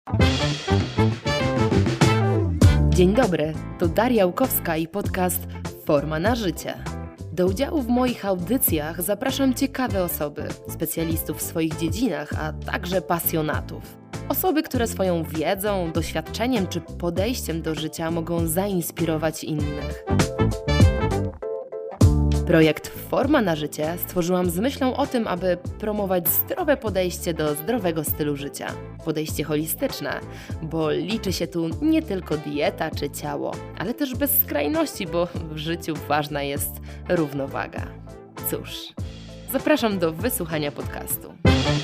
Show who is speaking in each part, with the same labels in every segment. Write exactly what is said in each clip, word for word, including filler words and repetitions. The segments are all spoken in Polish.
Speaker 1: Dzień dobry, to Daria Łukowska i podcast Forma na życie. Do udziału w moich audycjach zapraszam ciekawe osoby, specjalistów w swoich dziedzinach, a także pasjonatów. Osoby, które swoją wiedzą, doświadczeniem czy podejściem do życia mogą zainspirować innych. Projekt Forma na życie stworzyłam z myślą o tym, aby promować zdrowe podejście do zdrowego stylu życia. Podejście holistyczne, bo liczy się tu nie tylko dieta czy ciało, ale też bez skrajności, bo w życiu ważna jest równowaga. Cóż, zapraszam do wysłuchania podcastu.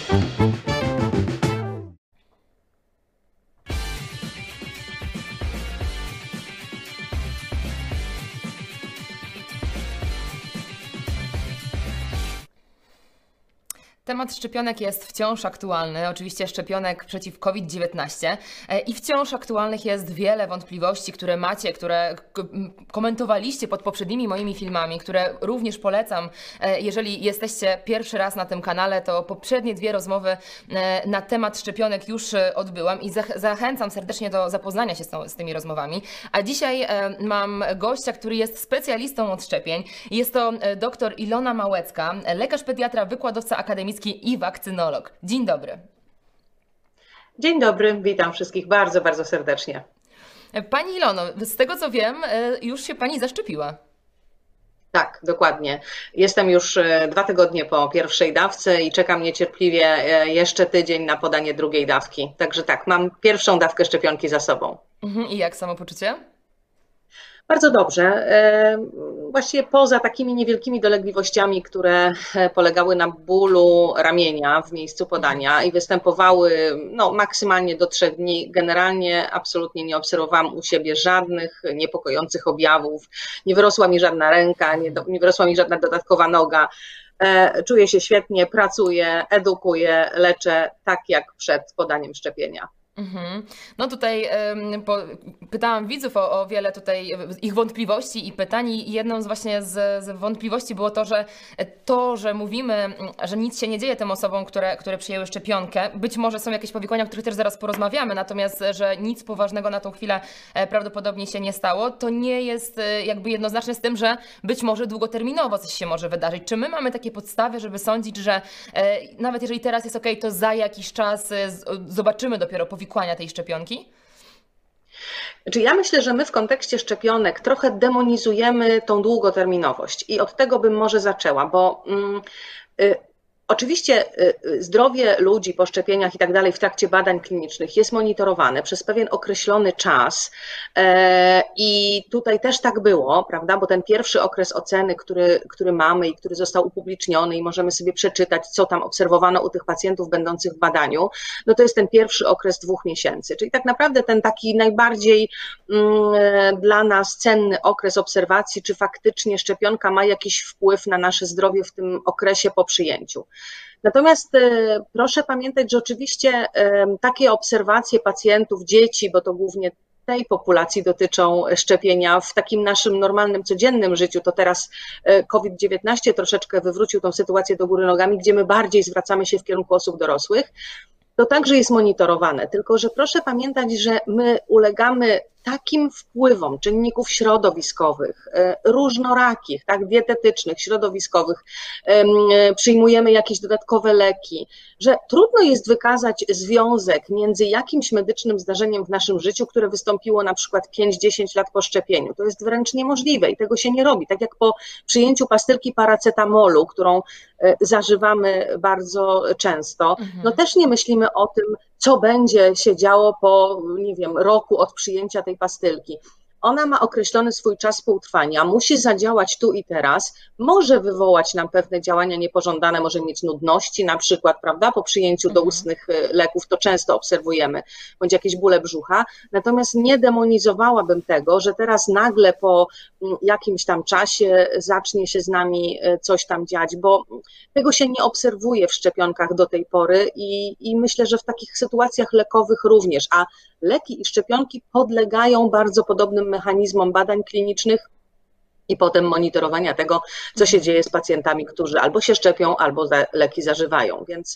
Speaker 1: Temat szczepionek jest wciąż aktualny, oczywiście szczepionek przeciw COVID dziewiętnaście i wciąż aktualnych jest wiele wątpliwości, które macie, które komentowaliście pod poprzednimi moimi filmami, które również polecam. Jeżeli jesteście pierwszy raz na tym kanale, to poprzednie dwie rozmowy na temat szczepionek już odbyłam i zachęcam serdecznie do zapoznania się z, tą, z tymi rozmowami. A dzisiaj mam gościa, który jest specjalistą od szczepień. Jest to dr Ilona Małecka, lekarz pediatra, wykładowca akademicki i wakcynolog. Dzień dobry.
Speaker 2: Dzień dobry, witam wszystkich bardzo, bardzo serdecznie.
Speaker 1: Pani Ilono, z tego co wiem, już się Pani zaszczepiła.
Speaker 2: Tak, dokładnie. Jestem już dwa tygodnie po pierwszej dawce i czekam niecierpliwie jeszcze tydzień na podanie drugiej dawki. Także tak, mam pierwszą dawkę szczepionki za sobą.
Speaker 1: I jak samopoczucie?
Speaker 2: Bardzo dobrze. Właściwie poza takimi niewielkimi dolegliwościami, które polegały na bólu ramienia w miejscu podania i występowały no, maksymalnie do trzech dni, generalnie absolutnie nie obserwowałam u siebie żadnych niepokojących objawów. Nie wyrosła mi żadna ręka, nie, do, nie wyrosła mi żadna dodatkowa noga. Czuję się świetnie, pracuję, edukuję, leczę tak jak przed podaniem szczepienia.
Speaker 1: Mhm. No tutaj um, po, pytałam widzów o, o wiele tutaj ich wątpliwości i pytań i jedną z właśnie z, z wątpliwości było to, że to, że mówimy, że nic się nie dzieje tym osobom, które, które przyjęły szczepionkę, być może są jakieś powikłania, o których też zaraz porozmawiamy, natomiast, że nic poważnego na tą chwilę prawdopodobnie się nie stało, to nie jest jakby jednoznaczne z tym, że być może długoterminowo coś się może wydarzyć. Czy my mamy takie podstawy, żeby sądzić, że e, nawet jeżeli teraz jest ok, to za jakiś czas e, zobaczymy dopiero powikłania tej szczepionki?
Speaker 2: Znaczy ja myślę, że my w kontekście szczepionek trochę demonizujemy tą długoterminowość i od tego bym może zaczęła, bo mm, y, oczywiście zdrowie ludzi po szczepieniach i tak dalej w trakcie badań klinicznych jest monitorowane przez pewien określony czas i tutaj też tak było, prawda, bo ten pierwszy okres oceny, który, który mamy i który został upubliczniony i możemy sobie przeczytać, co tam obserwowano u tych pacjentów będących w badaniu, no to jest ten pierwszy okres dwóch miesięcy, czyli tak naprawdę ten taki najbardziej mm, dla nas cenny okres obserwacji, czy faktycznie szczepionka ma jakiś wpływ na nasze zdrowie w tym okresie po przyjęciu. Natomiast proszę pamiętać, że oczywiście takie obserwacje pacjentów, dzieci, bo to głównie tej populacji dotyczą szczepienia w takim naszym normalnym, codziennym życiu, to teraz COVID dziewiętnaście troszeczkę wywrócił tą sytuację do góry nogami, gdzie my bardziej zwracamy się w kierunku osób dorosłych, to także jest monitorowane, tylko że proszę pamiętać, że my ulegamy takim wpływom czynników środowiskowych, różnorakich, tak, dietetycznych, środowiskowych, przyjmujemy jakieś dodatkowe leki, że trudno jest wykazać związek między jakimś medycznym zdarzeniem w naszym życiu, które wystąpiło na przykład pięć dziesięć lat po szczepieniu. To jest wręcz niemożliwe i tego się nie robi. Tak jak po przyjęciu pastylki paracetamolu, którą zażywamy bardzo często, mhm. no też nie myślimy o tym, co będzie się działo po, nie wiem, roku od przyjęcia tej pastylki. Ona ma określony swój czas współtrwania, musi zadziałać tu i teraz, może wywołać nam pewne działania niepożądane, może mieć nudności na przykład, prawda, po przyjęciu doustnych leków, to często obserwujemy, bądź jakieś bóle brzucha, natomiast nie demonizowałabym tego, że teraz nagle po jakimś tam czasie zacznie się z nami coś tam dziać, bo tego się nie obserwuje w szczepionkach do tej pory i, i myślę, że w takich sytuacjach lekowych również, a leki i szczepionki podlegają bardzo podobnym mechanizmom badań klinicznych i potem monitorowania tego, co się dzieje z pacjentami, którzy albo się szczepią, albo leki zażywają. Więc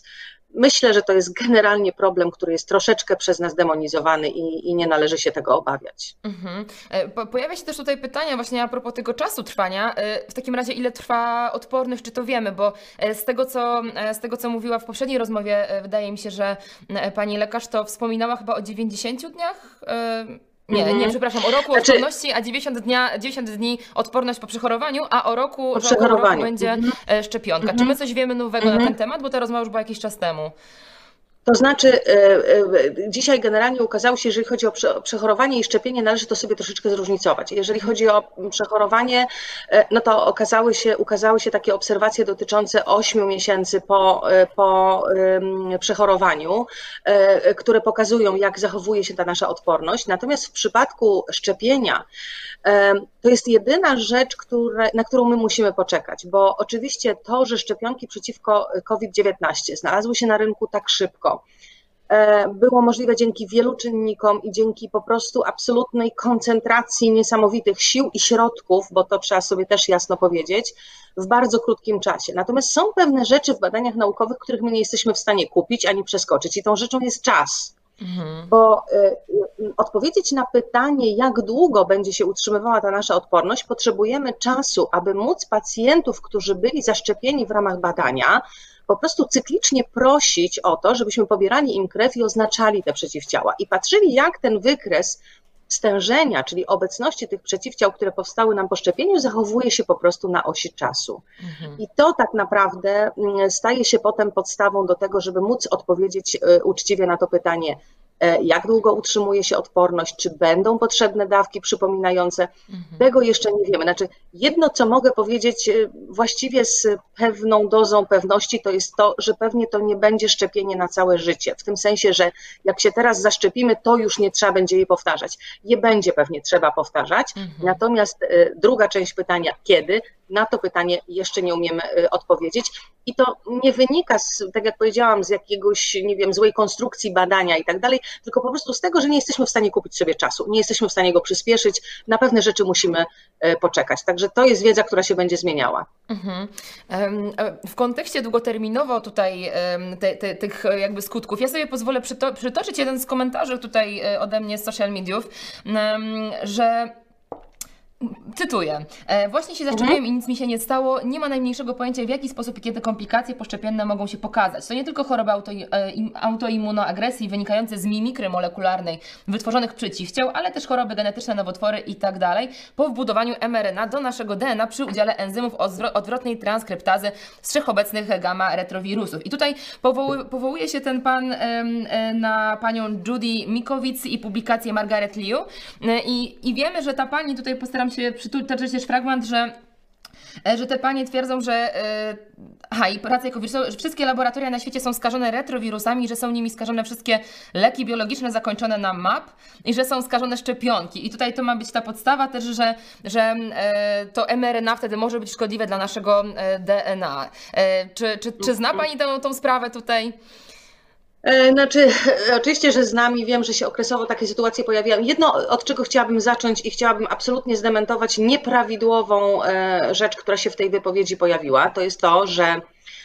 Speaker 2: myślę, że to jest generalnie problem, który jest troszeczkę przez nas demonizowany i, i nie należy się tego obawiać.
Speaker 1: Mhm. Po, pojawia się też tutaj pytanie właśnie a propos tego czasu trwania. W takim razie ile trwa odporność, czy to wiemy? Bo z tego, co, z tego, co mówiła w poprzedniej rozmowie, wydaje mi się, że pani lekarz to wspominała chyba o dziewięćdziesięciu dniach. Nie, mm-hmm. nie, przepraszam, o roku znaczy, odporności, a dziewięćdziesiąt, dnia, dziewięćdziesiąt dni odporność po przechorowaniu, a o roku,
Speaker 2: po przechorowaniu.
Speaker 1: roku będzie mm-hmm. szczepionka. Mm-hmm. Czy my coś wiemy nowego mm-hmm. na ten temat? Bo ta rozmowa już była jakiś czas temu.
Speaker 2: To znaczy, dzisiaj generalnie ukazało się, jeżeli chodzi o przechorowanie i szczepienie, należy to sobie troszeczkę zróżnicować. Jeżeli chodzi o przechorowanie, no to okazały się, ukazały się takie obserwacje dotyczące ośmiu miesięcy po, po przechorowaniu, które pokazują, jak zachowuje się ta nasza odporność. Natomiast w przypadku szczepienia to jest jedyna rzecz, które, na którą my musimy poczekać, bo oczywiście to, że szczepionki przeciwko COVID dziewiętnaście znalazły się na rynku tak szybko, było możliwe dzięki wielu czynnikom i dzięki po prostu absolutnej koncentracji niesamowitych sił i środków, bo to trzeba sobie też jasno powiedzieć, w bardzo krótkim czasie. Natomiast są pewne rzeczy w badaniach naukowych, których my nie jesteśmy w stanie kupić ani przeskoczyć i tą rzeczą jest czas. Mhm. Bo y, odpowiedzieć na pytanie, jak długo będzie się utrzymywała ta nasza odporność, potrzebujemy czasu, aby móc pacjentów, którzy byli zaszczepieni w ramach badania, po prostu cyklicznie prosić o to, żebyśmy pobierali im krew i oznaczali te przeciwciała i patrzyli, jak ten wykres stężenia, czyli obecności tych przeciwciał, które powstały nam po szczepieniu, zachowuje się po prostu na osi czasu. Mhm. I to tak naprawdę staje się potem podstawą do tego, żeby móc odpowiedzieć uczciwie na to pytanie, jak długo utrzymuje się odporność, czy będą potrzebne dawki przypominające. Mhm. Tego jeszcze nie wiemy. Znaczy, jedno, co mogę powiedzieć właściwie z pewną dozą pewności, to jest to, że pewnie to nie będzie szczepienie na całe życie. W tym sensie, że jak się teraz zaszczepimy, to już nie trzeba będzie jej powtarzać. Je będzie pewnie trzeba powtarzać. Mhm. Natomiast druga część pytania, kiedy? Na to pytanie jeszcze nie umiemy odpowiedzieć i to nie wynika, z, tak jak powiedziałam, z jakiegoś, nie wiem, złej konstrukcji badania i tak dalej, tylko po prostu z tego, że nie jesteśmy w stanie kupić sobie czasu, nie jesteśmy w stanie go przyspieszyć, na pewne rzeczy musimy poczekać. Także to jest wiedza, która się będzie zmieniała. Mhm.
Speaker 1: W kontekście długoterminowo tutaj te, te, tych jakby skutków, ja sobie pozwolę przyto- przytoczyć jeden z komentarzy tutaj ode mnie z social mediów, że cytuję. Właśnie się zaszczepiłem mhm. i nic mi się nie stało. Nie ma najmniejszego pojęcia, w jaki sposób i kiedy komplikacje poszczepienne mogą się pokazać. To nie tylko choroby auto, autoimmunoagresji wynikające z mimikry molekularnej wytworzonych przeciwciał, ale też choroby genetyczne, nowotwory i tak dalej po wbudowaniu em er en a do naszego de en a przy udziale enzymów odwrotnej transkryptazy z wszechobecnych gamma retrowirusów. I tutaj powołuje, powołuje się ten pan na panią Judy Mikovits i publikację Margaret Liu i, i wiemy, że ta pani, tutaj postaram się przytoczyć też fragment, że że te panie twierdzą, że aha, i prace jako wirusowe, że wszystkie laboratoria na świecie są skażone retrowirusami, że są nimi skażone wszystkie leki biologiczne zakończone na map i że są skażone szczepionki. I tutaj to ma być ta podstawa też, że, że to em er en a wtedy może być szkodliwe dla naszego de en a. Czy, czy, czy zna Pani tą, tą sprawę tutaj?
Speaker 2: Znaczy, oczywiście, że znam i wiem, że się okresowo takie sytuacje pojawiają. Jedno, od czego chciałabym zacząć i chciałabym absolutnie zdementować nieprawidłową rzecz, która się w tej wypowiedzi pojawiła, to jest to, że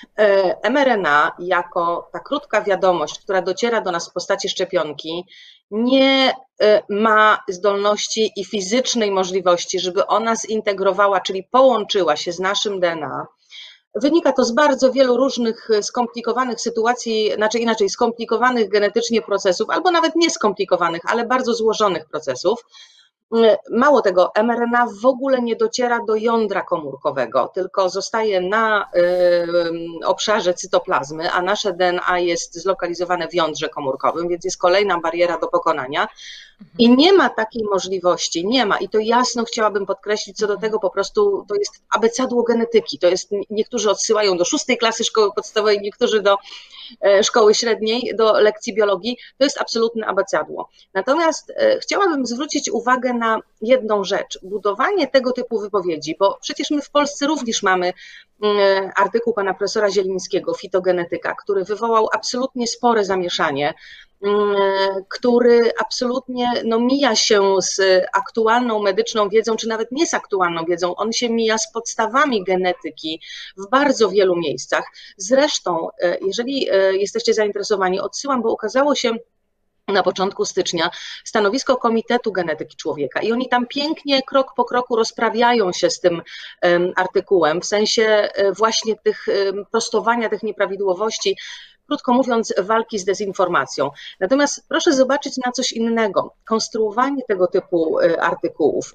Speaker 2: em er en a jako ta krótka wiadomość, która dociera do nas w postaci szczepionki, nie ma zdolności i fizycznej możliwości, żeby ona zintegrowała, czyli połączyła się z naszym de en a. Wynika to z bardzo wielu różnych skomplikowanych sytuacji, znaczy inaczej skomplikowanych genetycznie procesów, albo nawet nie skomplikowanych, ale bardzo złożonych procesów. Mało tego, em er en a w ogóle nie dociera do jądra komórkowego, tylko zostaje na y, obszarze cytoplazmy, a nasze de en a jest zlokalizowane w jądrze komórkowym, więc jest kolejna bariera do pokonania. I nie ma takiej możliwości, nie ma. I to jasno chciałabym podkreślić, co do tego po prostu to jest abecadło genetyki. To jest, niektórzy odsyłają do szóstej klasy szkoły podstawowej, niektórzy do szkoły średniej, do lekcji biologii. To jest absolutne abecadło. Natomiast chciałabym zwrócić uwagę na jedną rzecz. Budowanie tego typu wypowiedzi, bo przecież my w Polsce również mamy artykuł pana profesora Zielińskiego, fitogenetyka, który wywołał absolutnie spore zamieszanie, który absolutnie no, mija się z aktualną medyczną wiedzą, czy nawet nie z aktualną wiedzą, on się mija z podstawami genetyki w bardzo wielu miejscach. Zresztą, jeżeli jesteście zainteresowani, odsyłam, bo ukazało się na początku stycznia stanowisko Komitetu Genetyki Człowieka i oni tam pięknie krok po kroku rozprawiają się z tym artykułem, w sensie właśnie tych prostowania tych nieprawidłowości, krótko mówiąc, walki z dezinformacją. Natomiast proszę zobaczyć na coś innego. Konstruowanie tego typu artykułów,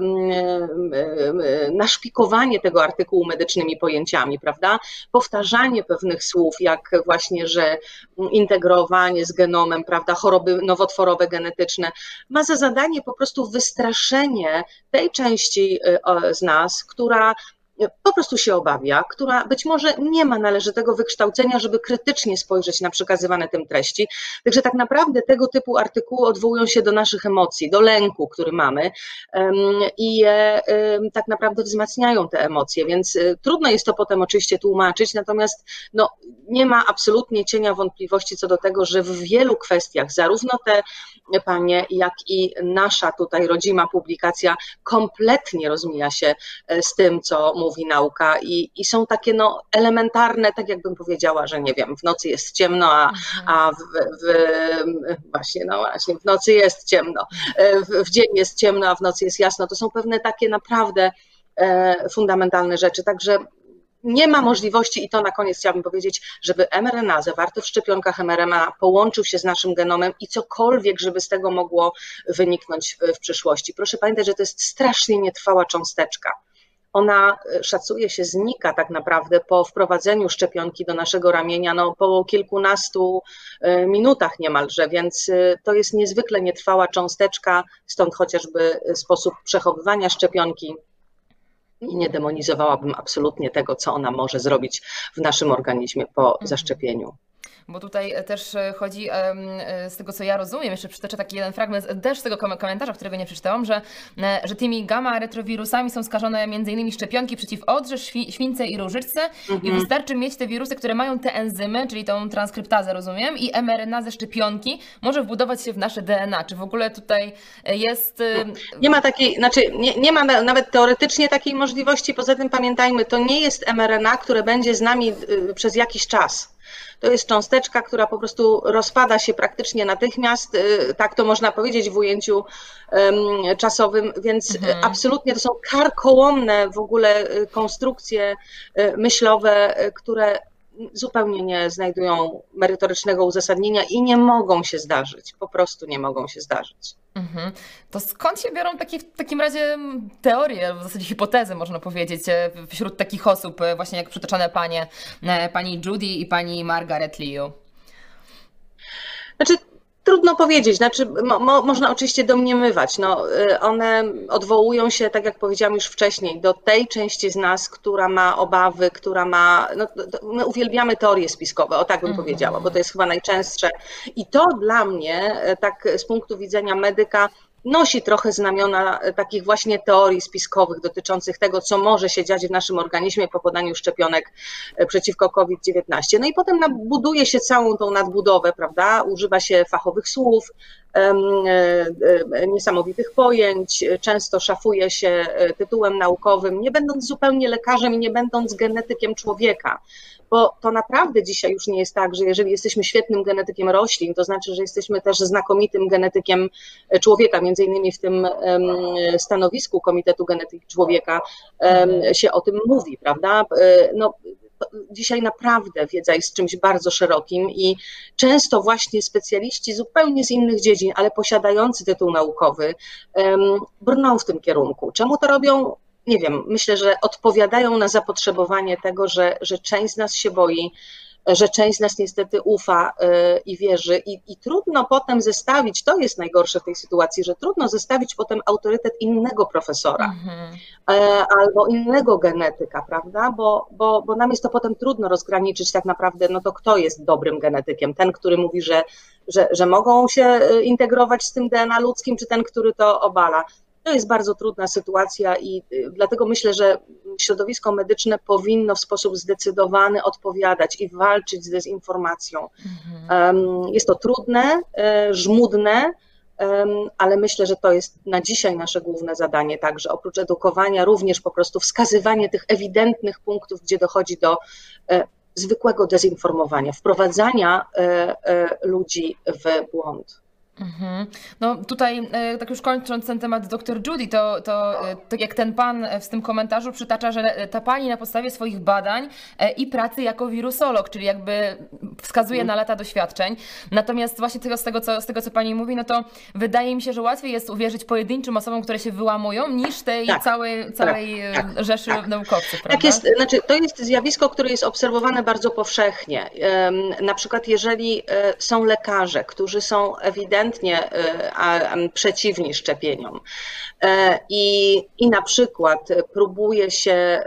Speaker 2: naszpikowanie tego artykułu medycznymi pojęciami, prawda? Powtarzanie pewnych słów, jak właśnie, że integrowanie z genomem, prawda, choroby nowotworowe genetyczne, ma za zadanie po prostu wystraszenie tej części z nas, która po prostu się obawia, która być może nie ma należytego wykształcenia, żeby krytycznie spojrzeć na przekazywane tym treści. Także tak naprawdę tego typu artykuły odwołują się do naszych emocji, do lęku, który mamy i tak naprawdę wzmacniają te emocje, więc trudno jest to potem oczywiście tłumaczyć, natomiast no, nie ma absolutnie cienia wątpliwości co do tego, że w wielu kwestiach zarówno te panie, jak i nasza tutaj rodzima publikacja kompletnie rozmija się z tym, co mówi nauka i, i są takie no, elementarne, tak jakbym powiedziała, że nie wiem, w nocy jest ciemno, a, a w, w, właśnie, no właśnie, w nocy jest ciemno, w, w dzień jest ciemno, a w nocy jest jasno. To są pewne takie naprawdę e, fundamentalne rzeczy, także nie ma możliwości, i to na koniec chciałabym powiedzieć, żeby em er en a zawarty w szczepionkach em er en a połączył się z naszym genomem i cokolwiek, żeby z tego mogło wyniknąć w, w przyszłości. Proszę pamiętać, że to jest strasznie nietrwała cząsteczka. Ona, szacuje się, znika tak naprawdę po wprowadzeniu szczepionki do naszego ramienia, no po kilkunastu minutach niemalże, więc to jest niezwykle nietrwała cząsteczka, stąd chociażby sposób przechowywania szczepionki. I nie demonizowałabym absolutnie tego, co ona może zrobić w naszym organizmie po zaszczepieniu.
Speaker 1: Bo tutaj też chodzi, z tego co ja rozumiem, jeszcze przytoczę taki jeden fragment też z tego komentarza, którego nie przeczytałam, że, że tymi gamma-retrowirusami są skażone m.in. szczepionki przeciw odrze, śwince i różyczce mhm. i wystarczy mieć te wirusy, które mają te enzymy, czyli tą transkryptazę, rozumiem, i em er en a ze szczepionki może wbudować się w nasze de en a. Czy w ogóle tutaj jest...
Speaker 2: Nie ma takiej, znaczy nie, nie ma nawet teoretycznie takiej możliwości, poza tym pamiętajmy, to nie jest em er en a, które będzie z nami przez jakiś czas. To jest cząsteczka, która po prostu rozpada się praktycznie natychmiast, tak to można powiedzieć w ujęciu um, czasowym, więc mhm. absolutnie to są karkołomne w ogóle konstrukcje myślowe, które zupełnie nie znajdują merytorycznego uzasadnienia i nie mogą się zdarzyć, po prostu nie mogą się zdarzyć.
Speaker 1: Mhm. To skąd się biorą takie, w takim razie teorie, w zasadzie hipotezy można powiedzieć, wśród takich osób, właśnie jak przytoczone panie, pani Judy i pani Margaret Liu?
Speaker 2: Znaczy, trudno powiedzieć, znaczy mo, mo, można oczywiście domniemywać, no, one odwołują się, tak jak powiedziałam już wcześniej, do tej części z nas, która ma obawy, która ma, no, my uwielbiamy teorie spiskowe, o tak bym mhm. powiedziała, bo to jest chyba najczęstsze i to dla mnie, tak z punktu widzenia medyka, nosi trochę znamiona takich właśnie teorii spiskowych dotyczących tego, co może się dziać w naszym organizmie po podaniu szczepionek przeciwko COVID dziewiętnaście. No i potem buduje się całą tą nadbudowę, prawda? Używa się fachowych słów, niesamowitych pojęć, często szafuje się tytułem naukowym, nie będąc zupełnie lekarzem i nie będąc genetykiem człowieka. Bo to naprawdę dzisiaj już nie jest tak, że jeżeli jesteśmy świetnym genetykiem roślin, to znaczy, że jesteśmy też znakomitym genetykiem człowieka. Między innymi w tym stanowisku Komitetu Genetyki Człowieka się o tym mówi, prawda? No, dzisiaj naprawdę wiedza jest czymś bardzo szerokim i często właśnie specjaliści zupełnie z innych dziedzin, ale posiadający tytuł naukowy, brną w tym kierunku. Czemu to robią? Nie wiem, myślę, że odpowiadają na zapotrzebowanie tego, że, że część z nas się boi, że część z nas niestety ufa i wierzy i, i trudno potem zestawić, to jest najgorsze w tej sytuacji, że trudno zestawić potem autorytet innego profesora mhm. albo innego genetyka, prawda, bo, bo, bo nam jest to potem trudno rozgraniczyć tak naprawdę, no to kto jest dobrym genetykiem, ten, który mówi, że, że, że mogą się integrować z tym de en a ludzkim, czy ten, który to obala. To jest bardzo trudna sytuacja i dlatego myślę, że środowisko medyczne powinno w sposób zdecydowany odpowiadać i walczyć z dezinformacją. Mhm. Jest to trudne, żmudne, ale myślę, że to jest na dzisiaj nasze główne zadanie, także oprócz edukowania również po prostu wskazywanie tych ewidentnych punktów, gdzie dochodzi do zwykłego dezinformowania, wprowadzania ludzi w błąd.
Speaker 1: Mhm. No tutaj, tak już kończąc ten temat, doktor Judy, to, to tak jak ten pan w tym komentarzu przytacza, że ta pani na podstawie swoich badań i pracy jako wirusolog, czyli jakby wskazuje na lata doświadczeń. Natomiast właśnie tego, z, tego, co, z tego, co pani mówi, no to wydaje mi się, że łatwiej jest uwierzyć pojedynczym osobom, które się wyłamują, niż tej tak, całej, całej tak, rzeszy tak, naukowców, prawda?
Speaker 2: Tak jest, znaczy to jest zjawisko, które jest obserwowane bardzo powszechnie. Na przykład jeżeli są lekarze, którzy są ewidentnie przeciwni szczepieniom i, i na przykład próbuje się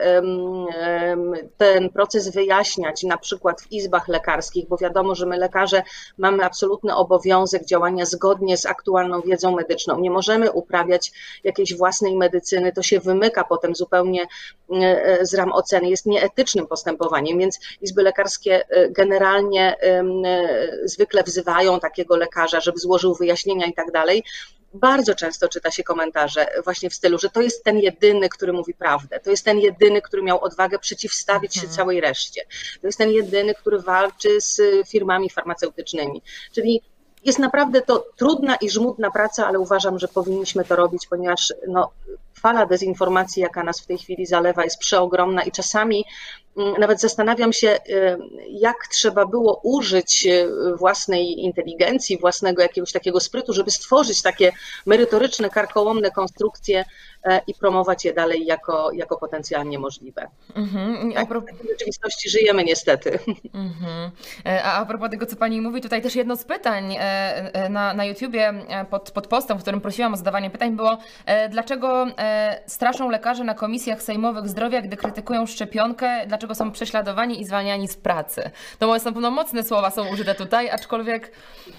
Speaker 2: ten proces wyjaśniać na przykład w izbach lekarskich, bo wiadomo, że my lekarze mamy absolutny obowiązek działania zgodnie z aktualną wiedzą medyczną. Nie możemy uprawiać jakiejś własnej medycyny, to się wymyka potem zupełnie z ram oceny, jest nieetycznym postępowaniem, więc izby lekarskie generalnie zwykle wzywają takiego lekarza, żeby złożył wyjaśnienia i tak dalej. Bardzo często czyta się komentarze właśnie w stylu, że to jest ten jedyny, który mówi prawdę, to jest ten jedyny, który miał odwagę przeciwstawić się całej reszcie, to jest ten jedyny, który walczy z firmami farmaceutycznymi, czyli jest naprawdę to trudna i żmudna praca, ale uważam, że powinniśmy to robić, ponieważ no, fala dezinformacji, jaka nas w tej chwili zalewa, jest przeogromna i czasami nawet zastanawiam się, jak trzeba było użyć własnej inteligencji, własnego jakiegoś takiego sprytu, żeby stworzyć takie merytoryczne, karkołomne konstrukcje i promować je dalej jako, jako potencjalnie możliwe. Mm-hmm. Tak, pro... w takiej rzeczywistości żyjemy niestety.
Speaker 1: Mm-hmm. A, a propos tego, co pani mówi, tutaj też jedno z pytań na, na YouTubie pod, pod postem, w którym prosiłam o zadawanie pytań, było, dlaczego straszą lekarze na komisjach sejmowych zdrowia, gdy krytykują szczepionkę, dlaczego są prześladowani i zwalniani z pracy. To na pewno mocne słowa są użyte tutaj, aczkolwiek...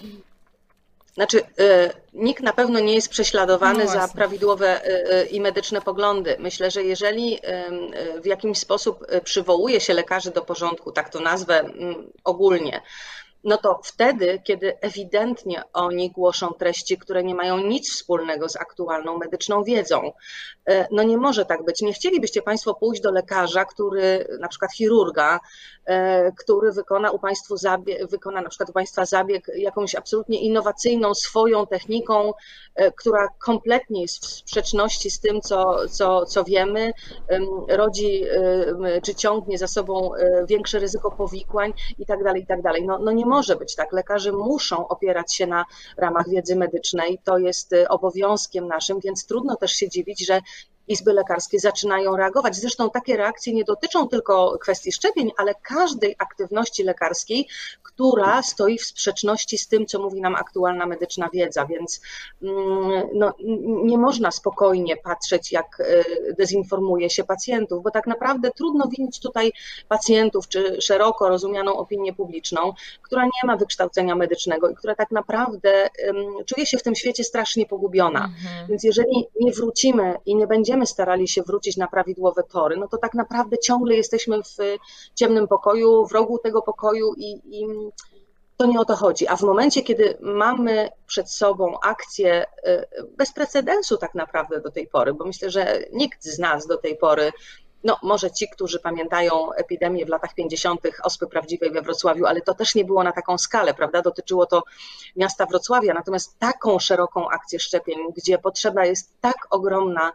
Speaker 2: Znaczy, nikt na pewno nie jest prześladowany no za prawidłowe i medyczne poglądy. Myślę, że jeżeli w jakimś sposób przywołuje się lekarzy do porządku, tak to nazwę ogólnie, no to wtedy, kiedy ewidentnie oni głoszą treści, które nie mają nic wspólnego z aktualną medyczną wiedzą. No nie może tak być. Nie chcielibyście Państwo pójść do lekarza, który, na przykład chirurga, który wykona u Państwa zabieg, wykona na przykład u Państwa zabieg jakąś absolutnie innowacyjną swoją techniką, która kompletnie jest w sprzeczności z tym, co, co, co wiemy, rodzi czy ciągnie za sobą większe ryzyko powikłań i tak dalej, i tak dalej. No, no nie może być tak. Lekarze muszą opierać się na ramach wiedzy medycznej. To jest obowiązkiem naszym, więc trudno też się dziwić, że izby lekarskie zaczynają reagować. Zresztą takie reakcje nie dotyczą tylko kwestii szczepień, ale każdej aktywności lekarskiej, która stoi w sprzeczności z tym, co mówi nam aktualna medyczna wiedza, więc no, nie można spokojnie patrzeć, jak dezinformuje się pacjentów, bo tak naprawdę trudno winić tutaj pacjentów, czy szeroko rozumianą opinię publiczną, która nie ma wykształcenia medycznego i która tak naprawdę czuje się w tym świecie strasznie pogubiona. Mhm. Więc jeżeli nie wrócimy i nie będziemy starali się wrócić na prawidłowe tory, no to tak naprawdę ciągle jesteśmy w ciemnym pokoju, w rogu tego pokoju i, i to nie o to chodzi. A w momencie, kiedy mamy przed sobą akcję bez precedensu tak naprawdę do tej pory, bo myślę, że nikt z nas do tej pory, no może ci, którzy pamiętają epidemię w latach pięćdziesiątych ospy prawdziwej we Wrocławiu, ale to też nie było na taką skalę, prawda? Dotyczyło to miasta Wrocławia, natomiast taką szeroką akcję szczepień, gdzie potrzeba jest tak ogromna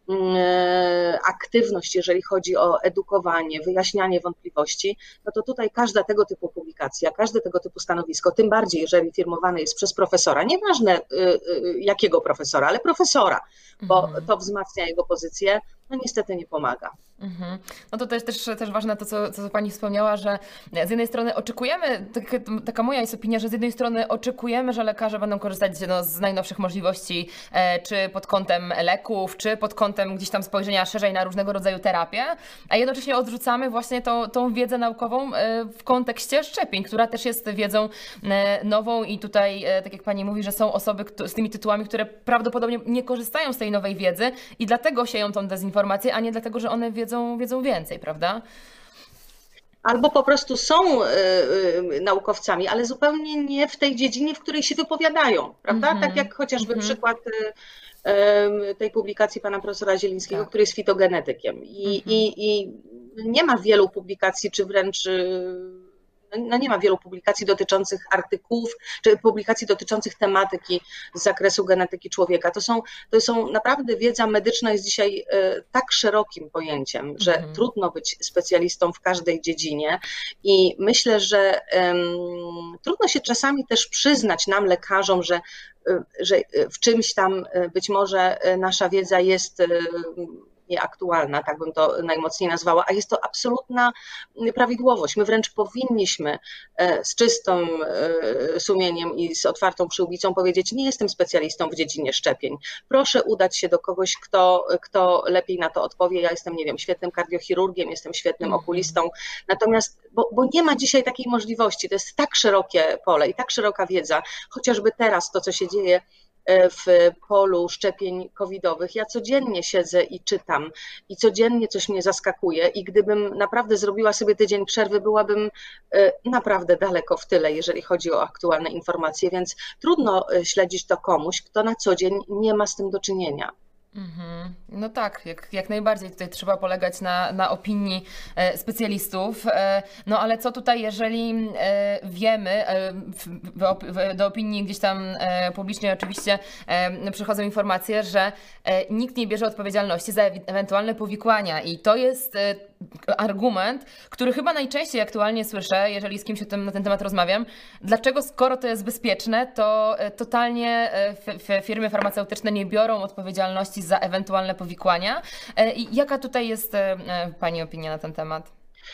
Speaker 2: aktywność, jeżeli chodzi o edukowanie, wyjaśnianie wątpliwości, no to tutaj każda tego typu publikacja, każde tego typu stanowisko, tym bardziej jeżeli firmowane jest przez profesora, nieważne jakiego profesora, ale profesora, bo to wzmacnia jego pozycję, no niestety nie pomaga.
Speaker 1: Mhm. No to też, też, też ważne to, co, co Pani wspomniała, że z jednej strony oczekujemy, tak, taka moja jest opinia, że z jednej strony oczekujemy, że lekarze będą korzystać no, z najnowszych możliwości, e, czy pod kątem leków, czy pod kątem gdzieś tam spojrzenia szerzej na różnego rodzaju terapie, a jednocześnie odrzucamy właśnie to, tą wiedzę naukową e, w kontekście szczepień, która też jest wiedzą e, nową i tutaj, e, tak jak Pani mówi, że są osoby kto, z tymi tytułami, które prawdopodobnie nie korzystają z tej nowej wiedzy i dlatego sieją tą dezinformację, a nie dlatego, że one wiedzą Wiedzą, wiedzą więcej, prawda?
Speaker 2: Albo po prostu są y, y, naukowcami, ale zupełnie nie w tej dziedzinie, w której się wypowiadają, prawda? Mm-hmm. Tak jak chociażby mm-hmm. przykład y, y, tej publikacji pana profesora Zielińskiego, tak. który jest fitogenetykiem. I, mm-hmm. i, i nie ma wielu publikacji, czy wręcz y, no nie ma wielu publikacji dotyczących artykułów, czy publikacji dotyczących tematyki z zakresu genetyki człowieka. To są, to są naprawdę, wiedza medyczna jest dzisiaj tak szerokim pojęciem, że mhm. trudno być specjalistą w każdej dziedzinie i myślę, że um, trudno się czasami też przyznać nam, lekarzom, że, że w czymś tam być może nasza wiedza jest nieaktualna, tak bym to najmocniej nazwała, a jest to absolutna prawidłowość. My wręcz powinniśmy z czystym sumieniem i z otwartą przyłbicą powiedzieć, nie jestem specjalistą w dziedzinie szczepień. Proszę udać się do kogoś, kto, kto lepiej na to odpowie. Ja jestem, nie wiem, świetnym kardiochirurgiem, jestem świetnym okulistą. Natomiast, bo, bo nie ma dzisiaj takiej możliwości, to jest tak szerokie pole i tak szeroka wiedza, chociażby teraz to, co się dzieje w polu szczepień covidowych. Ja codziennie siedzę i czytam i codziennie coś mnie zaskakuje i gdybym naprawdę zrobiła sobie tydzień przerwy, byłabym naprawdę daleko w tyle, jeżeli chodzi o aktualne informacje, więc trudno śledzić to komuś, kto na co dzień nie ma z tym do czynienia.
Speaker 1: Mm-hmm. No tak, jak, jak najbardziej tutaj trzeba polegać na, na opinii e, specjalistów. E, no ale co tutaj, jeżeli e, wiemy, e, w, w, do opinii gdzieś tam e, publicznej oczywiście e, przychodzą informacje, że e, nikt nie bierze odpowiedzialności za e- ewentualne powikłania i to jest e, argument, który chyba najczęściej aktualnie słyszę, jeżeli z kimś o tym, na ten temat rozmawiam. Dlaczego, skoro to jest bezpieczne, to e, totalnie e, f, f, firmy farmaceutyczne nie biorą odpowiedzialności za ewentualne powikłania. I jaka tutaj jest Pani opinia na ten temat?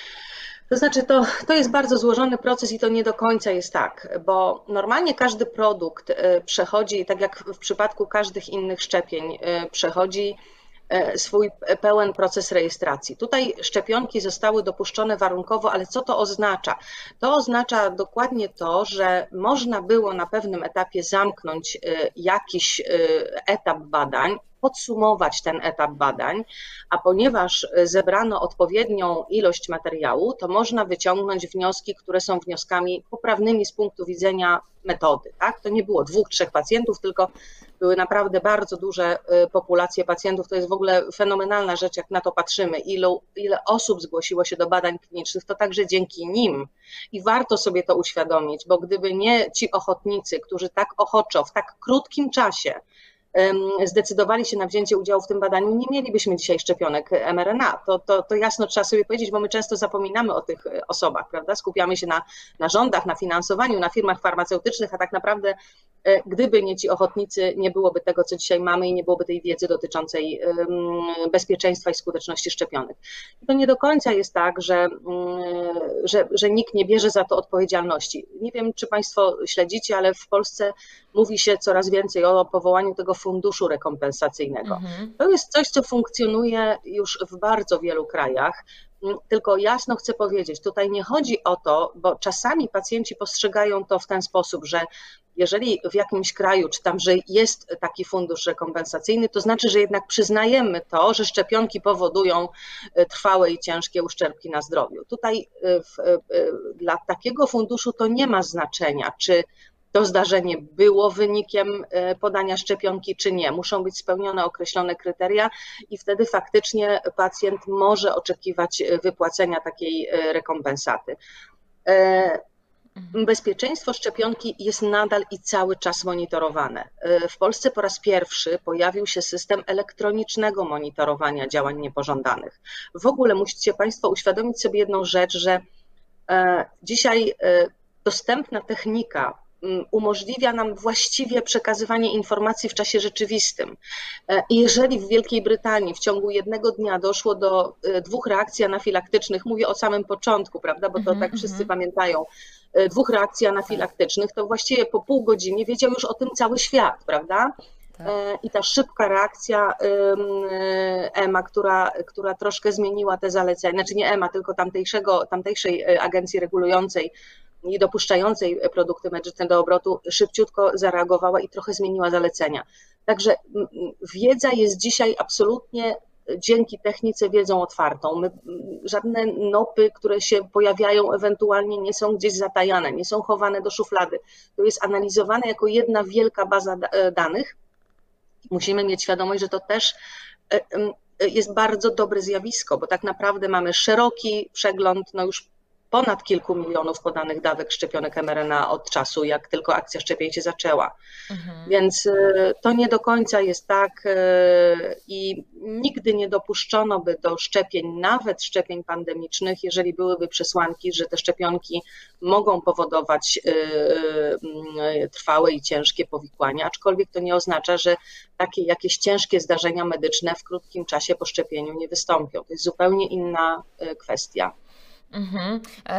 Speaker 2: To znaczy, to, to jest bardzo złożony proces i to nie do końca jest tak, bo normalnie każdy produkt przechodzi, tak jak w przypadku każdych innych szczepień, przechodzi swój pełen proces rejestracji. Tutaj szczepionki zostały dopuszczone warunkowo, ale co to oznacza? To oznacza dokładnie to, że można było na pewnym etapie zamknąć jakiś etap badań, podsumować ten etap badań, a ponieważ zebrano odpowiednią ilość materiału, to można wyciągnąć wnioski, które są wnioskami poprawnymi z punktu widzenia metody. Tak? To nie było dwóch, trzech pacjentów, tylko były naprawdę bardzo duże populacje pacjentów. To jest w ogóle fenomenalna rzecz, jak na to patrzymy. Ilu, ile osób zgłosiło się do badań klinicznych, to także dzięki nim. I warto sobie to uświadomić, bo gdyby nie ci ochotnicy, którzy tak ochoczo, w tak krótkim czasie zdecydowali się na wzięcie udziału w tym badaniu, nie mielibyśmy dzisiaj szczepionek em er en a. To, to, to jasno trzeba sobie powiedzieć, bo my często zapominamy o tych osobach, prawda? Skupiamy się na, na rządach, na finansowaniu, na firmach farmaceutycznych, a tak naprawdę gdyby nie ci ochotnicy, nie byłoby tego, co dzisiaj mamy i nie byłoby tej wiedzy dotyczącej bezpieczeństwa i skuteczności szczepionek. I to nie do końca jest tak, że, że, że nikt nie bierze za to odpowiedzialności. Nie wiem, czy Państwo śledzicie, ale w Polsce mówi się coraz więcej o powołaniu tego funduszu rekompensacyjnego. Mhm. To jest coś, co funkcjonuje już w bardzo wielu krajach. Tylko jasno chcę powiedzieć, tutaj nie chodzi o to, bo czasami pacjenci postrzegają to w ten sposób, że jeżeli w jakimś kraju czytam, że jest taki fundusz rekompensacyjny, to znaczy, że jednak przyznajemy to, że szczepionki powodują trwałe i ciężkie uszczerbki na zdrowiu. Tutaj w, dla takiego funduszu to nie ma znaczenia, czy to zdarzenie było wynikiem podania szczepionki, czy nie. Muszą być spełnione określone kryteria i wtedy faktycznie pacjent może oczekiwać wypłacenia takiej rekompensaty. Bezpieczeństwo szczepionki jest nadal i cały czas monitorowane. W Polsce po raz pierwszy pojawił się system elektronicznego monitorowania działań niepożądanych. W ogóle musicie Państwo uświadomić sobie jedną rzecz, że dzisiaj dostępna technika umożliwia nam właściwie przekazywanie informacji w czasie rzeczywistym. I jeżeli w Wielkiej Brytanii w ciągu jednego dnia doszło do dwóch reakcji anafilaktycznych, mówię o samym początku, prawda, bo to
Speaker 1: Mhm,
Speaker 2: tak wszyscy
Speaker 1: mhm.
Speaker 2: pamiętają, dwóch reakcji anafilaktycznych, to właściwie po pół godziny wiedział już o tym cały świat, prawda?
Speaker 1: Tak.
Speaker 2: I ta szybka reakcja E M A, która, która troszkę zmieniła te zalecenia, znaczy nie E M A, tylko tamtejszego, tamtejszej agencji regulującej i dopuszczającej produkty medyczne do obrotu, szybciutko zareagowała i trochę zmieniła zalecenia. Także wiedza jest dzisiaj absolutnie dzięki technice wiedzą otwartą. My, żadne nopy, które się pojawiają ewentualnie, nie są gdzieś zatajane, nie są chowane do szuflady. To jest analizowane jako jedna wielka baza danych. Musimy mieć świadomość, że to też jest bardzo dobre zjawisko, bo tak naprawdę mamy szeroki przegląd, no już ponad kilku milionów podanych dawek szczepionek em er en a od czasu, jak tylko akcja szczepień się zaczęła. Mhm. Więc to nie do końca jest tak i nigdy nie dopuszczono by do szczepień, nawet szczepień pandemicznych, jeżeli byłyby przesłanki, że te szczepionki mogą powodować trwałe i ciężkie powikłania, aczkolwiek to nie oznacza, że takie jakieś ciężkie zdarzenia medyczne w krótkim czasie po szczepieniu nie wystąpią. To jest zupełnie inna kwestia.
Speaker 1: Mhm.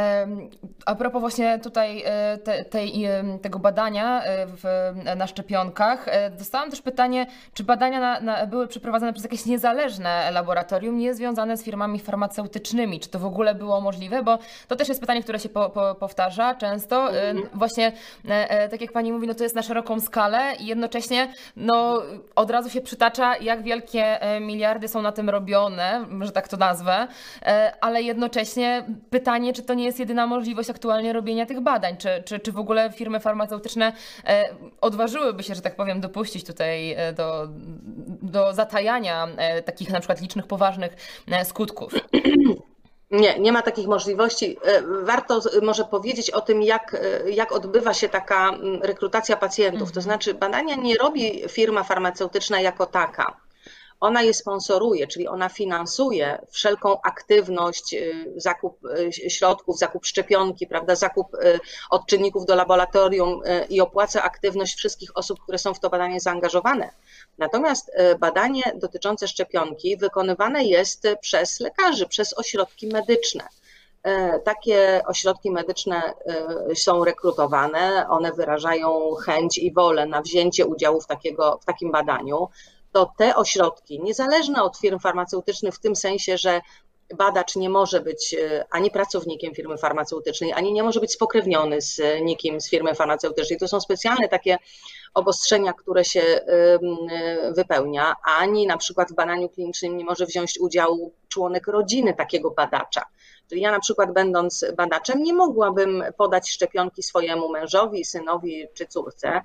Speaker 1: A propos właśnie tutaj te, tej, tego badania w, na szczepionkach, dostałam też pytanie, czy badania na, na, były przeprowadzane przez jakieś niezależne laboratorium, nie związane z firmami farmaceutycznymi? Czy to w ogóle było możliwe? Bo to też jest pytanie, które się po, po, powtarza często. Mhm. Właśnie tak jak pani mówi, no to jest na szeroką skalę i jednocześnie no, od razu się przytacza, jak wielkie miliardy są na tym robione, że tak to nazwę, ale jednocześnie pytanie, czy to nie jest jedyna możliwość aktualnie robienia tych badań, czy, czy, czy w ogóle firmy farmaceutyczne odważyłyby się, że tak powiem, dopuścić tutaj do, do zatajania takich na przykład licznych, poważnych skutków?
Speaker 2: Nie, nie ma takich możliwości. Warto może powiedzieć o tym, jak, jak odbywa się taka rekrutacja pacjentów. Mhm. To znaczy badania nie robi firma farmaceutyczna jako taka. Ona je sponsoruje, czyli ona finansuje wszelką aktywność, zakup środków, zakup szczepionki, prawda, zakup odczynników do laboratorium i opłaca aktywność wszystkich osób, które są w to badanie zaangażowane. Natomiast badanie dotyczące szczepionki wykonywane jest przez lekarzy, przez ośrodki medyczne. Takie ośrodki medyczne są rekrutowane, one wyrażają chęć i wolę na wzięcie udziału w, takiego, w takim badaniu. To te ośrodki, niezależne od firm farmaceutycznych w tym sensie, że badacz nie może być ani pracownikiem firmy farmaceutycznej, ani nie może być spokrewniony z nikim z firmy farmaceutycznej. To są specjalne takie obostrzenia, które się wypełnia, ani na przykład w badaniu klinicznym nie może wziąć udziału członek rodziny takiego badacza. Czyli ja na przykład będąc badaczem nie mogłabym podać szczepionki swojemu mężowi, synowi czy córce,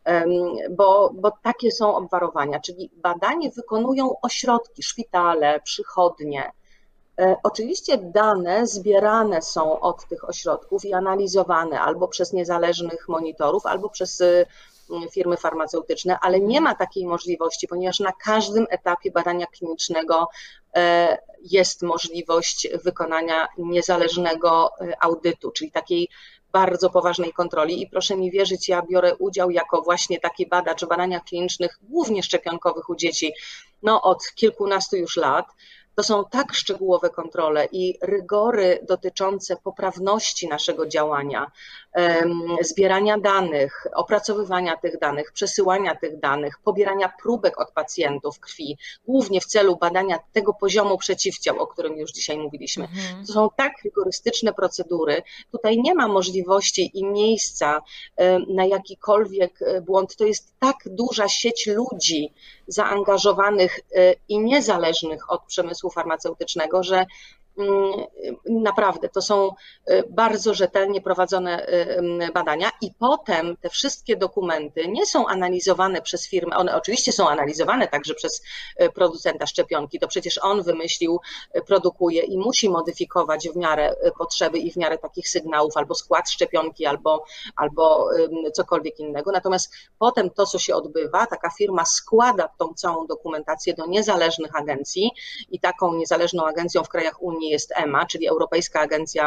Speaker 2: Bo, bo takie są obwarowania, czyli badanie wykonują ośrodki, szpitale, przychodnie. Oczywiście dane zbierane są od tych ośrodków i analizowane albo przez niezależnych monitorów, albo przez firmy farmaceutyczne, ale nie ma takiej możliwości, ponieważ na każdym etapie badania klinicznego jest możliwość wykonania niezależnego audytu, czyli takiej bardzo poważnej kontroli i proszę mi wierzyć, ja biorę udział jako właśnie taki badacz w badaniach klinicznych, głównie szczepionkowych u dzieci, no od kilkunastu już lat. To są tak szczegółowe kontrole i rygory dotyczące poprawności naszego działania, zbierania danych, opracowywania tych danych, przesyłania tych danych, pobierania próbek od pacjentów krwi, głównie w celu badania tego poziomu przeciwciał, o którym już dzisiaj mówiliśmy. Mhm. To są tak rygorystyczne procedury. Tutaj nie ma możliwości i miejsca na jakikolwiek błąd. To jest tak duża sieć ludzi zaangażowanych i niezależnych od przemysłu farmaceutycznego, że naprawdę to są bardzo rzetelnie prowadzone badania i potem te wszystkie dokumenty nie są analizowane przez firmy, one oczywiście są analizowane także przez producenta szczepionki, to przecież on wymyślił, produkuje i musi modyfikować w miarę potrzeby i w miarę takich sygnałów albo skład szczepionki, albo, albo cokolwiek innego. Natomiast potem to, co się odbywa, taka firma składa tą całą dokumentację do niezależnych agencji i taką niezależną agencją w krajach Unii jest E M A, czyli Europejska Agencja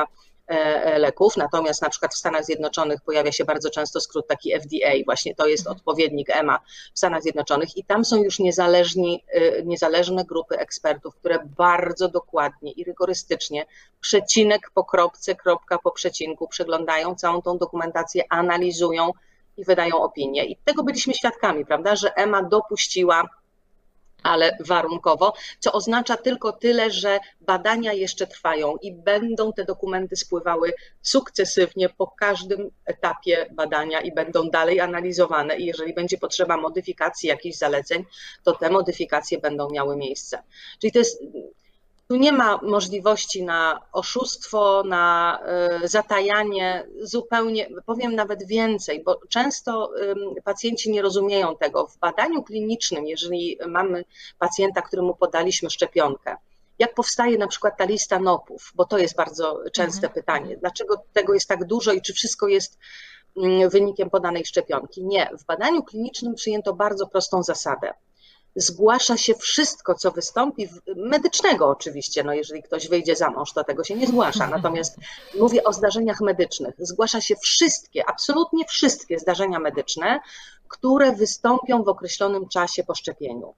Speaker 2: leków, natomiast na przykład w Stanach Zjednoczonych pojawia się bardzo często skrót taki F D A, właśnie to jest odpowiednik E M A w Stanach Zjednoczonych i tam są już niezależni, niezależne grupy ekspertów, które bardzo dokładnie i rygorystycznie, przecinek po kropce, kropka po przecinku przeglądają całą tą dokumentację, analizują i wydają opinie. I tego byliśmy świadkami, prawda, że E M A dopuściła, ale warunkowo, co oznacza tylko tyle, że badania jeszcze trwają i będą te dokumenty spływały sukcesywnie po każdym etapie badania i będą dalej analizowane i jeżeli będzie potrzeba modyfikacji jakichś zaleceń, to te modyfikacje będą miały miejsce. Czyli to jest... Tu nie ma możliwości na oszustwo, na zatajanie, zupełnie, powiem nawet więcej, bo często pacjenci nie rozumieją tego. W badaniu klinicznym, jeżeli mamy pacjenta, któremu podaliśmy szczepionkę, jak powstaje na przykład ta lista N O P-ów, bo to jest bardzo częste mhm. pytanie, dlaczego tego jest tak dużo i czy wszystko jest wynikiem podanej szczepionki? Nie, w badaniu klinicznym przyjęto bardzo prostą zasadę. Zgłasza się wszystko, co wystąpi, medycznego oczywiście, no jeżeli ktoś wyjdzie za mąż, to tego się nie zgłasza, natomiast mówię o zdarzeniach medycznych, zgłasza się wszystkie, absolutnie wszystkie zdarzenia medyczne, które wystąpią w określonym czasie po szczepieniu.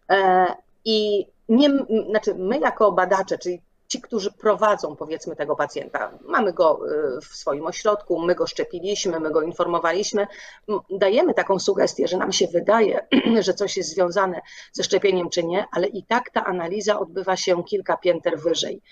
Speaker 2: I nie, znaczy my jako badacze, czyli ci, którzy prowadzą, powiedzmy, tego pacjenta, mamy go w swoim ośrodku, my go szczepiliśmy, my go informowaliśmy, dajemy taką sugestię, że nam się wydaje, że coś jest związane ze szczepieniem czy nie, ale i tak ta analiza odbywa się kilka pięter wyżej,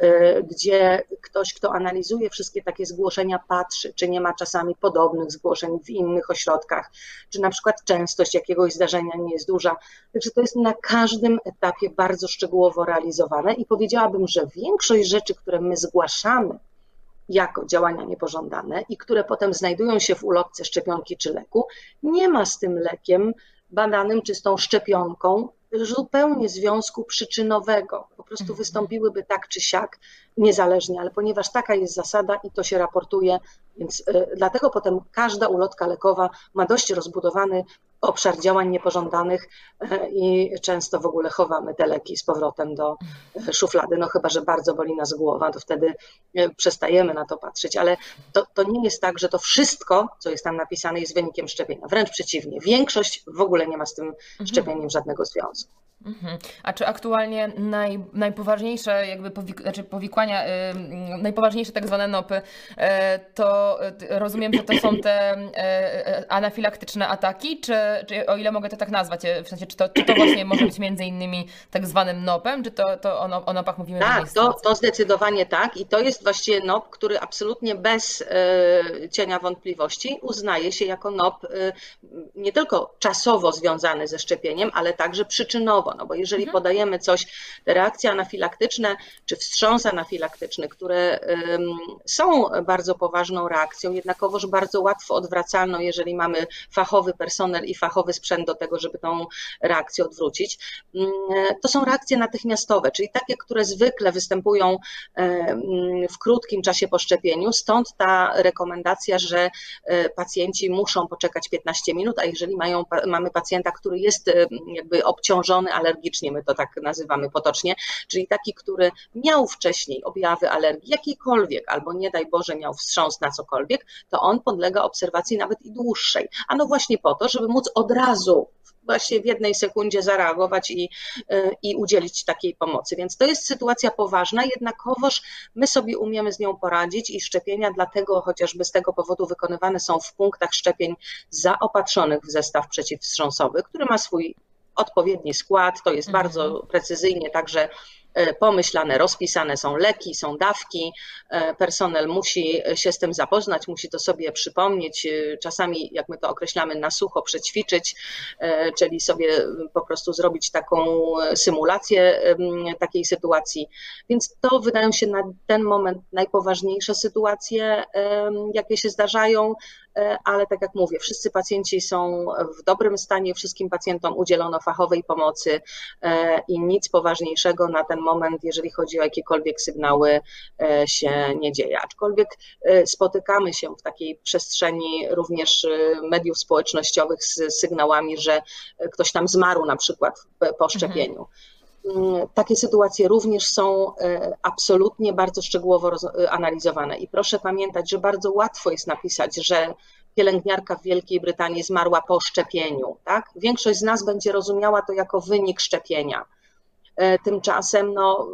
Speaker 2: gdzie ktoś, kto analizuje wszystkie takie zgłoszenia, patrzy, czy nie ma czasami podobnych zgłoszeń w innych ośrodkach, czy na przykład częstość jakiegoś zdarzenia nie jest duża. Także to jest na każdym etapie bardzo szczegółowo realizowane i powiedziałabym, że większość rzeczy, które my zgłaszamy jako działania niepożądane i które potem znajdują się w ulotce szczepionki czy leku, nie ma z tym lekiem badanym czy z tą szczepionką zupełnie związku przyczynowego. Po prostu wystąpiłyby tak czy siak niezależnie, ale ponieważ taka jest zasada i to się raportuje, więc dlatego potem każda ulotka lekowa ma dość rozbudowany obszar działań niepożądanych i często w ogóle chowamy te leki z powrotem do szuflady, no chyba że bardzo boli nas głowa, to wtedy przestajemy na to patrzeć, ale to, to nie jest tak, że to wszystko, co jest tam napisane, jest wynikiem szczepienia. Wręcz przeciwnie, większość w ogóle nie ma z tym szczepieniem żadnego związku.
Speaker 1: Mhm. A czy aktualnie naj, najpoważniejsze jakby powik znaczy powikłania, yy, najpoważniejsze tak zwane N O P-y, yy, to yy, rozumiem, że to są te yy, anafilaktyczne ataki, czy, czy o ile mogę to tak nazwać, w sensie czy to, czy to właśnie może być między innymi tak zwanym N O P-em, czy to, to o, o N O P-ach mówimy?
Speaker 2: Tak, to, to zdecydowanie tak i to jest właściwie N O P, który absolutnie bez yy, cienia wątpliwości uznaje się jako N O P yy, nie tylko czasowo związany ze szczepieniem, ale także przyczynowo. No bo jeżeli mhm. podajemy coś, te reakcje anafilaktyczne czy wstrząs anafilaktyczny, które um, są bardzo poważną reakcją, jednakowoż bardzo łatwo odwracalną, jeżeli mamy fachowy personel i fachowy sprzęt do tego, żeby tą reakcję odwrócić. To są reakcje natychmiastowe, czyli takie, które zwykle występują w krótkim czasie po szczepieniu, stąd ta rekomendacja, że pacjenci muszą poczekać piętnaście minut, a jeżeli mają, mamy pacjenta, który jest jakby obciążony alergicznie, my to tak nazywamy potocznie, czyli taki, który miał wcześniej objawy alergii jakiejkolwiek, albo nie daj Boże miał wstrząs na cokolwiek, to on podlega obserwacji nawet i dłuższej. A no właśnie po to, żeby móc od razu właśnie w jednej sekundzie zareagować i, i udzielić takiej pomocy. Więc to jest sytuacja poważna, jednakowoż my sobie umiemy z nią poradzić i szczepienia dlatego chociażby z tego powodu wykonywane są w punktach szczepień zaopatrzonych w zestaw przeciwwstrząsowy, który ma swój odpowiedni skład, to jest mhm. bardzo precyzyjnie także pomyślane, rozpisane są leki, są dawki, personel musi się z tym zapoznać, musi to sobie przypomnieć, czasami jak my to określamy na sucho przećwiczyć, czyli sobie po prostu zrobić taką symulację takiej sytuacji, więc to wydają się na ten moment najpoważniejsze sytuacje, jakie się zdarzają, ale tak jak mówię, wszyscy pacjenci są w dobrym stanie, wszystkim pacjentom udzielono fachowej pomocy i nic poważniejszego na ten moment, jeżeli chodzi o jakiekolwiek sygnały, się nie dzieje. Aczkolwiek spotykamy się w takiej przestrzeni również mediów społecznościowych z sygnałami, że ktoś tam zmarł na przykład po szczepieniu. takie sytuacje również są absolutnie bardzo szczegółowo analizowane. I proszę pamiętać, że bardzo łatwo jest napisać, że pielęgniarka w Wielkiej Brytanii zmarła po szczepieniu. Tak? Większość z nas będzie rozumiała to jako wynik szczepienia. Tymczasem no,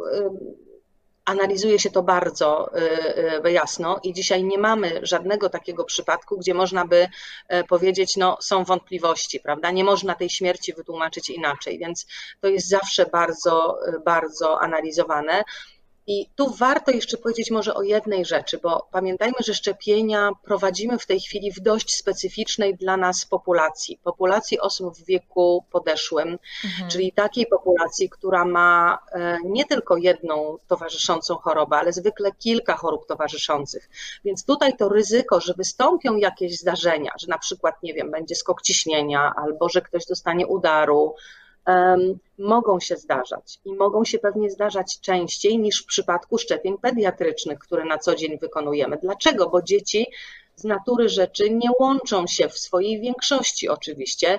Speaker 2: analizuje się to bardzo jasno i dzisiaj nie mamy żadnego takiego przypadku, gdzie można by powiedzieć, no są wątpliwości, prawda? Nie można tej śmierci wytłumaczyć inaczej, więc to jest zawsze bardzo, bardzo analizowane. I tu warto jeszcze powiedzieć może o jednej rzeczy, bo pamiętajmy, że szczepienia prowadzimy w tej chwili w dość specyficznej dla nas populacji, populacji osób w wieku podeszłym, mhm. czyli takiej populacji, która ma nie tylko jedną towarzyszącą chorobę, ale zwykle kilka chorób towarzyszących. Więc tutaj to ryzyko, że wystąpią jakieś zdarzenia, że na przykład, nie wiem, będzie skok ciśnienia albo że ktoś dostanie udaru, Um, mogą się zdarzać i mogą się pewnie zdarzać częściej niż w przypadku szczepień pediatrycznych, które na co dzień wykonujemy. Dlaczego? Bo dzieci z natury rzeczy nie łączą się w swojej większości oczywiście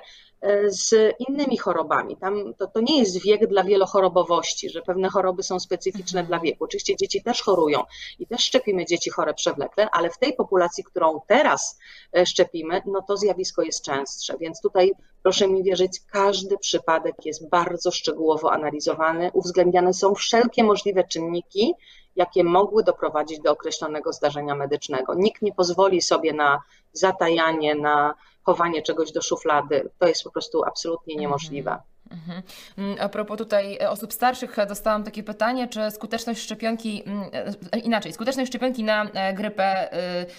Speaker 2: z innymi chorobami. Tam to, to nie jest wiek dla wielochorobowości, że pewne choroby są specyficzne dla wieku. Oczywiście dzieci też chorują i też szczepimy dzieci chore przewlekle, ale w tej populacji, którą teraz szczepimy, no to zjawisko jest częstsze, więc tutaj proszę mi wierzyć, każdy przypadek jest bardzo szczegółowo analizowany, uwzględniane są wszelkie możliwe czynniki, jakie mogły doprowadzić do określonego zdarzenia medycznego. Nikt nie pozwoli sobie na zatajanie, na chowanie czegoś do szuflady. To jest po prostu absolutnie niemożliwe.
Speaker 1: Mm-hmm. A propos tutaj osób starszych, dostałam takie pytanie, czy skuteczność szczepionki, inaczej, skuteczność szczepionki na grypę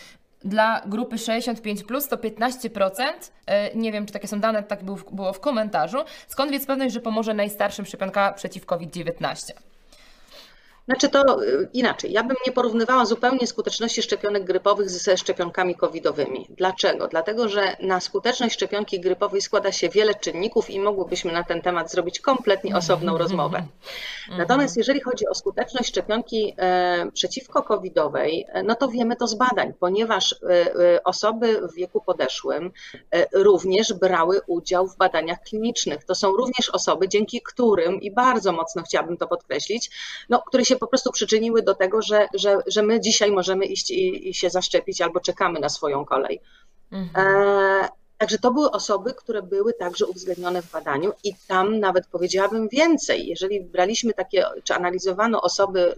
Speaker 1: dla grupy sześćdziesiąt pięć plus to piętnaście procent. Nie wiem, czy takie są dane, tak było w komentarzu. Skąd więc pewność, że pomoże najstarszym szczepionka przeciw COVID dziewiętnaście?
Speaker 2: Znaczy to inaczej, ja bym nie porównywała zupełnie skuteczności szczepionek grypowych ze szczepionkami covidowymi. Dlaczego? Dlatego, że na skuteczność szczepionki grypowej składa się wiele czynników i mogłybyśmy na ten temat zrobić kompletnie osobną rozmowę. Natomiast jeżeli chodzi o skuteczność szczepionki przeciwko covidowej, no to wiemy to z badań, ponieważ osoby w wieku podeszłym również brały udział w badaniach klinicznych. To są również osoby, dzięki którym, i bardzo mocno chciałabym to podkreślić, no, które się po prostu przyczyniły do tego, że, że, że my dzisiaj możemy iść i, i się zaszczepić albo czekamy na swoją kolej. Mhm. E, Także to były osoby, które były także uwzględnione w badaniu i tam nawet powiedziałabym więcej. Jeżeli braliśmy takie, czy analizowano osoby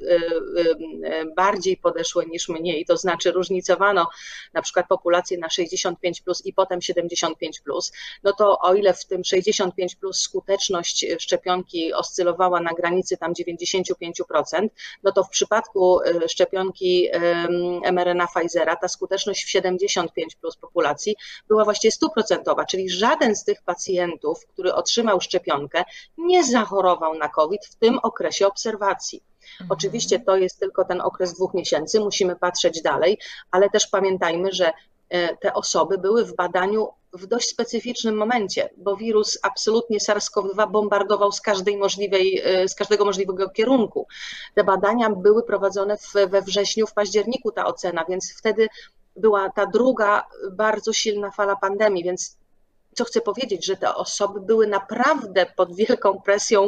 Speaker 2: bardziej podeszłe niż mniej, to znaczy różnicowano na przykład populację na sześćdziesiąt pięć plus i potem siedemdziesiąt pięć plus, no to o ile w tym sześćdziesiąt pięć plus skuteczność szczepionki oscylowała na granicy tam dziewięćdziesiąt pięć procent, no to w przypadku szczepionki em er en a Pfizera ta skuteczność w siedemdziesiąt pięć plus populacji była właściwie stu procentowa, czyli żaden z tych pacjentów, który otrzymał szczepionkę, nie zachorował na COVID w tym okresie obserwacji. Mhm. Oczywiście to jest tylko ten okres dwóch miesięcy, musimy patrzeć dalej, ale też pamiętajmy, że te osoby były w badaniu w dość specyficznym momencie, bo wirus absolutnie SARS-CoV dwa bombardował z każdej możliwej, z każdego możliwego kierunku. Te badania były prowadzone w, we wrześniu, w październiku ta ocena, więc wtedy była ta druga bardzo silna fala pandemii, więc co chcę powiedzieć, że te osoby były naprawdę pod wielką presją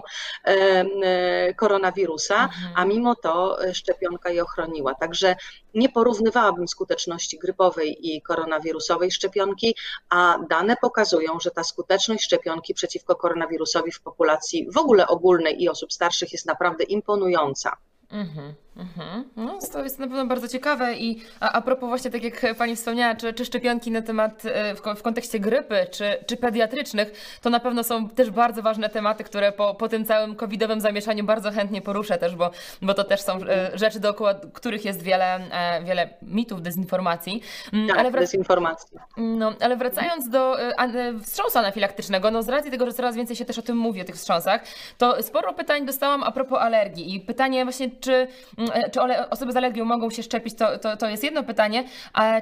Speaker 2: koronawirusa, mhm. a mimo to szczepionka je ochroniła. Także nie porównywałabym skuteczności grypowej i koronawirusowej szczepionki, a dane pokazują, że ta skuteczność szczepionki przeciwko koronawirusowi w populacji w ogóle ogólnej i osób starszych jest naprawdę imponująca.
Speaker 1: Mhm, mhm. No, to jest na pewno bardzo ciekawe i a, a propos właśnie, tak jak Pani wspomniała, czy, czy szczepionki na temat w, w kontekście grypy, czy, czy pediatrycznych, to na pewno są też bardzo ważne tematy, które po, po tym całym covidowym zamieszaniu bardzo chętnie poruszę też, bo, bo to też są rzeczy, dookoła których jest wiele, wiele mitów, dezinformacji.
Speaker 2: Tak, ale wrac- dezinformacji.
Speaker 1: No, ale wracając do wstrząsu anafilaktycznego, no z racji tego, że coraz więcej się też o tym mówi, o tych wstrząsach, to sporo pytań dostałam a propos alergii i pytanie właśnie, czy, czy osoby z alergią mogą się szczepić, to, to, to jest jedno pytanie, a czy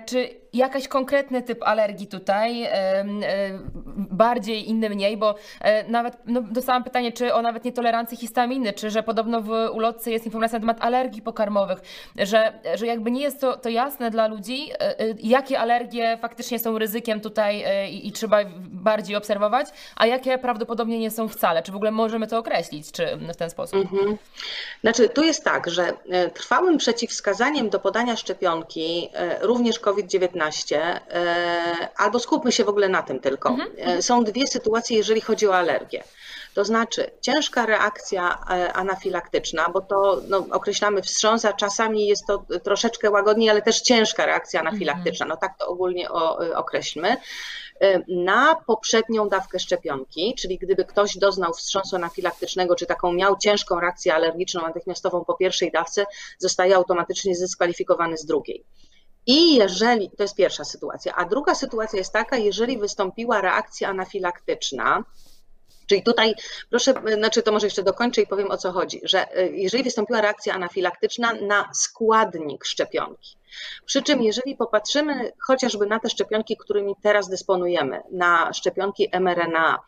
Speaker 1: jakaś konkretny typ alergii tutaj, e, e, bardziej, inny mniej, bo e, nawet no, dostałam pytanie, czy o nawet nietolerancji histaminy, czy że podobno w ulotce jest informacja na temat alergii pokarmowych, że, że jakby nie jest to, to jasne dla ludzi, e, e, jakie alergie faktycznie są ryzykiem tutaj e, i, i trzeba bardziej obserwować, a jakie prawdopodobnie nie są wcale. Czy w ogóle możemy to określić, czy w ten sposób?
Speaker 2: Mhm. Znaczy, tu jest tak, że e, trwałym przeciwwskazaniem do podania szczepionki, e, również COVID dziewiętnaście, e, albo skupmy się w ogóle na tym tylko, e, są dwie sytuacje, jeżeli chodzi o alergię. To znaczy ciężka reakcja e, anafilaktyczna, bo to no, określamy wstrząs, a czasami jest to troszeczkę łagodniej, ale też ciężka reakcja anafilaktyczna, no tak to ogólnie o, określmy, e, na poprzednią dawkę szczepionki, czyli gdyby ktoś doznał wstrząsu anafilaktycznego, czy taką miał ciężką reakcję alergiczną natychmiastową po pierwszej dawce, zostaje automatycznie zdyskwalifikowany z drugiej. I jeżeli, to jest pierwsza sytuacja, a druga sytuacja jest taka, jeżeli wystąpiła reakcja anafilaktyczna, czyli tutaj, proszę, znaczy to może jeszcze dokończę i powiem, o co chodzi, że jeżeli wystąpiła reakcja anafilaktyczna na składnik szczepionki, przy czym jeżeli popatrzymy chociażby na te szczepionki, którymi teraz dysponujemy, na szczepionki em er en a,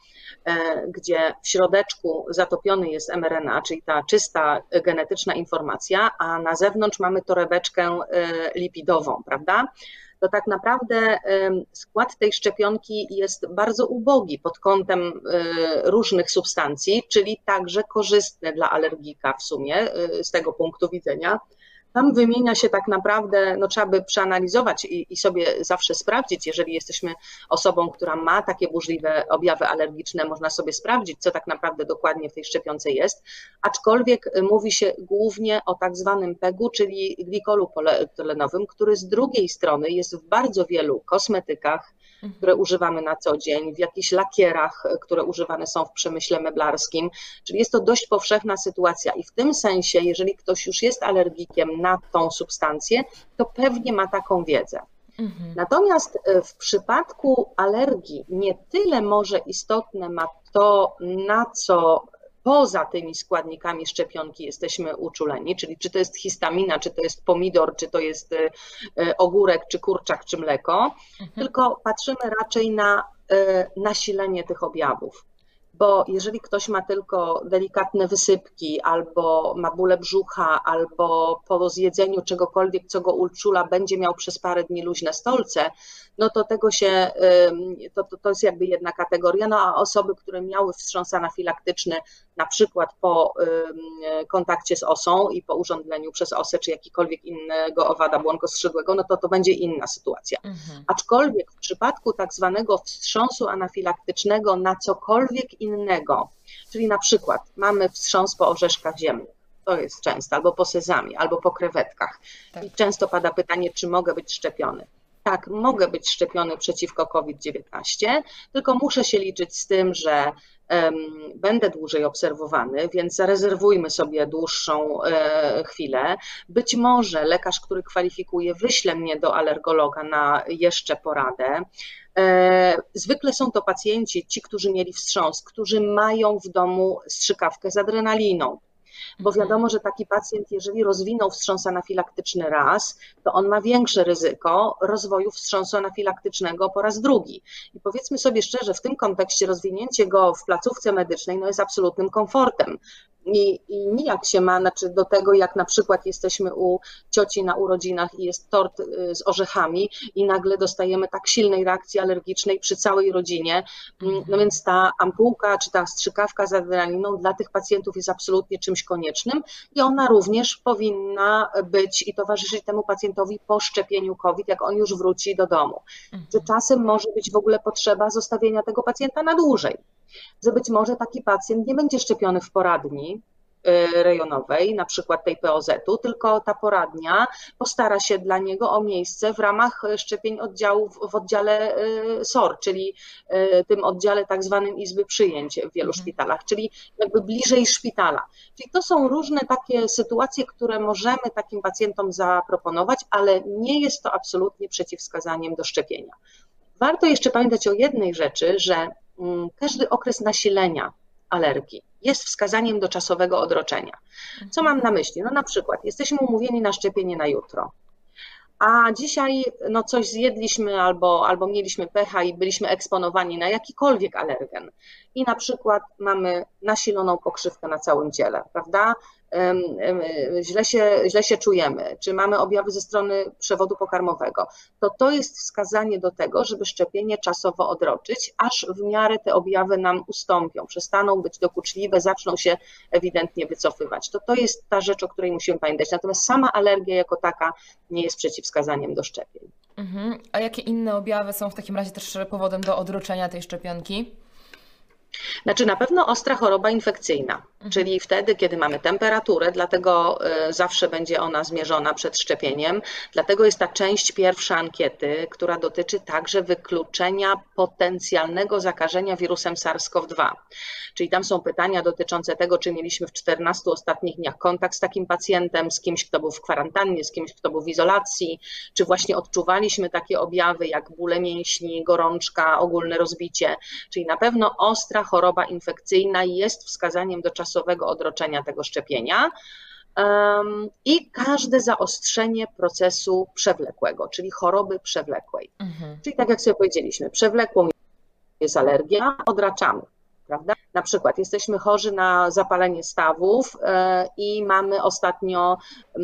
Speaker 2: gdzie w środeczku zatopiony jest em er en a, czyli ta czysta genetyczna informacja, a na zewnątrz mamy torebeczkę lipidową, prawda? To tak naprawdę skład tej szczepionki jest bardzo ubogi pod kątem różnych substancji, czyli także korzystny dla alergika w sumie z tego punktu widzenia. Tam wymienia się tak naprawdę, no trzeba by przeanalizować i, i sobie zawsze sprawdzić, jeżeli jesteśmy osobą, która ma takie burzliwe objawy alergiczne, można sobie sprawdzić, co tak naprawdę dokładnie w tej szczepionce jest, aczkolwiek mówi się głównie o tak zwanym pegu, czyli glikolu polyethylenowym, który z drugiej strony jest w bardzo wielu kosmetykach, które używamy na co dzień, w jakichś lakierach, które używane są w przemyśle meblarskim, czyli jest to dość powszechna sytuacja i w tym sensie, jeżeli ktoś już jest alergikiem na tą substancję, to pewnie ma taką wiedzę. Mhm. Natomiast w przypadku alergii nie tyle może istotne ma to, na co poza tymi składnikami szczepionki jesteśmy uczuleni, czyli czy to jest histamina, czy to jest pomidor, czy to jest ogórek, czy kurczak, czy mleko, mhm. tylko patrzymy raczej na nasilenie tych objawów. Bo jeżeli ktoś ma tylko delikatne wysypki, albo ma bóle brzucha, albo po zjedzeniu czegokolwiek, co go uczula, będzie miał przez parę dni luźne stolce, no to tego się, to, to, to jest jakby jedna kategoria, no a osoby, które miały wstrząs anafilaktyczny, na przykład po kontakcie z osą i po urządleniu przez osę, czy jakikolwiek innego owada błonkoskrzydłego, no to to będzie inna sytuacja. Mhm. Aczkolwiek w przypadku tak zwanego wstrząsu anafilaktycznego na cokolwiek innego, czyli na przykład mamy wstrząs po orzeszkach ziemnych, to jest często, albo po sezamie, albo po krewetkach. Tak. I często pada pytanie, czy mogę być szczepiony. Tak, mogę być szczepiony przeciwko COVID dziewiętnaście, tylko muszę się liczyć z tym, że um, będę dłużej obserwowany, więc zarezerwujmy sobie dłuższą e, chwilę. Być może lekarz, który kwalifikuje, wyśle mnie do alergologa na jeszcze poradę. Zwykle są to pacjenci, ci, którzy mieli wstrząs, którzy mają w domu strzykawkę z adrenaliną, bo wiadomo, że taki pacjent, jeżeli rozwinął wstrząs anafilaktyczny raz, to on ma większe ryzyko rozwoju wstrząsu anafilaktycznego po raz drugi. I powiedzmy sobie szczerze, w tym kontekście rozwinięcie go w placówce medycznej no jest absolutnym komfortem. I, I nijak się ma znaczy do tego, jak na przykład jesteśmy u cioci na urodzinach i jest tort z orzechami i nagle dostajemy tak silnej reakcji alergicznej przy całej rodzinie, no więc ta ampułka czy ta strzykawka z adrenaliną dla tych pacjentów jest absolutnie czymś koniecznym i ona również powinna być i towarzyszyć temu pacjentowi po szczepieniu COVID, jak on już wróci do domu. Czy czasem może być w ogóle potrzeba zostawienia tego pacjenta na dłużej, że być może taki pacjent nie będzie szczepiony w poradni rejonowej, na przykład tej P O Z-u, tylko ta poradnia postara się dla niego o miejsce w ramach szczepień oddziałów w oddziale S O R, czyli tym oddziale tak zwanym izby przyjęć w wielu szpitalach, czyli jakby bliżej szpitala. Czyli to są różne takie sytuacje, które możemy takim pacjentom zaproponować, ale nie jest to absolutnie przeciwwskazaniem do szczepienia. Warto jeszcze pamiętać o jednej rzeczy, że każdy okres nasilenia alergii jest wskazaniem do czasowego odroczenia. Co mam na myśli? No na przykład jesteśmy umówieni na szczepienie na jutro, a dzisiaj no coś zjedliśmy albo, albo mieliśmy pecha i byliśmy eksponowani na jakikolwiek alergen i na przykład mamy nasiloną pokrzywkę na całym ciele, prawda? Źle się, źle się czujemy, czy mamy objawy ze strony przewodu pokarmowego, to to jest wskazanie do tego, żeby szczepienie czasowo odroczyć, aż w miarę te objawy nam ustąpią, przestaną być dokuczliwe, zaczną się ewidentnie wycofywać. To to jest ta rzecz, o której musimy pamiętać. Natomiast sama alergia jako taka nie jest przeciwwskazaniem do szczepień.
Speaker 1: Mhm. A jakie inne objawy są w takim razie też powodem do odroczenia tej szczepionki?
Speaker 2: Znaczy na pewno ostra choroba infekcyjna, mhm. czyli wtedy, kiedy mamy temperaturę, dlatego zawsze będzie ona zmierzona przed szczepieniem, dlatego jest ta część pierwsza ankiety, która dotyczy także wykluczenia potencjalnego zakażenia wirusem SARS-CoV dwa. Czyli tam są pytania dotyczące tego, czy mieliśmy w czternastu ostatnich dniach kontakt z takim pacjentem, z kimś, kto był w kwarantannie, z kimś, kto był w izolacji, czy właśnie odczuwaliśmy takie objawy jak bóle mięśni, gorączka, ogólne rozbicie, czyli na pewno ostra choroba infekcyjna jest wskazaniem do czasowego odroczenia tego szczepienia i każde zaostrzenie procesu przewlekłego, czyli choroby przewlekłej. Mhm. Czyli tak jak sobie powiedzieliśmy, przewlekłą jest alergia, odraczamy. Prawda? Na przykład jesteśmy chorzy na zapalenie stawów i mamy ostatnio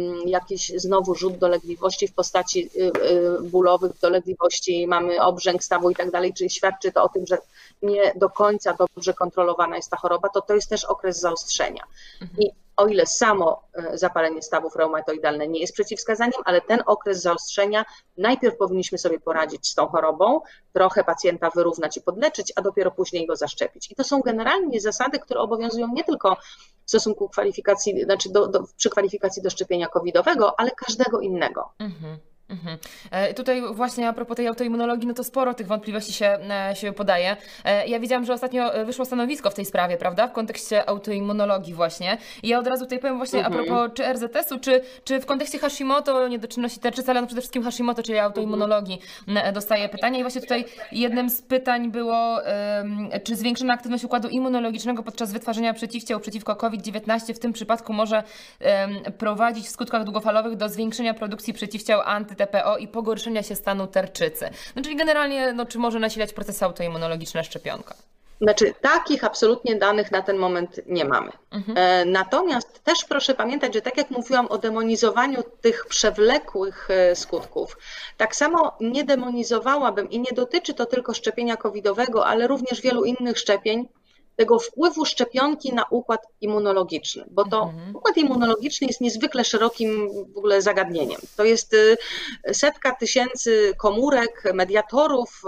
Speaker 2: jakiś znowu rzut dolegliwości w postaci bólowych dolegliwości, mamy obrzęk stawu i tak dalej, czyli świadczy to o tym, że nie do końca dobrze kontrolowana jest ta choroba, to to jest też okres zaostrzenia. I o ile samo zapalenie stawów reumatoidalne nie jest przeciwwskazaniem, ale ten okres zaostrzenia najpierw powinniśmy sobie poradzić z tą chorobą, trochę pacjenta wyrównać i podleczyć, a dopiero później go zaszczepić. I to są generalnie zasady, które obowiązują nie tylko w stosunku kwalifikacji, znaczy do, do, przy kwalifikacji do szczepienia covidowego, ale każdego innego. Mhm.
Speaker 1: Mhm. E, tutaj właśnie a propos tej autoimmunologii, no to sporo tych wątpliwości się, e, się podaje. E, ja widziałam, że ostatnio wyszło stanowisko w tej sprawie, prawda, w kontekście autoimmunologii właśnie. I ja od razu tutaj powiem właśnie mhm. a propos czy R Z S-u, czy, czy w kontekście Hashimoto, niedoczynności tarczycy, ale no przede wszystkim Hashimoto, czyli autoimmunologii, mhm. dostaję pytania. I właśnie tutaj jednym z pytań było, um, czy zwiększona aktywność układu immunologicznego podczas wytwarzania przeciwciał przeciwko COVID dziewiętnaście w tym przypadku może um, prowadzić w skutkach długofalowych do zwiększenia produkcji przeciwciał anty T P O i pogorszenia się stanu tarczycy. No, czyli generalnie, no, czy może nasilać procesy autoimmunologiczne szczepionka?
Speaker 2: Znaczy, takich absolutnie danych na ten moment nie mamy. Mhm. Natomiast też proszę pamiętać, że tak jak mówiłam o demonizowaniu tych przewlekłych skutków, tak samo nie demonizowałabym i nie dotyczy to tylko szczepienia covidowego, ale również wielu innych szczepień, tego wpływu szczepionki na układ immunologiczny, bo to mhm. układ immunologiczny jest niezwykle szerokim w ogóle zagadnieniem. To jest setka tysięcy komórek, mediatorów,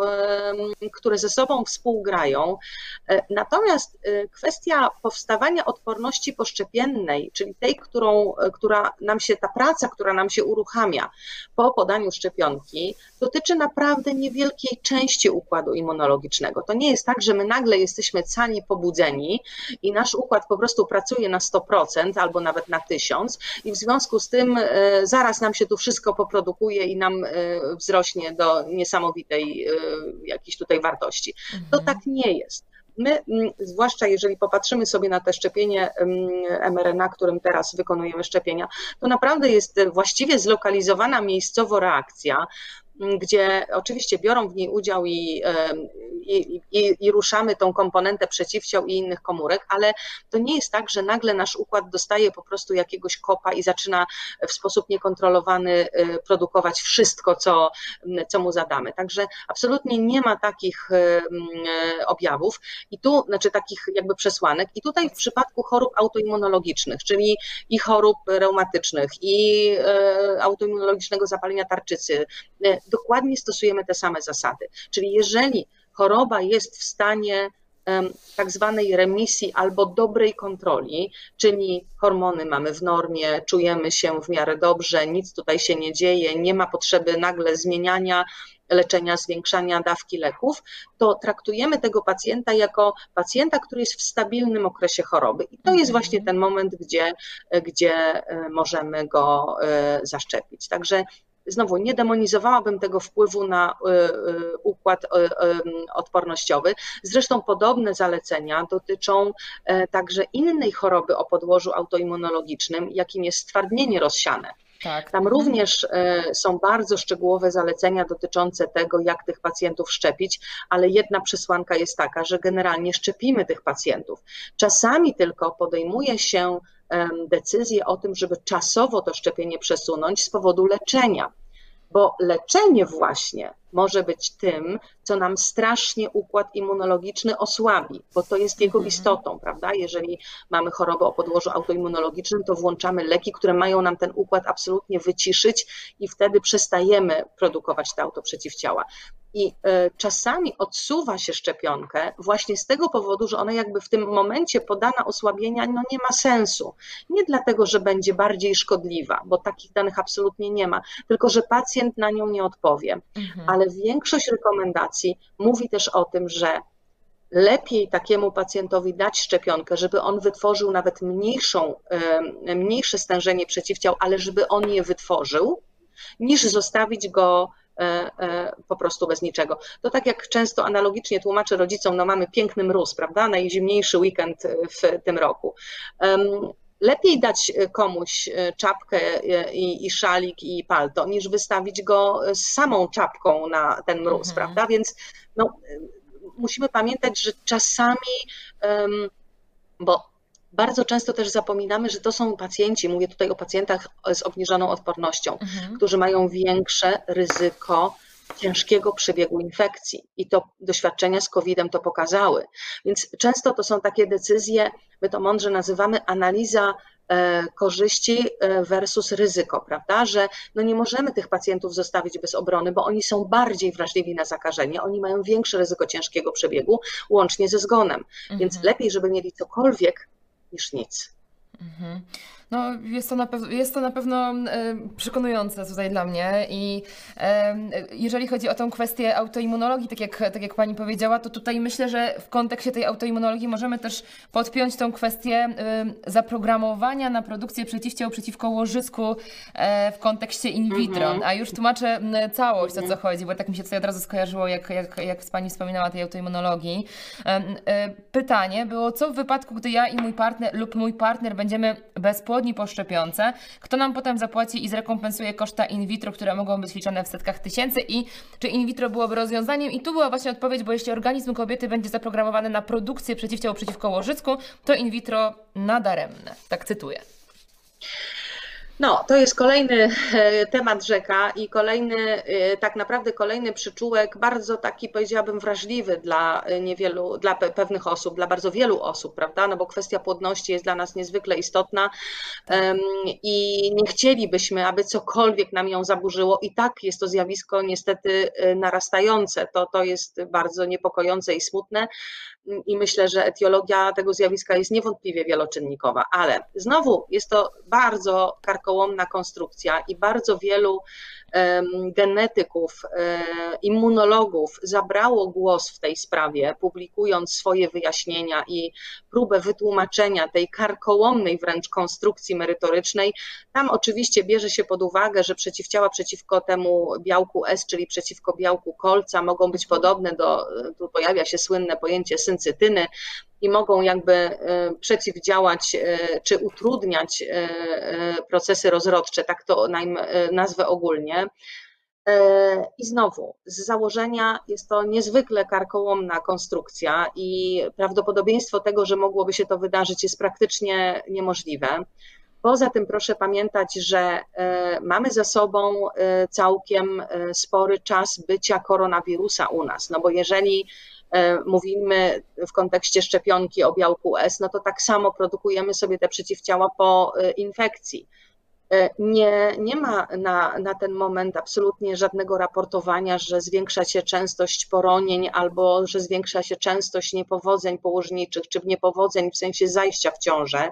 Speaker 2: które ze sobą współgrają. Natomiast kwestia powstawania odporności poszczepiennej, czyli tej, którą, która nam się, ta praca, która nam się uruchamia po podaniu szczepionki, dotyczy naprawdę niewielkiej części układu immunologicznego. To nie jest tak, że my nagle jesteśmy cali po pobudzeni i nasz układ po prostu pracuje na sto procent albo nawet na tysiąc i w związku z tym zaraz nam się tu wszystko poprodukuje i nam wzrośnie do niesamowitej jakiejś tutaj wartości. To mhm. tak nie jest. My, zwłaszcza jeżeli popatrzymy sobie na te szczepienie M R N A, którym teraz wykonujemy szczepienia, to naprawdę jest właściwie zlokalizowana miejscowo reakcja, gdzie oczywiście biorą w niej udział i, i, i, i ruszamy tą komponentę przeciwciał i innych komórek, ale to nie jest tak, że nagle nasz układ dostaje po prostu jakiegoś kopa i zaczyna w sposób niekontrolowany produkować wszystko, co, co mu zadamy. Także absolutnie nie ma takich objawów i tu, znaczy takich jakby przesłanek. I tutaj w przypadku chorób autoimmunologicznych, czyli i chorób reumatycznych, i autoimmunologicznego zapalenia tarczycy, dokładnie stosujemy te same zasady. Czyli jeżeli choroba jest w stanie tak zwanej remisji albo dobrej kontroli, czyli hormony mamy w normie, czujemy się w miarę dobrze, nic tutaj się nie dzieje, nie ma potrzeby nagle zmieniania leczenia, zwiększania dawki leków, to traktujemy tego pacjenta jako pacjenta, który jest w stabilnym okresie choroby. I to jest właśnie ten moment, gdzie, gdzie możemy go zaszczepić. Także znowu nie demonizowałabym tego wpływu na układ odpornościowy. Zresztą podobne zalecenia dotyczą także innej choroby o podłożu autoimmunologicznym, jakim jest stwardnienie rozsiane.
Speaker 1: Tak.
Speaker 2: Tam
Speaker 1: Mhm.
Speaker 2: również są bardzo szczegółowe zalecenia dotyczące tego, jak tych pacjentów szczepić, ale jedna przesłanka jest taka, że generalnie szczepimy tych pacjentów. Czasami tylko podejmuje się decyzję o tym, żeby czasowo to szczepienie przesunąć z powodu leczenia. Bo leczenie właśnie może być tym, co nam strasznie układ immunologiczny osłabi, bo to jest jego istotą, prawda? Jeżeli mamy chorobę o podłożu autoimmunologicznym, to włączamy leki, które mają nam ten układ absolutnie wyciszyć i wtedy przestajemy produkować te autoprzeciwciała. I czasami odsuwa się szczepionkę właśnie z tego powodu, że ona jakby w tym momencie podana osłabienia no nie ma sensu. Nie dlatego, że będzie bardziej szkodliwa, bo takich danych absolutnie nie ma, tylko że pacjent na nią nie odpowie.
Speaker 1: Mhm.
Speaker 2: Ale większość rekomendacji mówi też o tym, że lepiej takiemu pacjentowi dać szczepionkę, żeby on wytworzył nawet mniejszą, mniejsze stężenie przeciwciał, ale żeby on je wytworzył, niż zostawić go po prostu bez niczego. To tak jak często analogicznie tłumaczę rodzicom, no mamy piękny mróz, prawda, najzimniejszy weekend w tym roku. Lepiej dać komuś czapkę i, i szalik i palto, niż wystawić go z samą czapką na ten mróz, mhm. prawda, więc no, musimy pamiętać, że czasami, bo bardzo często też zapominamy, że to są pacjenci, mówię tutaj o pacjentach z obniżoną odpornością, mhm. którzy mają większe ryzyko ciężkiego przebiegu infekcji i to doświadczenia z kowidem to pokazały. Więc często to są takie decyzje, my to mądrze nazywamy analiza korzyści versus ryzyko, prawda, że no nie możemy tych pacjentów zostawić bez obrony, bo oni są bardziej wrażliwi na zakażenie, oni mają większe ryzyko ciężkiego przebiegu, łącznie ze zgonem, mhm. więc lepiej, żeby mieli cokolwiek niż nic.
Speaker 1: Mhm. No, jest to na pewno, jest to na pewno przekonujące tutaj dla mnie i jeżeli chodzi o tą kwestię autoimmunologii, tak jak, tak jak Pani powiedziała, to tutaj myślę, że w kontekście tej autoimmunologii możemy też podpiąć tą kwestię zaprogramowania na produkcję przeciwciał przeciwko łożysku w kontekście in vitro, mm-hmm. a już tłumaczę całość, o co chodzi, bo tak mi się tutaj od razu skojarzyło, jak, jak, jak Pani wspominała tej autoimmunologii. Pytanie było, co w wypadku, gdy ja i mój partner lub mój partner będziemy bezpłodni po szczepionce, kto nam potem zapłaci i zrekompensuje koszta in vitro, które mogą być liczone w setkach tysięcy i czy in vitro byłoby rozwiązaniem? I tu była właśnie odpowiedź, bo jeśli organizm kobiety będzie zaprogramowany na produkcję przeciwciał przeciwko łożysku, to in vitro nadaremne. Tak cytuję.
Speaker 2: No, to jest kolejny temat rzeka i kolejny, tak naprawdę kolejny przyczółek, bardzo taki, powiedziałabym, wrażliwy dla niewielu, dla pewnych osób, dla bardzo wielu osób, prawda, no bo kwestia płodności jest dla nas niezwykle istotna i nie chcielibyśmy, aby cokolwiek nam ją zaburzyło i tak jest to zjawisko niestety narastające, to, to jest bardzo niepokojące i smutne i myślę, że etiologia tego zjawiska jest niewątpliwie wieloczynnikowa, ale znowu jest to bardzo karkołomna konstrukcja i bardzo wielu genetyków, immunologów zabrało głos w tej sprawie, publikując swoje wyjaśnienia i próbę wytłumaczenia tej karkołomnej wręcz konstrukcji merytorycznej. Tam oczywiście bierze się pod uwagę, że przeciwciała przeciwko temu białku S, czyli przeciwko białku kolca, mogą być podobne do, tu pojawia się słynne pojęcie syncytyny, i mogą jakby przeciwdziałać czy utrudniać procesy rozrodcze, tak to nazwę ogólnie. I znowu, z założenia jest to niezwykle karkołomna konstrukcja i prawdopodobieństwo tego, że mogłoby się to wydarzyć, jest praktycznie niemożliwe. Poza tym proszę pamiętać, że mamy za sobą całkiem spory czas bycia koronawirusa u nas, no bo jeżeli mówimy w kontekście szczepionki o białku S, no to tak samo produkujemy sobie te przeciwciała po infekcji. Nie, nie ma na, na ten moment absolutnie żadnego raportowania, że zwiększa się częstość poronień albo że zwiększa się częstość niepowodzeń położniczych czy niepowodzeń w sensie zajścia w ciążę.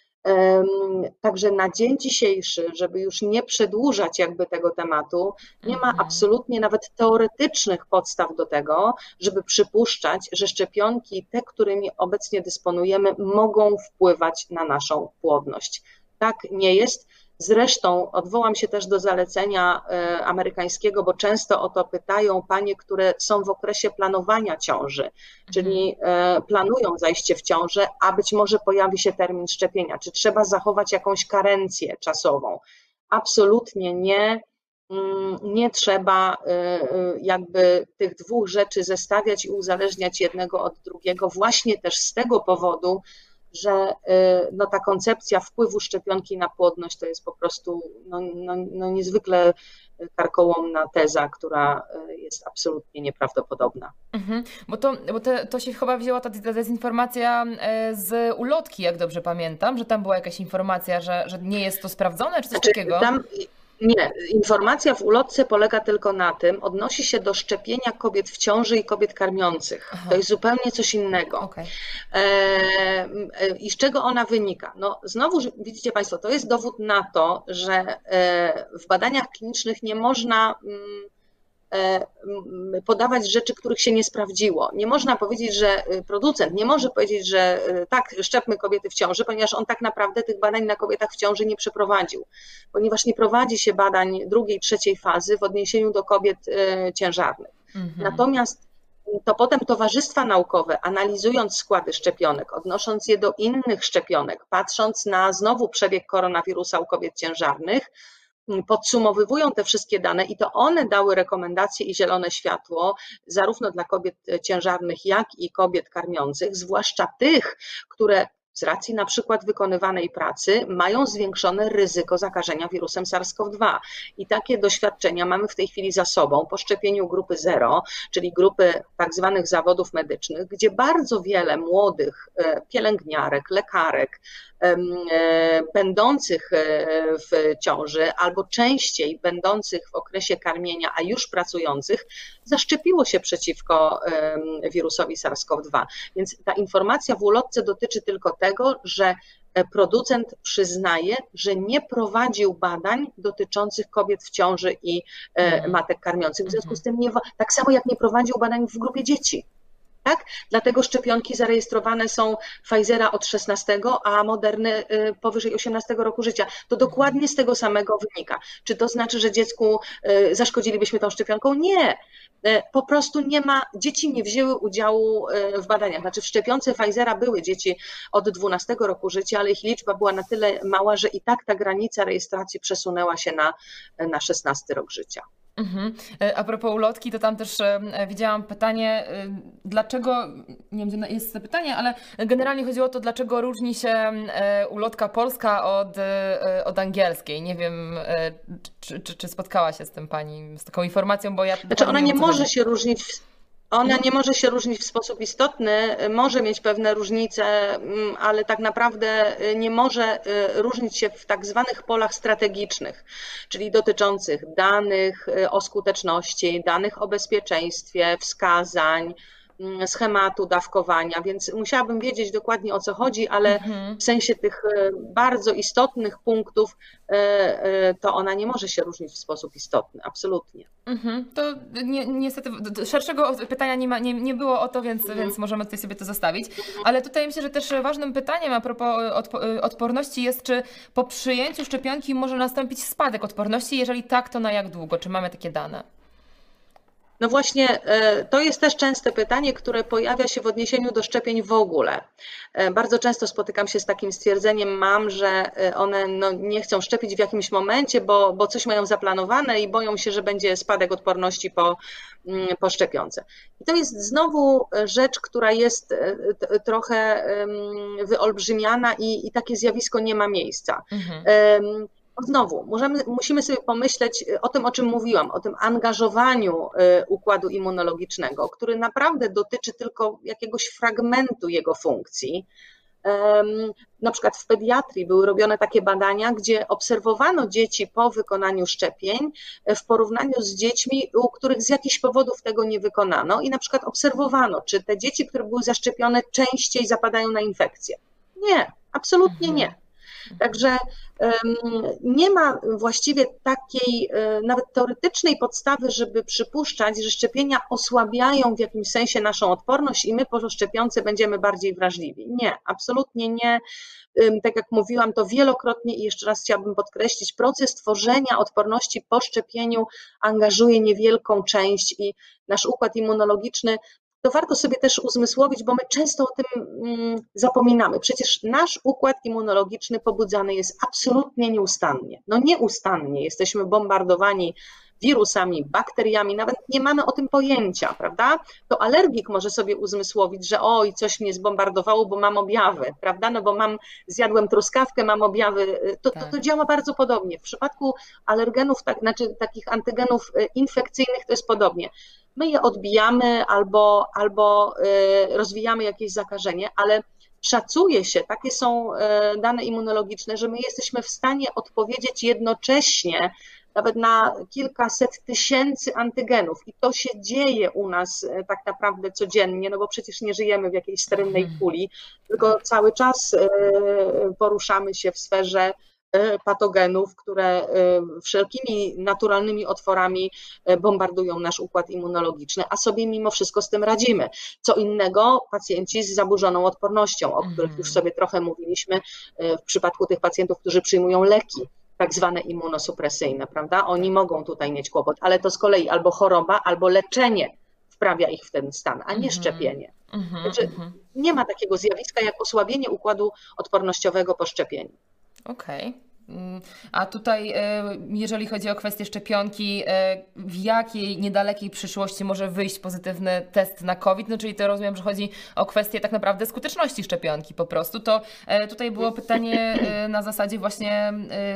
Speaker 2: Także na dzień dzisiejszy, żeby już nie przedłużać jakby tego tematu, nie ma absolutnie nawet teoretycznych podstaw do tego, żeby przypuszczać, że szczepionki, te, którymi obecnie dysponujemy, mogą wpływać na naszą płodność. Tak nie jest. Zresztą odwołam się też do zalecenia amerykańskiego, bo często o to pytają panie, które są w okresie planowania ciąży, czyli planują zajście w ciążę, a być może pojawi się termin szczepienia, czy trzeba zachować jakąś karencję czasową. absolutnie nie, nie trzeba jakby tych dwóch rzeczy zestawiać i uzależniać jednego od drugiego, właśnie też z tego powodu, że no, ta koncepcja wpływu szczepionki na płodność to jest po prostu no, no, no niezwykle karkołomna teza, która jest absolutnie nieprawdopodobna.
Speaker 1: Mhm, bo to, bo te, to się chyba wzięła ta, ta dezinformacja z ulotki, jak dobrze pamiętam, że tam była jakaś informacja, że, że nie jest to sprawdzone, czy coś
Speaker 2: znaczy,
Speaker 1: takiego?
Speaker 2: Tam... Nie, informacja w ulotce polega tylko na tym, odnosi się do szczepienia kobiet w ciąży i kobiet karmiących. Aha. To jest zupełnie coś innego. Okay. E, I z czego ona wynika? No znowu widzicie Państwo, to jest dowód na to, że w badaniach klinicznych nie można podawać rzeczy, których się nie sprawdziło. Nie można powiedzieć, że producent nie może powiedzieć, że tak, szczepmy kobiety w ciąży, ponieważ on tak naprawdę tych badań na kobietach w ciąży nie przeprowadził, ponieważ nie prowadzi się badań drugiej, trzeciej fazy w odniesieniu do kobiet ciężarnych. Mhm. Natomiast to potem towarzystwa naukowe, analizując składy szczepionek, odnosząc je do innych szczepionek, patrząc na znowu przebieg koronawirusa u kobiet ciężarnych, podsumowywują te wszystkie dane i to one dały rekomendacje i zielone światło zarówno dla kobiet ciężarnych, jak i kobiet karmiących, zwłaszcza tych, które z racji na przykład wykonywanej pracy mają zwiększone ryzyko zakażenia wirusem SARS-CoV dwa. I takie doświadczenia mamy w tej chwili za sobą po szczepieniu grupy zero, czyli grupy tak zwanych zawodów medycznych, gdzie bardzo wiele młodych pielęgniarek, lekarek, będących w ciąży albo częściej będących w okresie karmienia, a już pracujących, zaszczepiło się przeciwko wirusowi SARS-CoV dwa. Więc ta informacja w ulotce dotyczy tylko tego, że producent przyznaje, że nie prowadził badań dotyczących kobiet w ciąży i matek karmiących. W związku z tym nie, tak samo jak nie prowadził badań w grupie dzieci. Tak? Dlatego szczepionki zarejestrowane są Pfizera od szesnastego, a Moderny powyżej osiemnastego roku życia. To dokładnie z tego samego wynika. Czy to znaczy, że dziecku zaszkodzilibyśmy tą szczepionką? Nie. Po prostu nie ma, dzieci nie wzięły udziału w badaniach. Znaczy w szczepionce Pfizera były dzieci od dwunastego roku życia, ale ich liczba była na tyle mała, że i tak ta granica rejestracji przesunęła się na, na szesnasty rok życia.
Speaker 1: Mhm. A propos ulotki, to tam też widziałam pytanie, dlaczego, nie wiem, gdzie jest to pytanie, ale generalnie chodziło o to, dlaczego różni się ulotka polska od, od angielskiej. Nie wiem, czy, czy, czy spotkała się z tym pani, z taką informacją, bo ja...
Speaker 2: Znaczy ona nie może się różnić w... Ona nie może się różnić w sposób istotny, może mieć pewne różnice, ale tak naprawdę nie może różnić się w tak zwanych polach strategicznych, czyli dotyczących danych o skuteczności, danych o bezpieczeństwie, wskazań, schematu dawkowania, więc musiałabym wiedzieć dokładnie o co chodzi, ale mhm. w sensie tych bardzo istotnych punktów to ona nie może się różnić w sposób istotny, absolutnie.
Speaker 1: Mhm. To ni niestety szerszego pytania nie, ma, nie, nie było o to, więc, mhm. więc możemy tutaj sobie to zostawić, ale tutaj myślę, że też ważnym pytaniem a propos odpo odporności jest, czy po przyjęciu szczepionki może nastąpić spadek odporności, jeżeli tak, to na jak długo? Czy mamy takie dane?
Speaker 2: No właśnie, to jest też częste pytanie, które pojawia się w odniesieniu do szczepień w ogóle. Bardzo często spotykam się z takim stwierdzeniem mam, że one no nie chcą szczepić w jakimś momencie, bo, bo coś mają zaplanowane i boją się, że będzie spadek odporności po, po szczepionce. I to jest znowu rzecz, która jest trochę wyolbrzymiana i, i takie zjawisko nie ma miejsca. Mhm. Znowu, możemy, musimy sobie pomyśleć o tym, o czym mówiłam, o tym angażowaniu układu immunologicznego, który naprawdę dotyczy tylko jakiegoś fragmentu jego funkcji. Na przykład w pediatrii były robione takie badania, gdzie obserwowano dzieci po wykonaniu szczepień w porównaniu z dziećmi, u których z jakichś powodów tego nie wykonano i na przykład obserwowano, czy te dzieci, które były zaszczepione, częściej zapadają na infekcje. Nie, absolutnie nie. Także nie ma właściwie takiej nawet teoretycznej podstawy, żeby przypuszczać, że szczepienia osłabiają w jakimś sensie naszą odporność i my po szczepionce będziemy bardziej wrażliwi. Nie, absolutnie nie. Tak jak mówiłam, to wielokrotnie i jeszcze raz chciałabym podkreślić, proces tworzenia odporności po szczepieniu angażuje niewielką część i nasz układ immunologiczny to warto sobie też uzmysłowić, bo my często o tym zapominamy. Przecież nasz układ immunologiczny pobudzany jest absolutnie nieustannie. No nieustannie jesteśmy bombardowani wirusami, bakteriami, nawet nie mamy o tym pojęcia, prawda? To alergik może sobie uzmysłowić, że oj, coś mnie zbombardowało, bo mam objawy, prawda? No bo mam, zjadłem truskawkę, mam objawy. To, to, to działa bardzo podobnie. W przypadku alergenów, tak, znaczy takich antygenów infekcyjnych to jest podobnie. My je odbijamy albo, albo rozwijamy jakieś zakażenie, ale szacuje się, takie są dane immunologiczne, że my jesteśmy w stanie odpowiedzieć jednocześnie nawet na kilkaset tysięcy antygenów i to się dzieje u nas tak naprawdę codziennie, no bo przecież nie żyjemy w jakiejś sterylnej kuli, tylko cały czas poruszamy się w sferze patogenów, które wszelkimi naturalnymi otworami bombardują nasz układ immunologiczny, a sobie mimo wszystko z tym radzimy. Co innego pacjenci z zaburzoną odpornością, o których już sobie trochę mówiliśmy w przypadku tych pacjentów, którzy przyjmują leki, tak zwane immunosupresyjne, prawda? Oni mogą tutaj mieć kłopot, ale to z kolei albo choroba, albo leczenie wprawia ich w ten stan, a nie szczepienie. Także nie ma takiego zjawiska jak osłabienie układu odpornościowego po szczepieniu.
Speaker 1: Okej. Okay. A tutaj, jeżeli chodzi o kwestię szczepionki, w jakiej niedalekiej przyszłości może wyjść pozytywny test na COVID? No czyli to rozumiem, że chodzi o kwestię tak naprawdę skuteczności szczepionki po prostu. To tutaj było pytanie na zasadzie właśnie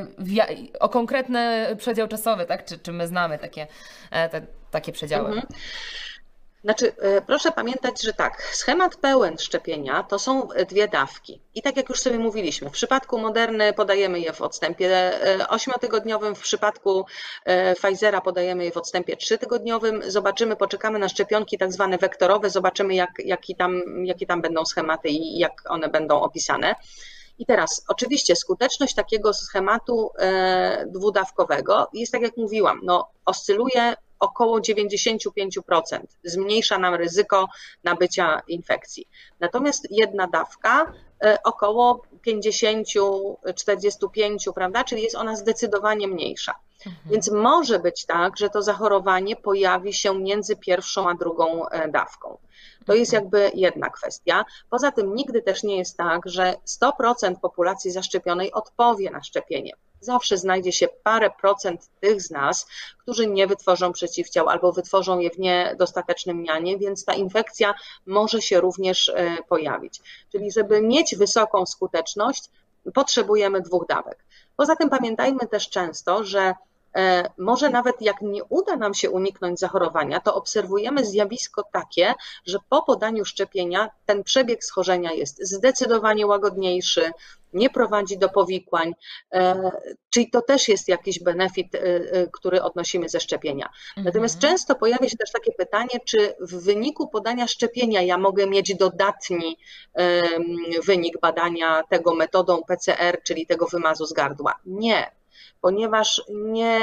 Speaker 1: o konkretny przedział czasowy, tak? Czy, czy my znamy takie, te, takie przedziały? Mhm.
Speaker 2: Znaczy, proszę pamiętać, że tak, schemat pełen szczepienia to są dwie dawki. I tak jak już sobie mówiliśmy, w przypadku Moderny podajemy je w odstępie ośmiotygodniowym, w przypadku Pfizera podajemy je w odstępie trzytygodniowym. Zobaczymy, poczekamy na szczepionki tak zwane wektorowe, zobaczymy jak, jaki tam, jakie tam będą schematy i jak one będą opisane. I teraz oczywiście skuteczność takiego schematu dwudawkowego jest, tak jak mówiłam, no, oscyluje około dziewięćdziesiąt pięć procent, zmniejsza nam ryzyko nabycia infekcji. Natomiast jedna dawka około pięćdziesiąt czterdzieści pięć, prawda, czyli jest ona zdecydowanie mniejsza. Mhm. Więc może być tak, że to zachorowanie pojawi się między pierwszą a drugą dawką. To jest jakby jedna kwestia. Poza tym nigdy też nie jest tak, że sto procent populacji zaszczepionej odpowie na szczepienie. Zawsze znajdzie się parę procent tych z nas, którzy nie wytworzą przeciwciał albo wytworzą je w niedostatecznym mianie, więc ta infekcja może się również pojawić. Czyli żeby mieć wysoką skuteczność, potrzebujemy dwóch dawek. Poza tym pamiętajmy też często, że może nawet jak nie uda nam się uniknąć zachorowania, to obserwujemy zjawisko takie, że po podaniu szczepienia ten przebieg schorzenia jest zdecydowanie łagodniejszy, nie prowadzi do powikłań, czyli to też jest jakiś benefit, który odnosimy ze szczepienia. Natomiast mhm. często pojawia się też takie pytanie, czy w wyniku podania szczepienia ja mogę mieć dodatni wynik badania tego metodą P C R, czyli tego wymazu z gardła? Nie. Ponieważ nie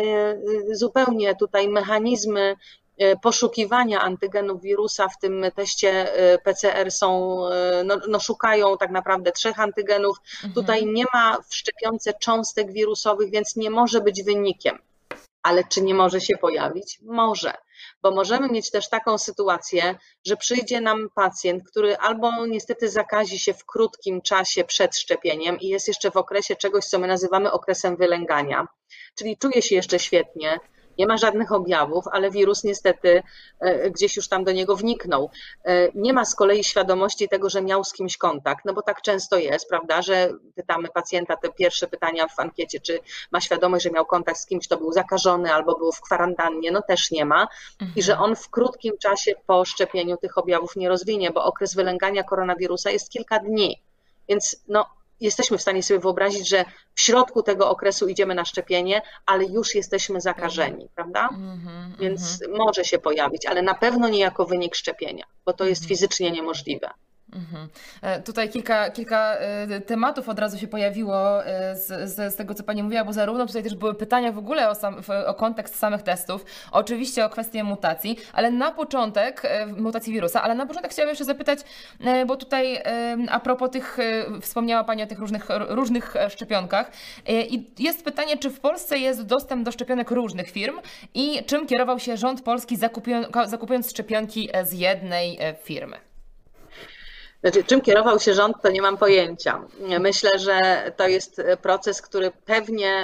Speaker 2: zupełnie tutaj mechanizmy poszukiwania antygenów wirusa w tym teście P C R są, no, no szukają tak naprawdę trzech antygenów. Mhm. Tutaj nie ma w szczepionce cząstek wirusowych, więc nie może być wynikiem. Ale czy nie może się pojawić? Może, bo możemy mieć też taką sytuację, że przyjdzie nam pacjent, który albo niestety zakazi się w krótkim czasie przed szczepieniem i jest jeszcze w okresie czegoś, co my nazywamy okresem wylęgania, czyli czuje się jeszcze świetnie, nie ma żadnych objawów, ale wirus niestety gdzieś już tam do niego wniknął. Nie ma z kolei świadomości tego, że miał z kimś kontakt, no bo tak często jest, prawda, że pytamy pacjenta te pierwsze pytania w ankiecie, czy ma świadomość, że miał kontakt z kimś, kto był zakażony albo był w kwarantannie, no też nie ma. Mhm. I że on w krótkim czasie po szczepieniu tych objawów nie rozwinie, bo okres wylęgania koronawirusa jest kilka dni, więc no jesteśmy w stanie sobie wyobrazić, że w środku tego okresu idziemy na szczepienie, ale już jesteśmy zakażeni, prawda? Mm-hmm, Więc mm-hmm. może się pojawić, ale na pewno nie jako wynik szczepienia, bo to jest mm-hmm. fizycznie niemożliwe.
Speaker 1: Mhm. E, Tutaj kilka, kilka e, tematów od razu się pojawiło e, z, z, z tego, co Pani mówiła, bo zarówno tutaj też były pytania w ogóle o, sam, w- o kontekst samych testów, oczywiście o kwestię mutacji, ale na początek, e, mutacji wirusa, ale na początek chciałabym jeszcze zapytać, e, bo tutaj e, a propos tych, e, wspomniała Pani o tych różnych, różnych e, szczepionkach e, i jest pytanie, czy w Polsce jest dostęp do szczepionek różnych firm i czym kierował się rząd polski zakupując, zakupując szczepionki e, z jednej e, firmy?
Speaker 2: Znaczy, czym kierował się rząd, to nie mam pojęcia. Myślę, że to jest proces, który pewnie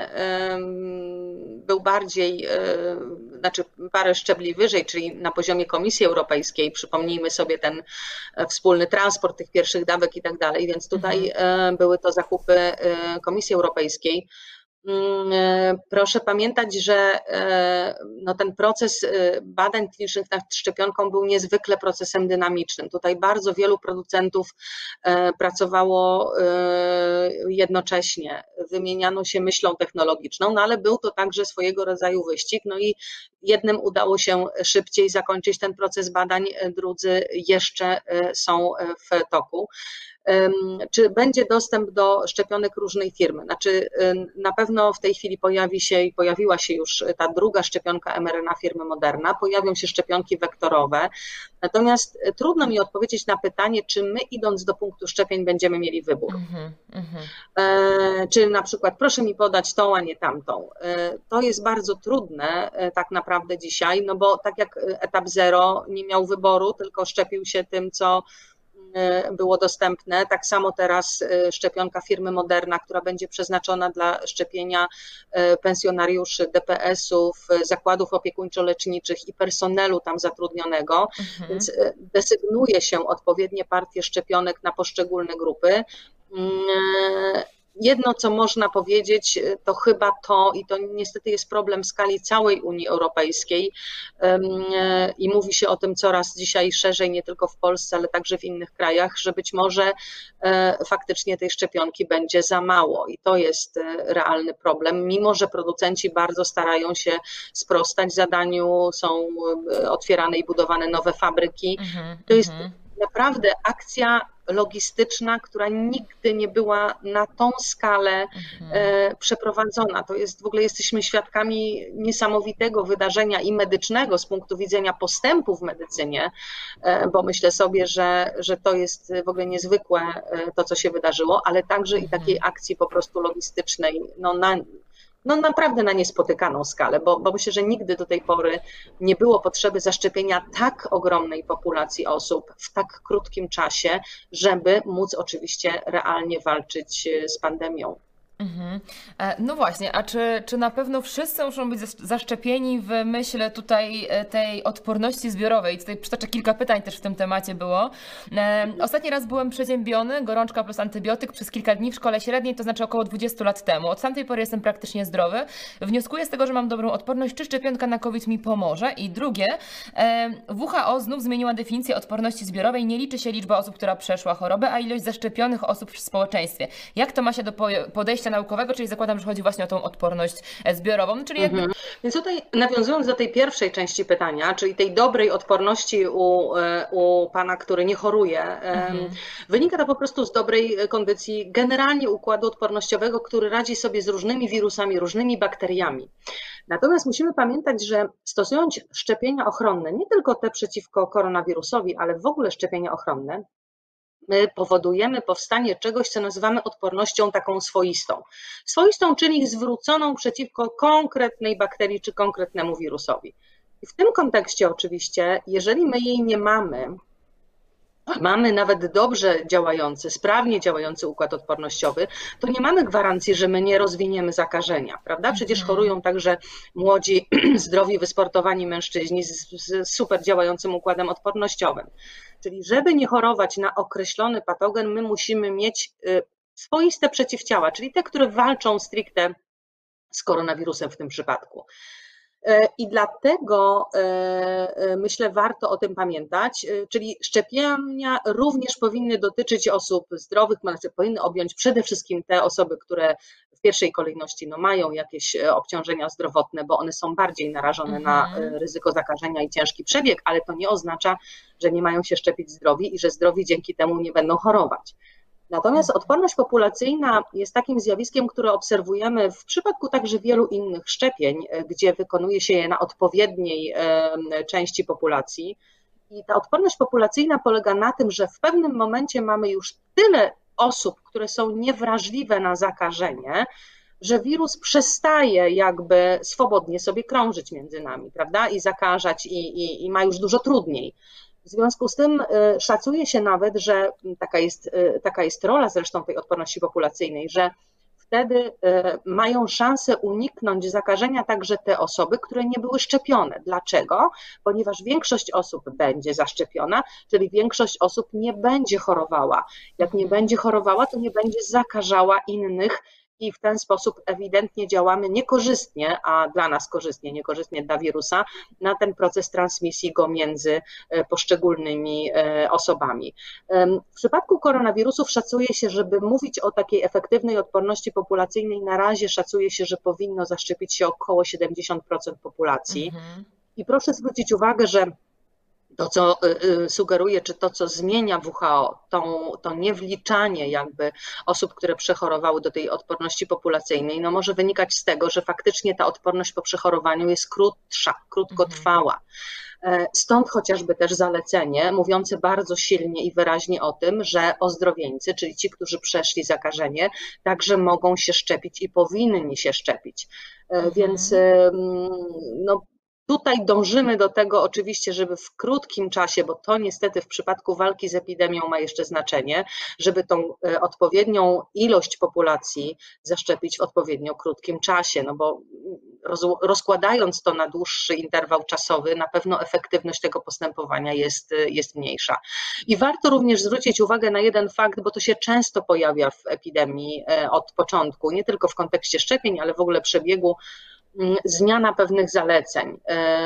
Speaker 2: em, był bardziej, e, znaczy parę szczebli wyżej, czyli na poziomie Komisji Europejskiej. Przypomnijmy sobie ten e, wspólny transport tych pierwszych dawek i tak dalej, więc tutaj e, były to zakupy e, Komisji Europejskiej. Mm, e, Proszę pamiętać, że e, no, ten proces e, badań klinicznych nad szczepionką był niezwykle procesem dynamicznym. Tutaj bardzo wielu producentów e, pracowało e, jednocześnie, wymieniano się myślą technologiczną, no ale był to także swojego rodzaju wyścig. No i jednym udało się szybciej zakończyć ten proces badań, drudzy jeszcze e, są w toku. Czy będzie dostęp do szczepionek różnej firmy? Znaczy, na pewno w tej chwili pojawi się i pojawiła się już ta druga szczepionka em er en a firmy Moderna, pojawią się szczepionki wektorowe, natomiast trudno mi odpowiedzieć na pytanie, czy my idąc do punktu szczepień będziemy mieli wybór.
Speaker 1: Mhm, mhm.
Speaker 2: E, Czy na przykład proszę mi podać tą, a nie tamtą. E, To jest bardzo trudne e, tak naprawdę dzisiaj, no bo tak jak etap zero nie miał wyboru, tylko szczepił się tym, co było dostępne. Tak samo teraz szczepionka firmy Moderna, która będzie przeznaczona dla szczepienia pensjonariuszy de pe esów, zakładów opiekuńczo-leczniczych i personelu tam zatrudnionego,
Speaker 1: Mhm.
Speaker 2: więc desygnuje się odpowiednie partie szczepionek na poszczególne grupy. Jedno, co można powiedzieć, to chyba to, i to niestety jest problem w skali całej Unii Europejskiej i mówi się o tym coraz dzisiaj szerzej, nie tylko w Polsce, ale także w innych krajach, że być może faktycznie tej szczepionki będzie za mało i to jest realny problem, mimo że producenci bardzo starają się sprostać zadaniu, są otwierane i budowane nowe fabryki.
Speaker 1: Mhm,
Speaker 2: To jest
Speaker 1: mhm.
Speaker 2: naprawdę akcja logistyczna, która nigdy nie była na tą skalę
Speaker 1: Mhm.
Speaker 2: przeprowadzona. To jest w ogóle, jesteśmy świadkami niesamowitego wydarzenia i medycznego z punktu widzenia postępu w medycynie, bo myślę sobie, że, że to jest w ogóle niezwykłe to, co się wydarzyło, ale także i takiej akcji po prostu logistycznej, no na, no naprawdę na niespotykaną skalę, bo, bo myślę, że nigdy do tej pory nie było potrzeby zaszczepienia tak ogromnej populacji osób w tak krótkim czasie, żeby móc oczywiście realnie walczyć z pandemią.
Speaker 1: Mhm. E, No właśnie, a czy, czy na pewno wszyscy muszą być zas- zaszczepieni w myśl tutaj e, tej odporności zbiorowej? Tutaj przytoczę kilka pytań też w tym temacie było. E, Ostatni raz byłem przeziębiony, gorączka plus antybiotyk przez kilka dni w szkole średniej, to znaczy około dwadzieścia lat temu. Od tamtej pory jestem praktycznie zdrowy. Wnioskuję z tego, że mam dobrą odporność. Czy szczepionka na COVID mi pomoże? I drugie, e, W H O znów zmieniła definicję odporności zbiorowej. Nie liczy się liczba osób, która przeszła chorobę, a ilość zaszczepionych osób w społeczeństwie. Jak to ma się do po- podejścia naukowego, czyli zakładam, że chodzi właśnie o tą odporność e, zbiorową, czyli jakby...
Speaker 2: Mhm. Więc tutaj nawiązując do tej pierwszej części pytania, czyli tej dobrej odporności u, u pana, który nie choruje,
Speaker 1: Mhm.
Speaker 2: wynika to po prostu z dobrej kondycji generalnie układu odpornościowego, który radzi sobie z różnymi wirusami, różnymi bakteriami. Natomiast musimy pamiętać, że stosując szczepienia ochronne, nie tylko te przeciwko koronawirusowi, ale w ogóle szczepienia ochronne, my powodujemy powstanie czegoś, co nazywamy odpornością taką swoistą. Swoistą, czyli zwróconą przeciwko konkretnej bakterii czy konkretnemu wirusowi. I w tym kontekście oczywiście, jeżeli my jej nie mamy, mamy nawet dobrze działający, sprawnie działający układ odpornościowy, to nie mamy gwarancji, że my nie rozwiniemy zakażenia, prawda? Przecież chorują także młodzi, zdrowi, wysportowani mężczyźni z, z super działającym układem odpornościowym. Czyli żeby nie chorować na określony patogen, my musimy mieć swoiste przeciwciała, czyli te, które walczą stricte z koronawirusem w tym przypadku. I dlatego myślę, warto o tym pamiętać, czyli szczepienia również powinny dotyczyć osób zdrowych, znaczy powinny objąć przede wszystkim te osoby, które w pierwszej kolejności no, mają jakieś obciążenia zdrowotne, bo one są bardziej narażone mhm. na ryzyko zakażenia i ciężki przebieg, ale to nie oznacza, że nie mają się szczepić zdrowi i że zdrowi dzięki temu nie będą chorować. Natomiast odporność populacyjna jest takim zjawiskiem, które obserwujemy w przypadku także wielu innych szczepień, gdzie wykonuje się je na odpowiedniej części populacji. I ta odporność populacyjna polega na tym, że w pewnym momencie mamy już tyle osób, które są niewrażliwe na zakażenie, że wirus przestaje jakby swobodnie sobie krążyć między nami, prawda? I zakażać i, i, i ma już dużo trudniej. W związku z tym szacuje się nawet, że taka jest, taka jest rola zresztą tej odporności populacyjnej, że wtedy mają szansę uniknąć zakażenia także te osoby, które nie były szczepione. Dlaczego? Ponieważ większość osób będzie zaszczepiona, czyli większość osób nie będzie chorowała. Jak nie będzie chorowała, to nie będzie zakażała innych i w ten sposób ewidentnie działamy niekorzystnie, a dla nas korzystnie, niekorzystnie dla wirusa, na ten proces transmisji go między poszczególnymi osobami. W przypadku koronawirusów szacuje się, żeby mówić o takiej efektywnej odporności populacyjnej, na razie szacuje się, że powinno zaszczepić się około siedemdziesiąt procent populacji. Mhm. I proszę zwrócić uwagę, że to, co sugeruje, czy to, co zmienia W H O, to, to niewliczanie jakby osób, które przechorowały do tej odporności populacyjnej, no może wynikać z tego, że faktycznie ta odporność po przechorowaniu jest krótsza, krótkotrwała. Stąd chociażby też zalecenie mówiące bardzo silnie i wyraźnie o tym, że ozdrowieńcy, czyli ci, którzy przeszli zakażenie, także mogą się szczepić i powinni się szczepić. Mhm. Więc no, tutaj dążymy do tego oczywiście, żeby w krótkim czasie, bo to niestety w przypadku walki z epidemią ma jeszcze znaczenie, żeby tą odpowiednią ilość populacji zaszczepić w odpowiednio krótkim czasie, no bo rozkładając to na dłuższy interwał czasowy, na pewno efektywność tego postępowania jest, jest mniejsza. I warto również zwrócić uwagę na jeden fakt, bo to się często pojawia w epidemii od początku, nie tylko w kontekście szczepień, ale w ogóle przebiegu. Zmiana pewnych zaleceń,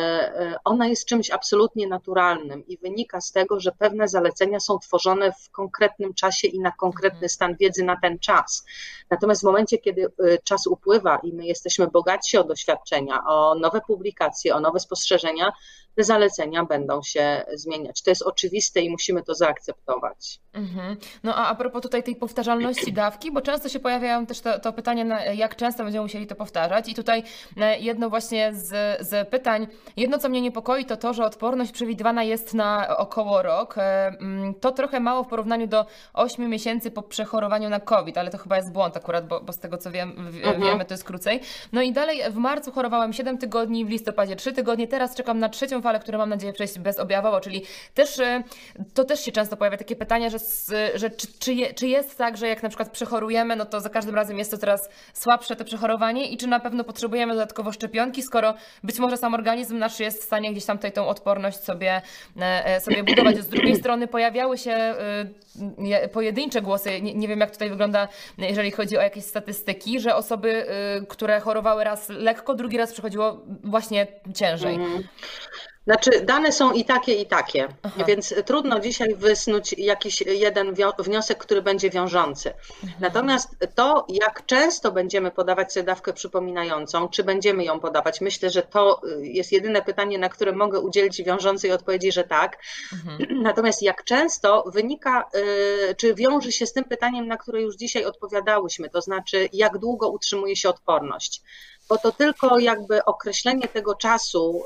Speaker 2: ona jest czymś absolutnie naturalnym i wynika z tego, że pewne zalecenia są tworzone w konkretnym czasie i na konkretny stan wiedzy na ten czas. Natomiast w momencie, kiedy czas upływa i my jesteśmy bogatsi o doświadczenia, o nowe publikacje, o nowe spostrzeżenia, te zalecenia będą się zmieniać. To jest oczywiste i musimy to zaakceptować.
Speaker 1: Mhm. No a a propos tutaj tej powtarzalności dawki, bo często się pojawiają też to, to pytanie, na jak często będziemy musieli to powtarzać i tutaj jedno właśnie z, z pytań, jedno co mnie niepokoi to to, że odporność przewidywana jest na około rok. To trochę mało w porównaniu do ośmiu miesięcy po przechorowaniu na COVID, ale to chyba jest błąd akurat, bo, bo z tego co wiem, mhm. wiemy, to jest krócej. No i dalej w marcu chorowałem siedem tygodni, w listopadzie trzy tygodnie, teraz czekam na trzecią falę, które mam nadzieję przejść bezobjawowo, czyli też to też się często pojawia takie pytania, że, że czy, czy, je, czy jest tak, że jak na przykład przechorujemy, no to za każdym razem jest to coraz słabsze to przechorowanie i czy na pewno potrzebujemy dodatkowo szczepionki, skoro być może sam organizm nasz jest w stanie gdzieś tam tutaj tą odporność sobie, sobie budować. Z drugiej strony pojawiały się pojedyncze głosy, nie, nie wiem jak tutaj wygląda, jeżeli chodzi o jakieś statystyki, że osoby, które chorowały raz lekko, drugi raz przychodziło właśnie ciężej. Mm.
Speaker 2: Znaczy dane są i takie, i takie, Aha. więc trudno dzisiaj wysnuć jakiś jeden wniosek, który będzie wiążący. Mhm. Natomiast to, jak często będziemy podawać sobie dawkę przypominającą, czy będziemy ją podawać, myślę, że to jest jedyne pytanie, na które mogę udzielić wiążącej odpowiedzi, że tak. Mhm. Natomiast jak często wynika, czy wiąże się z tym pytaniem, na które już dzisiaj odpowiadałyśmy, to znaczy jak długo utrzymuje się odporność. Bo to tylko jakby określenie tego czasu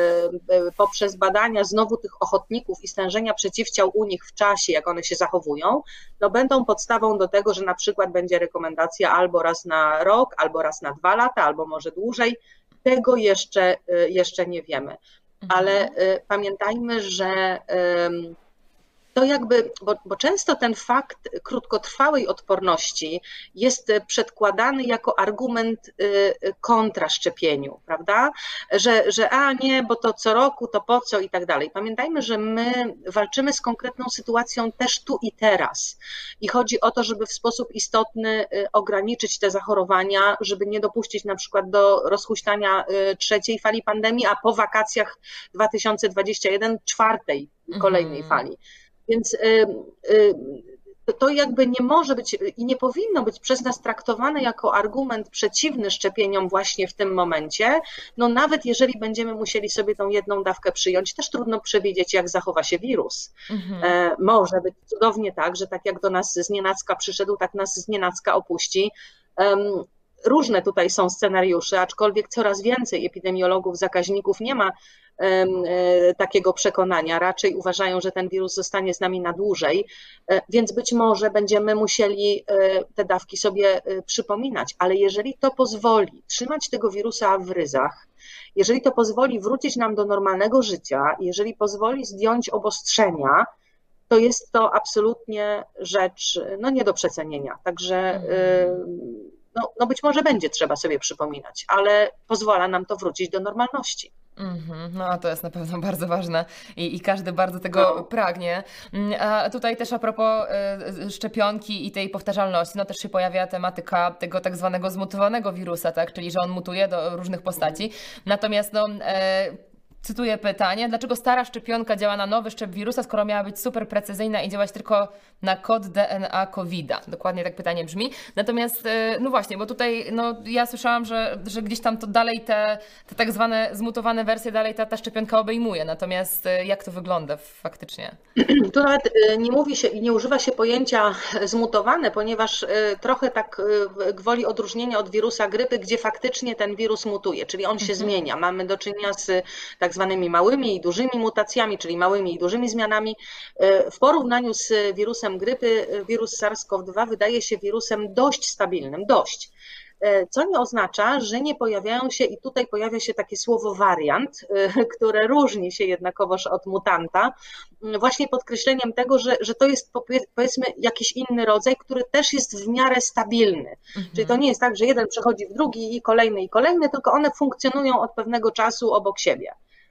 Speaker 2: poprzez badania znowu tych ochotników i stężenia przeciwciał u nich w czasie, jak one się zachowują, no będą podstawą do tego, że na przykład będzie rekomendacja albo raz na rok, albo raz na dwa lata, albo może dłużej. Tego jeszcze, jeszcze nie wiemy. Ale mhm. pamiętajmy, że to jakby, bo, bo często ten fakt krótkotrwałej odporności jest przedkładany jako argument kontra szczepieniu, prawda? Że, że a nie, bo to co roku, to po co i tak dalej. Pamiętajmy, że my walczymy z konkretną sytuacją też tu i teraz i chodzi o to, żeby w sposób istotny ograniczyć te zachorowania, żeby nie dopuścić na przykład do rozhuśtania trzeciej fali pandemii, a po wakacjach dwa tysiące dwudziestym pierwszym czwartej kolejnej
Speaker 1: Mhm.
Speaker 2: fali. Więc to jakby nie może być i nie powinno być przez nas traktowane jako argument przeciwny szczepieniom właśnie w tym momencie. No nawet jeżeli będziemy musieli sobie tą jedną dawkę przyjąć, też trudno przewidzieć, jak zachowa się wirus.
Speaker 1: Mhm.
Speaker 2: Może być cudownie tak, że tak jak do nas znienacka przyszedł, tak nas znienacka opuści. Różne tutaj są scenariusze, aczkolwiek coraz więcej epidemiologów, zakaźników nie ma takiego przekonania. Raczej uważają, że ten wirus zostanie z nami na dłużej, więc być może będziemy musieli te dawki sobie przypominać. Ale jeżeli to pozwoli trzymać tego wirusa w ryzach, jeżeli to pozwoli wrócić nam do normalnego życia, jeżeli pozwoli zdjąć obostrzenia, to jest to absolutnie rzecz no, nie do przecenienia. Także
Speaker 1: Mhm.
Speaker 2: No, no być może będzie trzeba sobie przypominać, ale pozwala nam to wrócić do normalności.
Speaker 1: Mhm. No to jest na pewno bardzo ważne i, i każdy bardzo tego
Speaker 2: No.
Speaker 1: pragnie. A tutaj też a propos y, szczepionki i tej powtarzalności, no też się pojawia tematyka tego tak zwanego zmutowanego wirusa, tak? Czyli że on mutuje do różnych postaci. Natomiast no, e, cytuję pytanie, dlaczego stara szczepionka działa na nowy szczep wirusa, skoro miała być super precyzyjna i działać tylko na kod D N A kowida? Dokładnie tak pytanie brzmi. Natomiast, no właśnie, bo tutaj no, ja słyszałam, że, że gdzieś tam to dalej te, te tak zwane zmutowane wersje dalej ta, ta szczepionka obejmuje. Natomiast jak to wygląda faktycznie?
Speaker 2: Tu nawet nie mówi się i nie używa się pojęcia zmutowane, ponieważ trochę tak gwoli odróżnienia od wirusa grypy, gdzie faktycznie ten wirus mutuje, czyli on się
Speaker 1: Mhm.
Speaker 2: zmienia. Mamy do czynienia z tak zwanymi małymi i dużymi mutacjami, czyli małymi i dużymi zmianami. W porównaniu z wirusem grypy, wirus SARS-CoV dwa wydaje się wirusem dość stabilnym, dość. Co nie oznacza, że nie pojawiają się, i tutaj pojawia się takie słowo wariant, które różni się jednakowoż od mutanta, właśnie podkreśleniem tego, że, że to jest powiedzmy jakiś inny rodzaj, który też jest w miarę stabilny.
Speaker 1: Mhm.
Speaker 2: Czyli to nie jest tak, że jeden przechodzi w drugi i kolejny i kolejny, tylko one funkcjonują od pewnego czasu obok siebie,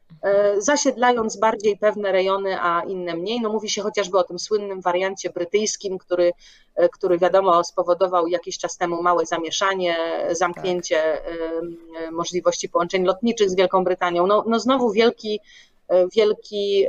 Speaker 2: zasiedlając bardziej pewne rejony, a inne mniej. No mówi się chociażby o tym słynnym wariancie brytyjskim, który, który wiadomo spowodował jakiś czas temu małe zamieszanie, zamknięcie tak. możliwości połączeń lotniczych z Wielką Brytanią. No, no znowu wielki, wielki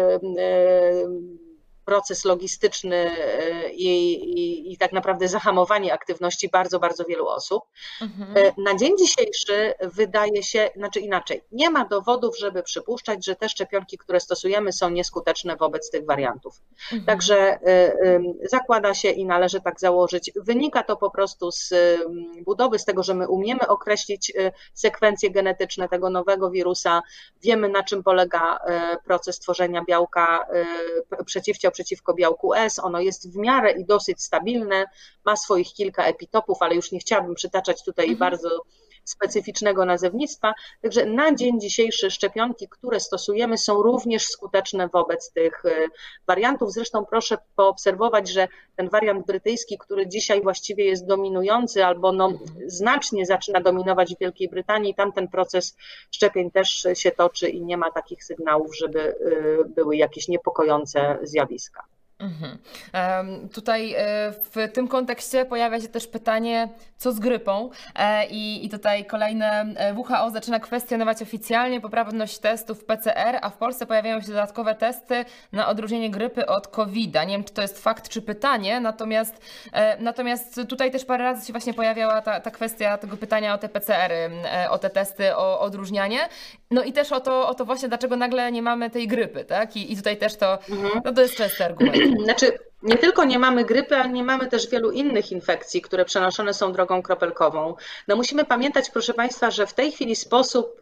Speaker 2: proces logistyczny i, i, i tak naprawdę zahamowanie aktywności bardzo, bardzo wielu osób. Mhm. Na dzień dzisiejszy wydaje się, znaczy inaczej, nie ma dowodów, żeby przypuszczać, że te szczepionki, które stosujemy, są nieskuteczne wobec tych wariantów. Mhm. Także zakłada się i należy tak założyć. Wynika to po prostu z budowy, z tego, że my umiemy określić sekwencje genetyczne tego nowego wirusa, wiemy, na czym polega proces tworzenia białka przeciwciał przeciwko białku S, ono jest w miarę i dosyć stabilne, ma swoich kilka epitopów, ale już nie chciałabym przytaczać tutaj mhm. bardzo specyficznego nazewnictwa, także na dzień dzisiejszy szczepionki, które stosujemy, są również skuteczne wobec tych wariantów. Zresztą proszę poobserwować, że ten wariant brytyjski, który dzisiaj właściwie jest dominujący albo no, znacznie zaczyna dominować w Wielkiej Brytanii, tam ten proces szczepień też się toczy i nie ma takich sygnałów, żeby były jakieś niepokojące zjawiska.
Speaker 1: Mhm. Um, tutaj w tym kontekście pojawia się też pytanie, co z grypą? E, i, I tutaj kolejne, W H O zaczyna kwestionować oficjalnie poprawność testów P C R, a w Polsce pojawiają się dodatkowe testy na odróżnienie grypy od kowida. Nie wiem, czy to jest fakt, czy pytanie, natomiast, e, natomiast tutaj też parę razy się właśnie pojawiała ta, ta kwestia tego pytania o te P C R-y, e, o te testy, o odróżnianie. No i też o to, o to właśnie, dlaczego nagle nie mamy tej grypy, tak? I, i tutaj też to, mhm. no to jest częsty argument.
Speaker 2: Znaczy, nie tylko nie mamy grypy, ale nie mamy też wielu innych infekcji, które przenoszone są drogą kropelkową. No musimy pamiętać, proszę Państwa, że w tej chwili sposób,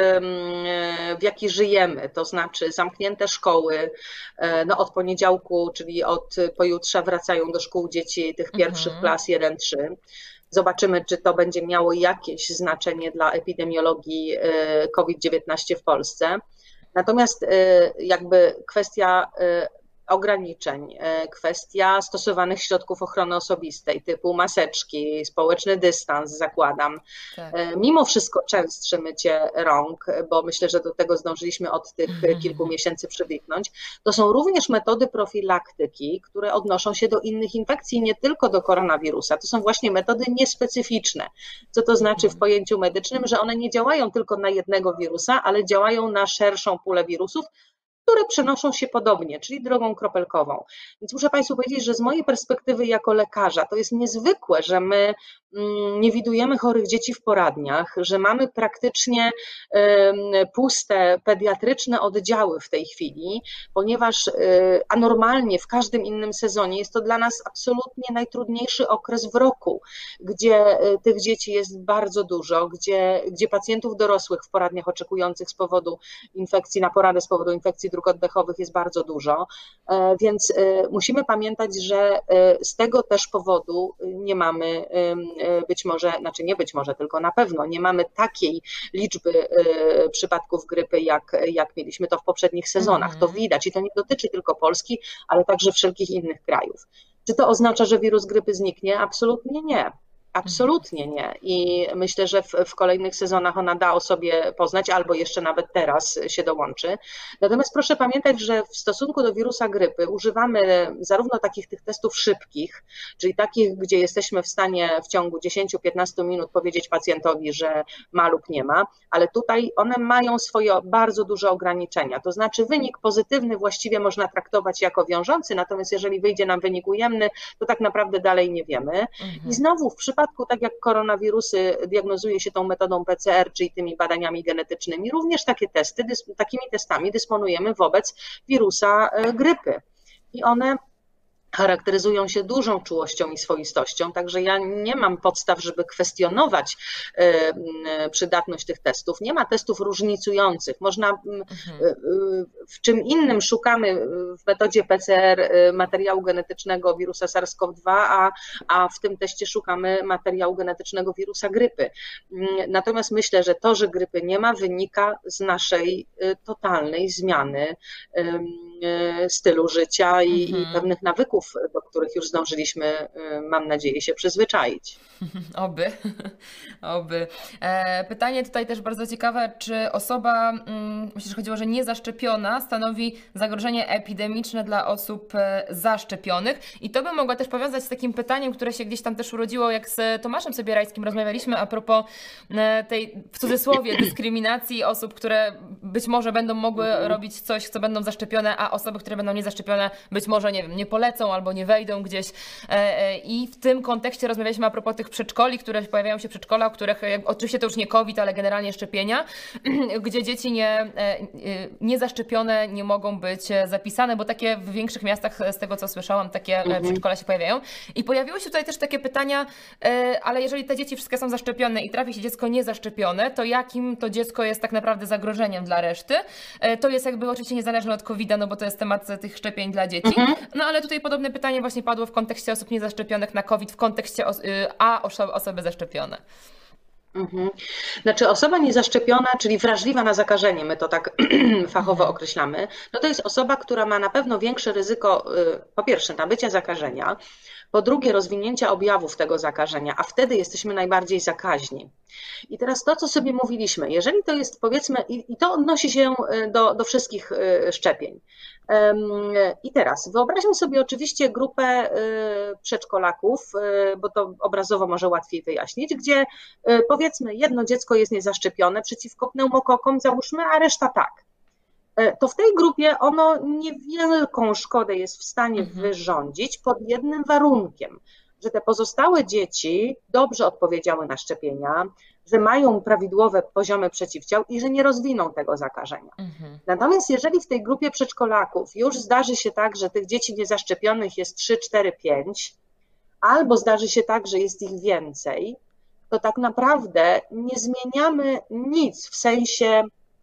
Speaker 2: w jaki żyjemy, to znaczy zamknięte szkoły, no od poniedziałku, czyli od pojutrza wracają do szkół dzieci tych pierwszych mhm. klas jeden trzy. Zobaczymy, czy to będzie miało jakieś znaczenie dla epidemiologii COVID dziewiętnaście w Polsce. Natomiast jakby kwestia ograniczeń, kwestia stosowanych środków ochrony osobistej typu maseczki, społeczny dystans, zakładam. Tak. Mimo wszystko częstsze mycie rąk, bo myślę, że do tego zdążyliśmy od tych kilku miesięcy przywyknąć, to są również metody profilaktyki, które odnoszą się do innych infekcji, nie tylko do koronawirusa. To są właśnie metody niespecyficzne. Co to znaczy w pojęciu medycznym, że one nie działają tylko na jednego wirusa, ale działają na szerszą pulę wirusów, które przenoszą się podobnie, czyli drogą kropelkową. Więc muszę Państwu powiedzieć, że z mojej perspektywy jako lekarza to jest niezwykłe, że my nie widujemy chorych dzieci w poradniach, że mamy praktycznie puste pediatryczne oddziały w tej chwili, ponieważ anormalnie w każdym innym sezonie jest to dla nas absolutnie najtrudniejszy okres w roku, gdzie tych dzieci jest bardzo dużo, gdzie, gdzie pacjentów dorosłych w poradniach oczekujących z powodu infekcji na poradę, z powodu infekcji dróg oddechowych jest bardzo dużo, więc musimy pamiętać, że z tego też powodu nie mamy być może, znaczy nie być może, tylko na pewno nie mamy takiej liczby przypadków grypy, jak, jak mieliśmy to w poprzednich sezonach. To widać i to nie dotyczy tylko Polski, ale także wszelkich innych krajów. Czy to oznacza, że wirus grypy zniknie? Absolutnie nie. Absolutnie nie. I myślę, że w, w kolejnych sezonach ona da o sobie poznać, albo jeszcze nawet teraz się dołączy. Natomiast proszę pamiętać, że w stosunku do wirusa grypy używamy zarówno takich tych testów szybkich, czyli takich, gdzie jesteśmy w stanie w ciągu dziesięć do piętnastu minut powiedzieć pacjentowi, że ma lub nie ma, ale tutaj one mają swoje bardzo duże ograniczenia. To znaczy wynik pozytywny właściwie można traktować jako wiążący, natomiast jeżeli wyjdzie nam wynik ujemny, to tak naprawdę dalej nie wiemy. Mhm. I znowu w przypadku tak jak koronawirusy diagnozuje się tą metodą P C R, czyli tymi badaniami genetycznymi, również takie testy, takimi testami dysponujemy wobec wirusa grypy. I one charakteryzują się dużą czułością i swoistością, także ja nie mam podstaw, żeby kwestionować przydatność tych testów. Nie ma testów różnicujących. Można mhm. w czym innym szukamy w metodzie P C R materiału genetycznego wirusa SARS-CoV dwa, a, a w tym teście szukamy materiału genetycznego wirusa grypy. Natomiast myślę, że to, że grypy nie ma, wynika z naszej totalnej zmiany stylu życia i, mhm. i pewnych nawyków, do których już zdążyliśmy, mam nadzieję, się przyzwyczaić.
Speaker 1: Oby, oby. Pytanie tutaj też bardzo ciekawe, czy osoba, myślę, że chodziło, że niezaszczepiona, stanowi zagrożenie epidemiczne dla osób zaszczepionych. I to by mogła też powiązać z takim pytaniem, które się gdzieś tam też urodziło, jak z Tomaszem Sobierajskim rozmawialiśmy a propos tej, w cudzysłowie, dyskryminacji osób, które być może będą mogły mhm. robić coś, co będą zaszczepione, a osoby, które będą niezaszczepione, być może, nie wiem, nie polecą albo nie wejdą gdzieś. I w tym kontekście rozmawialiśmy a propos tych przedszkoli, które pojawiają się przedszkola, o których oczywiście to już nie COVID, ale generalnie szczepienia, gdzie dzieci nie, niezaszczepione nie mogą być zapisane, bo takie w większych miastach, z tego co słyszałam, takie mhm. przedszkola się pojawiają. I pojawiły się tutaj też takie pytania, ale jeżeli te dzieci wszystkie są zaszczepione i trafi się dziecko niezaszczepione, to jakim to dziecko jest tak naprawdę zagrożeniem dla reszty? To jest jakby oczywiście niezależne od kowida, no bo to jest temat tych szczepień dla dzieci. Mhm. No ale tutaj podobne pytanie właśnie padło w kontekście osób niezaszczepionych na COVID, w kontekście os- a osoby zaszczepione.
Speaker 2: Mhm. Znaczy osoba niezaszczepiona, czyli wrażliwa na zakażenie, my to tak fachowo mhm. określamy, no to jest osoba, która ma na pewno większe ryzyko, po pierwsze nabycia zakażenia, po drugie rozwinięcia objawów tego zakażenia, a wtedy jesteśmy najbardziej zakaźni. I teraz to, co sobie mówiliśmy, jeżeli to jest powiedzmy, i, i to odnosi się do, do wszystkich szczepień. I teraz wyobraźmy sobie oczywiście grupę przedszkolaków, bo to obrazowo może łatwiej wyjaśnić, gdzie powiedzmy jedno dziecko jest niezaszczepione przeciwko pneumokokom, załóżmy, a reszta tak. To w tej grupie ono niewielką szkodę jest w stanie mhm. wyrządzić pod jednym warunkiem, że te pozostałe dzieci dobrze odpowiedziały na szczepienia, że mają prawidłowe poziomy przeciwciał i że nie rozwiną tego zakażenia. Mhm. Natomiast jeżeli w tej grupie przedszkolaków już zdarzy się tak, że tych dzieci niezaszczepionych jest trzy, cztery, pięć, albo zdarzy się tak, że jest ich więcej, to tak naprawdę nie zmieniamy nic w sensie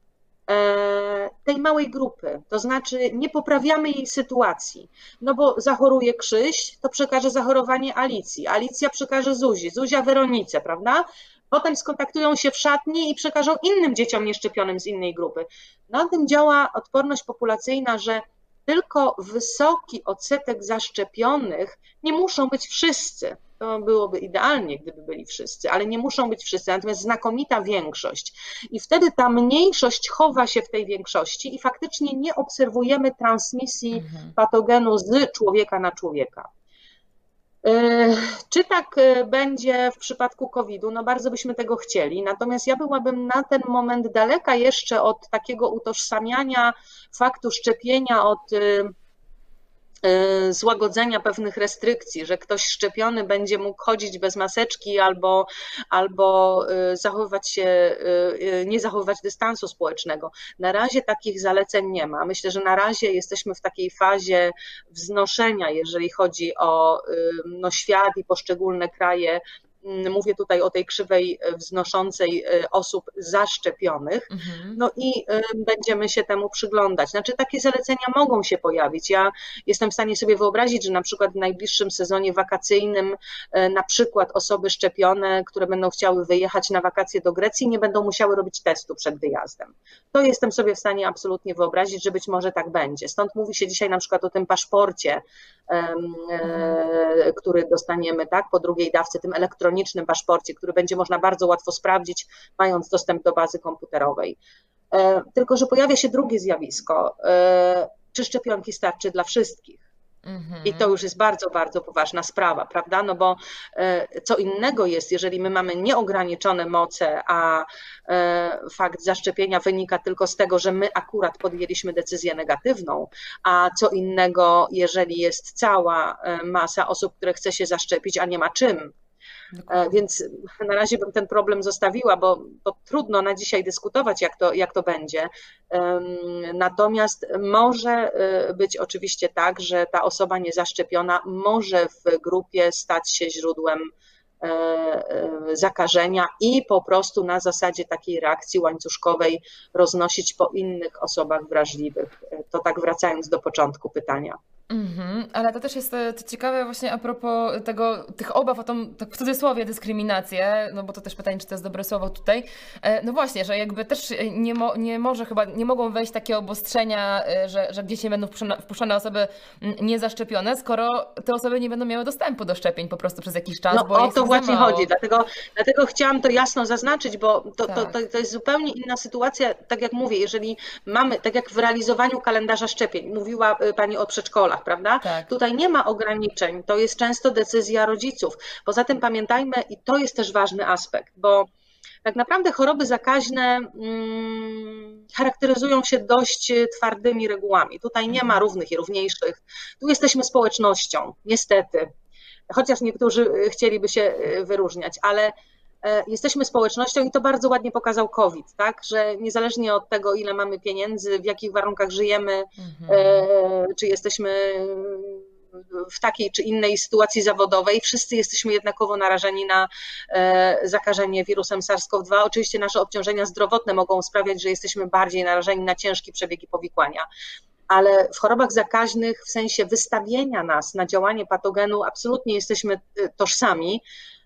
Speaker 2: tej małej grupy, to znaczy nie poprawiamy jej sytuacji, no bo zachoruje Krzyś, to przekaże zachorowanie Alicji, Alicja przekaże Zuzi, Zuzia Weronice, prawda? Potem skontaktują się w szatni i przekażą innym dzieciom nieszczepionym z innej grupy. Na tym działa odporność populacyjna, że tylko wysoki odsetek zaszczepionych, nie muszą być wszyscy, to byłoby idealnie, gdyby byli wszyscy, ale nie muszą być wszyscy, natomiast znakomita większość. I wtedy ta mniejszość chowa się w tej większości i faktycznie nie obserwujemy transmisji mhm. patogenu z człowieka na człowieka. Czy tak będzie w przypadku kowida? No bardzo byśmy tego chcieli, natomiast ja byłabym na ten moment daleka jeszcze od takiego utożsamiania faktu szczepienia od złagodzenia pewnych restrykcji, że ktoś szczepiony będzie mógł chodzić bez maseczki albo, albo zachowywać się, nie zachowywać dystansu społecznego. Na razie takich zaleceń nie ma. Myślę, że na razie jesteśmy w takiej fazie wznoszenia, jeżeli chodzi o no, świat i poszczególne kraje. Mówię tutaj o tej krzywej wznoszącej osób zaszczepionych, mhm. no i będziemy się temu przyglądać. Znaczy takie zalecenia mogą się pojawić. Ja jestem w stanie sobie wyobrazić, że na przykład w najbliższym sezonie wakacyjnym na przykład osoby szczepione, które będą chciały wyjechać na wakacje do Grecji, nie będą musiały robić testu przed wyjazdem. To jestem sobie w stanie absolutnie wyobrazić, że być może tak będzie. Stąd mówi się dzisiaj na przykład o tym paszporcie, mhm. który dostaniemy, tak, po drugiej dawce, tym elektronicznym paszporcie, który będzie można bardzo łatwo sprawdzić, mając dostęp do bazy komputerowej. Tylko że pojawia się drugie zjawisko. Czy szczepionki starczy dla wszystkich? Mhm. I to już jest bardzo, bardzo poważna sprawa, prawda? No bo co innego jest, jeżeli my mamy nieograniczone moce, a fakt zaszczepienia wynika tylko z tego, że my akurat podjęliśmy decyzję negatywną, a co innego, jeżeli jest cała masa osób, które chce się zaszczepić, a nie ma czym. Dokładnie. Więc na razie bym ten problem zostawiła, bo, bo trudno na dzisiaj dyskutować, jak to, jak to będzie. Natomiast może być oczywiście tak, że ta osoba niezaszczepiona może w grupie stać się źródłem zakażenia i po prostu na zasadzie takiej reakcji łańcuszkowej roznosić po innych osobach wrażliwych. To tak wracając do początku pytania.
Speaker 1: Mhm, ale to też jest to ciekawe właśnie a propos tego, tych obaw o tą, tak w cudzysłowie, dyskryminację, no bo to też pytanie, czy to jest dobre słowo tutaj. No właśnie, że jakby też nie, mo, nie może chyba, nie mogą wejść takie obostrzenia, że, że gdzieś nie będą wpuszczone, wpuszczone osoby niezaszczepione, skoro te osoby nie będą miały dostępu do szczepień po prostu przez jakiś czas.
Speaker 2: No
Speaker 1: bo
Speaker 2: o to właśnie chodzi, dlatego, dlatego chciałam to jasno zaznaczyć, bo to,
Speaker 1: tak.
Speaker 2: to, to, to jest zupełnie inna sytuacja, tak jak mówię, jeżeli mamy, tak jak w realizowaniu kalendarza szczepień, mówiła Pani o przedszkolach, prawda?
Speaker 1: Tak.
Speaker 2: Tutaj nie ma ograniczeń, to jest często decyzja rodziców. Poza tym pamiętajmy, i to jest też ważny aspekt, bo tak naprawdę choroby zakaźne hmm, charakteryzują się dość twardymi regułami. Tutaj nie ma równych i równiejszych. Tu jesteśmy społecznością, niestety. Chociaż niektórzy chcieliby się wyróżniać, ale jesteśmy społecznością i to bardzo ładnie pokazał COVID, tak? Że niezależnie od tego, ile mamy pieniędzy, w jakich warunkach żyjemy, mhm. czy jesteśmy w takiej czy innej sytuacji zawodowej, wszyscy jesteśmy jednakowo narażeni na zakażenie wirusem SARS-CoV dwa. Oczywiście nasze obciążenia zdrowotne mogą sprawiać, że jesteśmy bardziej narażeni na ciężki przebieg i powikłania. Ale w chorobach zakaźnych w sensie wystawienia nas na działanie patogenu absolutnie jesteśmy tożsami,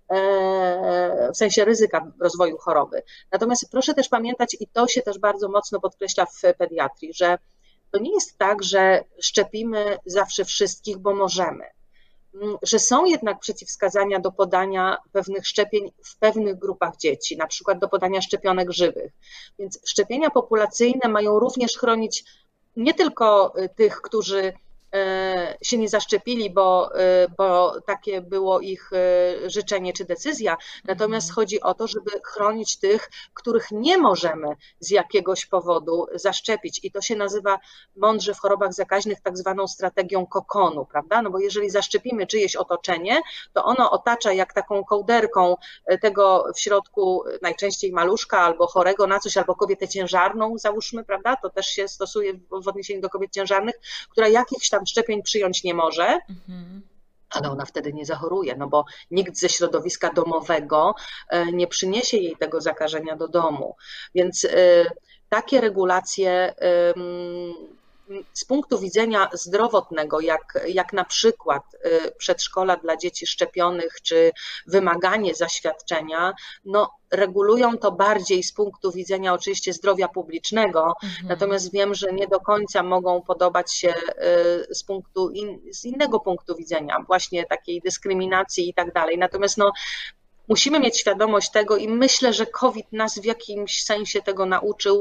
Speaker 2: w sensie ryzyka rozwoju choroby. Natomiast proszę też pamiętać, i to się też bardzo mocno podkreśla w pediatrii, że to nie jest tak, że szczepimy zawsze wszystkich, bo możemy. Że są jednak przeciwwskazania do podania pewnych szczepień w pewnych grupach dzieci, na przykład do podania szczepionek żywych. Więc szczepienia populacyjne mają również chronić nie tylko tych, którzy się nie zaszczepili, bo, bo takie było ich życzenie czy decyzja. Natomiast chodzi o to, żeby chronić tych, których nie możemy z jakiegoś powodu zaszczepić. I to się nazywa mądrze w chorobach zakaźnych tak zwaną strategią kokonu, prawda? No bo jeżeli zaszczepimy czyjeś otoczenie, to ono otacza jak taką kołderką tego w środku najczęściej maluszka albo chorego na coś, albo kobietę ciężarną, załóżmy, prawda? To też się stosuje w odniesieniu do kobiet ciężarnych, która jakichś tam szczepień przyjąć nie może, mhm. ale ona wtedy nie zachoruje, no bo nikt ze środowiska domowego nie przyniesie jej tego zakażenia do domu. Więc takie regulacje z punktu widzenia zdrowotnego, jak, jak na przykład przedszkola dla dzieci szczepionych, czy wymaganie zaświadczenia, no regulują to bardziej z punktu widzenia oczywiście zdrowia publicznego, mhm. natomiast wiem, że nie do końca mogą podobać się z punktu in, z innego punktu widzenia, właśnie takiej dyskryminacji i tak dalej. Natomiast no, musimy mieć świadomość tego i myślę, że COVID nas w jakimś sensie tego nauczył,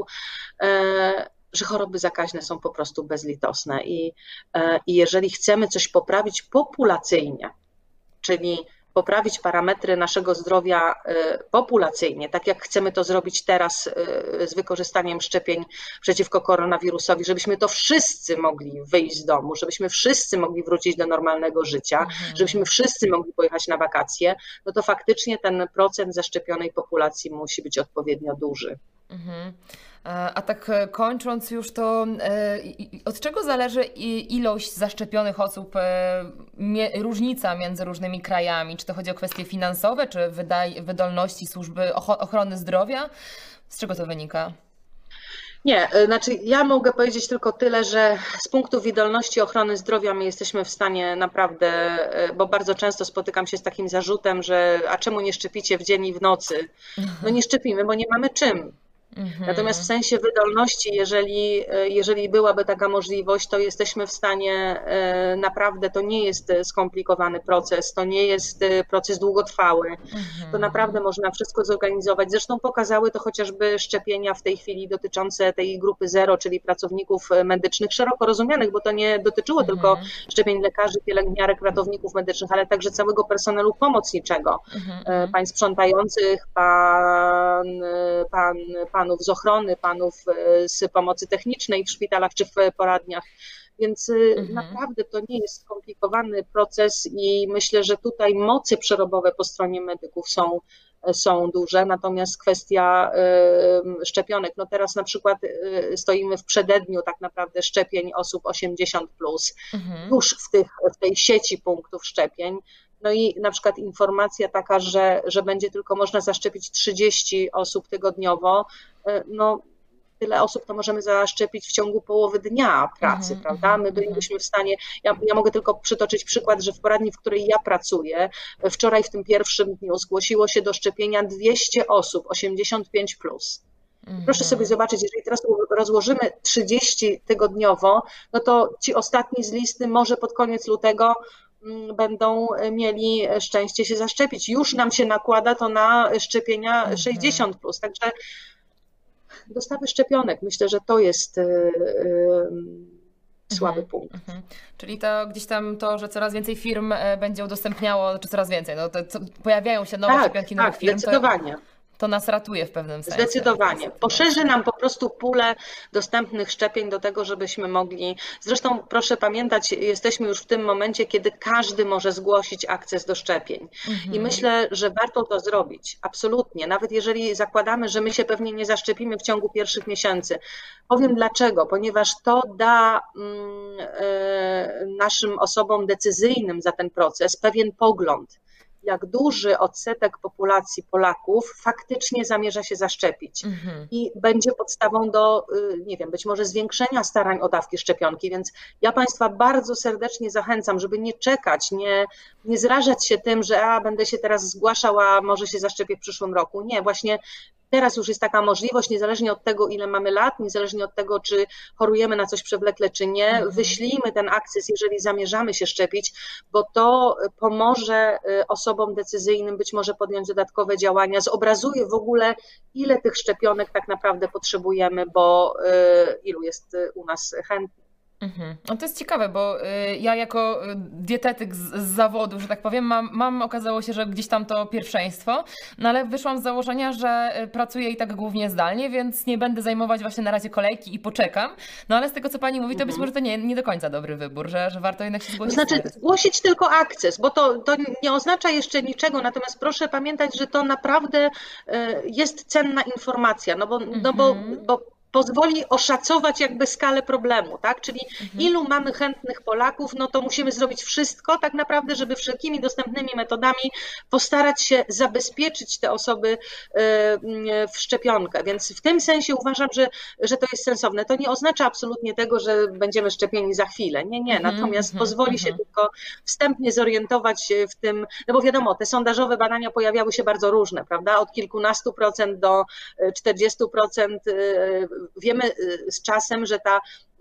Speaker 2: że choroby zakaźne są po prostu bezlitosne i, i jeżeli chcemy coś poprawić populacyjnie, czyli poprawić parametry naszego zdrowia populacyjnie, tak jak chcemy to zrobić teraz z wykorzystaniem szczepień przeciwko koronawirusowi, żebyśmy to wszyscy mogli wyjść z domu, żebyśmy wszyscy mogli wrócić do normalnego życia, mhm. żebyśmy wszyscy mogli pojechać na wakacje, no to faktycznie ten procent zaszczepionej populacji musi być odpowiednio duży.
Speaker 1: Mhm. A tak kończąc już to, od czego zależy ilość zaszczepionych osób, różnica między różnymi krajami? Czy to chodzi o kwestie finansowe, czy wydolności służby ochrony zdrowia? Z czego to wynika?
Speaker 2: Nie, znaczy ja mogę powiedzieć tylko tyle, że z punktu wydolności ochrony zdrowia my jesteśmy w stanie naprawdę, bo bardzo często spotykam się z takim zarzutem, że a czemu nie szczepicie w dzień i w nocy? No nie szczepimy, bo nie mamy czym. Natomiast w sensie wydolności, jeżeli, jeżeli byłaby taka możliwość, to jesteśmy w stanie naprawdę, to nie jest skomplikowany proces, to nie jest proces długotrwały, to naprawdę można wszystko zorganizować. Zresztą pokazały to chociażby szczepienia w tej chwili dotyczące tej grupy zero, czyli pracowników medycznych szeroko rozumianych, bo to nie dotyczyło mhm. tylko szczepień lekarzy, pielęgniarek, ratowników medycznych, ale także całego personelu pomocniczego, mhm. pań sprzątających, pan, pan, pan panów z ochrony, panów z pomocy technicznej w szpitalach czy w poradniach. Więc mhm. naprawdę to nie jest skomplikowany proces i myślę, że tutaj moce przerobowe po stronie medyków są, są duże, natomiast kwestia szczepionek, no teraz na przykład stoimy w przededniu tak naprawdę szczepień osób osiemdziesiąt plus, mhm. już w, tych, w tej sieci punktów szczepień. No i na przykład informacja taka, że, że będzie tylko można zaszczepić trzydzieści osób tygodniowo, no tyle osób to możemy zaszczepić w ciągu połowy dnia pracy, mm-hmm, prawda? My bylibyśmy w stanie, ja, ja mogę tylko przytoczyć przykład, że w poradni, w której ja pracuję, wczoraj w tym pierwszym dniu zgłosiło się do szczepienia dwieście osób, osiemdziesiąt pięć plus. Mm-hmm. Proszę sobie zobaczyć, jeżeli teraz rozłożymy trzydzieści tygodniowo, no to ci ostatni z listy może pod koniec lutego będą mieli szczęście się zaszczepić. Już nam się nakłada to na szczepienia mm-hmm. sześćdziesiąt plus, także dostawy szczepionek, myślę, że to jest yy, yy, słaby mhm, punkt. Mhm.
Speaker 1: Czyli to gdzieś tam to, że coraz więcej firm będzie udostępniało, czy coraz więcej, no to co, pojawiają się nowe
Speaker 2: tak,
Speaker 1: szczepionki nowych
Speaker 2: tak,
Speaker 1: firm.
Speaker 2: Zdecydowanie.
Speaker 1: To... To nas ratuje w pewnym sensie.
Speaker 2: Zdecydowanie. Poszerzy nam po prostu pulę dostępnych szczepień do tego, żebyśmy mogli... Zresztą proszę pamiętać, jesteśmy już w tym momencie, kiedy każdy może zgłosić akces do szczepień. Mhm. I myślę, że warto to zrobić. Absolutnie. Nawet jeżeli zakładamy, że my się pewnie nie zaszczepimy w ciągu pierwszych miesięcy. Powiem dlaczego. Ponieważ to da mm, y, naszym osobom decyzyjnym za ten proces pewien pogląd, jak duży odsetek populacji Polaków faktycznie zamierza się zaszczepić mhm. i będzie podstawą do, nie wiem, być może zwiększenia starań o dawki szczepionki, więc ja Państwa bardzo serdecznie zachęcam, żeby nie czekać, nie, nie zrażać się tym, że a, będę się teraz zgłaszał, a może się zaszczepię w przyszłym roku. Nie, właśnie teraz już jest taka możliwość, niezależnie od tego, ile mamy lat, niezależnie od tego, czy chorujemy na coś przewlekle, czy nie, mhm. wyślijmy ten akces, jeżeli zamierzamy się szczepić, bo to pomoże osobom decyzyjnym być może podjąć dodatkowe działania, zobrazuje w ogóle, ile tych szczepionek tak naprawdę potrzebujemy, bo ilu jest u nas chętnych.
Speaker 1: Mhm. No to jest ciekawe, bo y, ja jako dietetyk z, z zawodu, że tak powiem, mam, mam, okazało się, że gdzieś tam to pierwszeństwo, no ale wyszłam z założenia, że pracuję i tak głównie zdalnie, więc nie będę zajmować właśnie na razie kolejki i poczekam. No ale z tego, co Pani mówi, to mhm. być może to nie, nie do końca dobry wybór, że, że warto jednak się zgłosić.
Speaker 2: To znaczy zgłosić tylko akces, bo to, to nie oznacza jeszcze niczego, natomiast proszę pamiętać, że to naprawdę jest cenna informacja, no bo, mhm. no bo, bo pozwoli oszacować jakby skalę problemu, tak? Czyli ilu mamy chętnych Polaków, no to musimy zrobić wszystko tak naprawdę, żeby wszelkimi dostępnymi metodami postarać się zabezpieczyć te osoby w szczepionkę. Więc w tym sensie uważam, że, że to jest sensowne. To nie oznacza absolutnie tego, że będziemy szczepieni za chwilę. Nie, nie. Natomiast mm-hmm, pozwoli mm-hmm. się tylko wstępnie zorientować w tym, no bo wiadomo, te sondażowe badania pojawiały się bardzo różne, prawda? Od kilkunastu procent do czterdziestu procent. Wiemy z czasem, że ta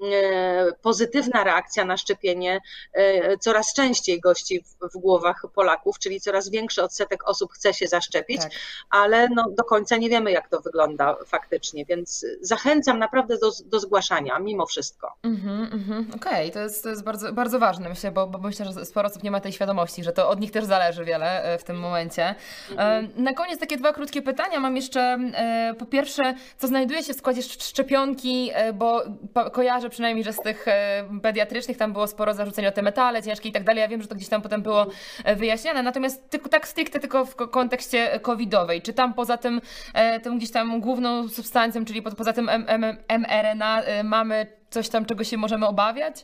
Speaker 2: pozytywna reakcja na szczepienie coraz częściej gości w, w głowach Polaków, czyli coraz większy odsetek osób chce się zaszczepić, tak. ale no, do końca nie wiemy, jak to wygląda faktycznie, więc zachęcam naprawdę do, do zgłaszania, mimo wszystko.
Speaker 1: Mm-hmm, mm-hmm. Okej, okay. to jest, to jest bardzo, bardzo ważne, myślę, bo, bo myślę, że sporo osób nie ma tej świadomości, że to od nich też zależy wiele w tym momencie. Mm-hmm. Na koniec takie dwa krótkie pytania. Mam jeszcze po pierwsze, co znajduje się w składzie szczepionki, bo kojarzę przynajmniej, że z tych pediatrycznych tam było sporo zarzuceń o te metale ciężkie i tak dalej. Ja wiem, że to gdzieś tam potem było wyjaśniane, natomiast tylko, tak stricte tylko w kontekście covidowej. Czy tam poza tym, tym gdzieś tam główną substancją, czyli po, poza tym mRNA mamy coś tam, czego się możemy obawiać?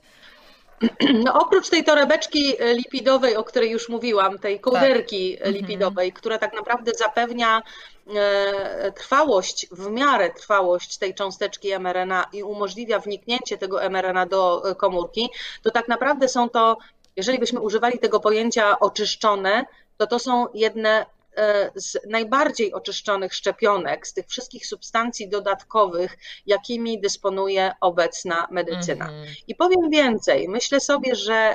Speaker 2: No oprócz tej torebeczki lipidowej, o której już mówiłam, tej kołderki tak. lipidowej, mhm. która tak naprawdę zapewnia trwałość, w miarę trwałość tej cząsteczki mRNA i umożliwia wniknięcie tego mRNA do komórki, to tak naprawdę są to, jeżeli byśmy używali tego pojęcia oczyszczone, to to są jedne z najbardziej oczyszczonych szczepionek, z tych wszystkich substancji dodatkowych, jakimi dysponuje obecna medycyna. Mm-hmm. I powiem więcej, myślę sobie, że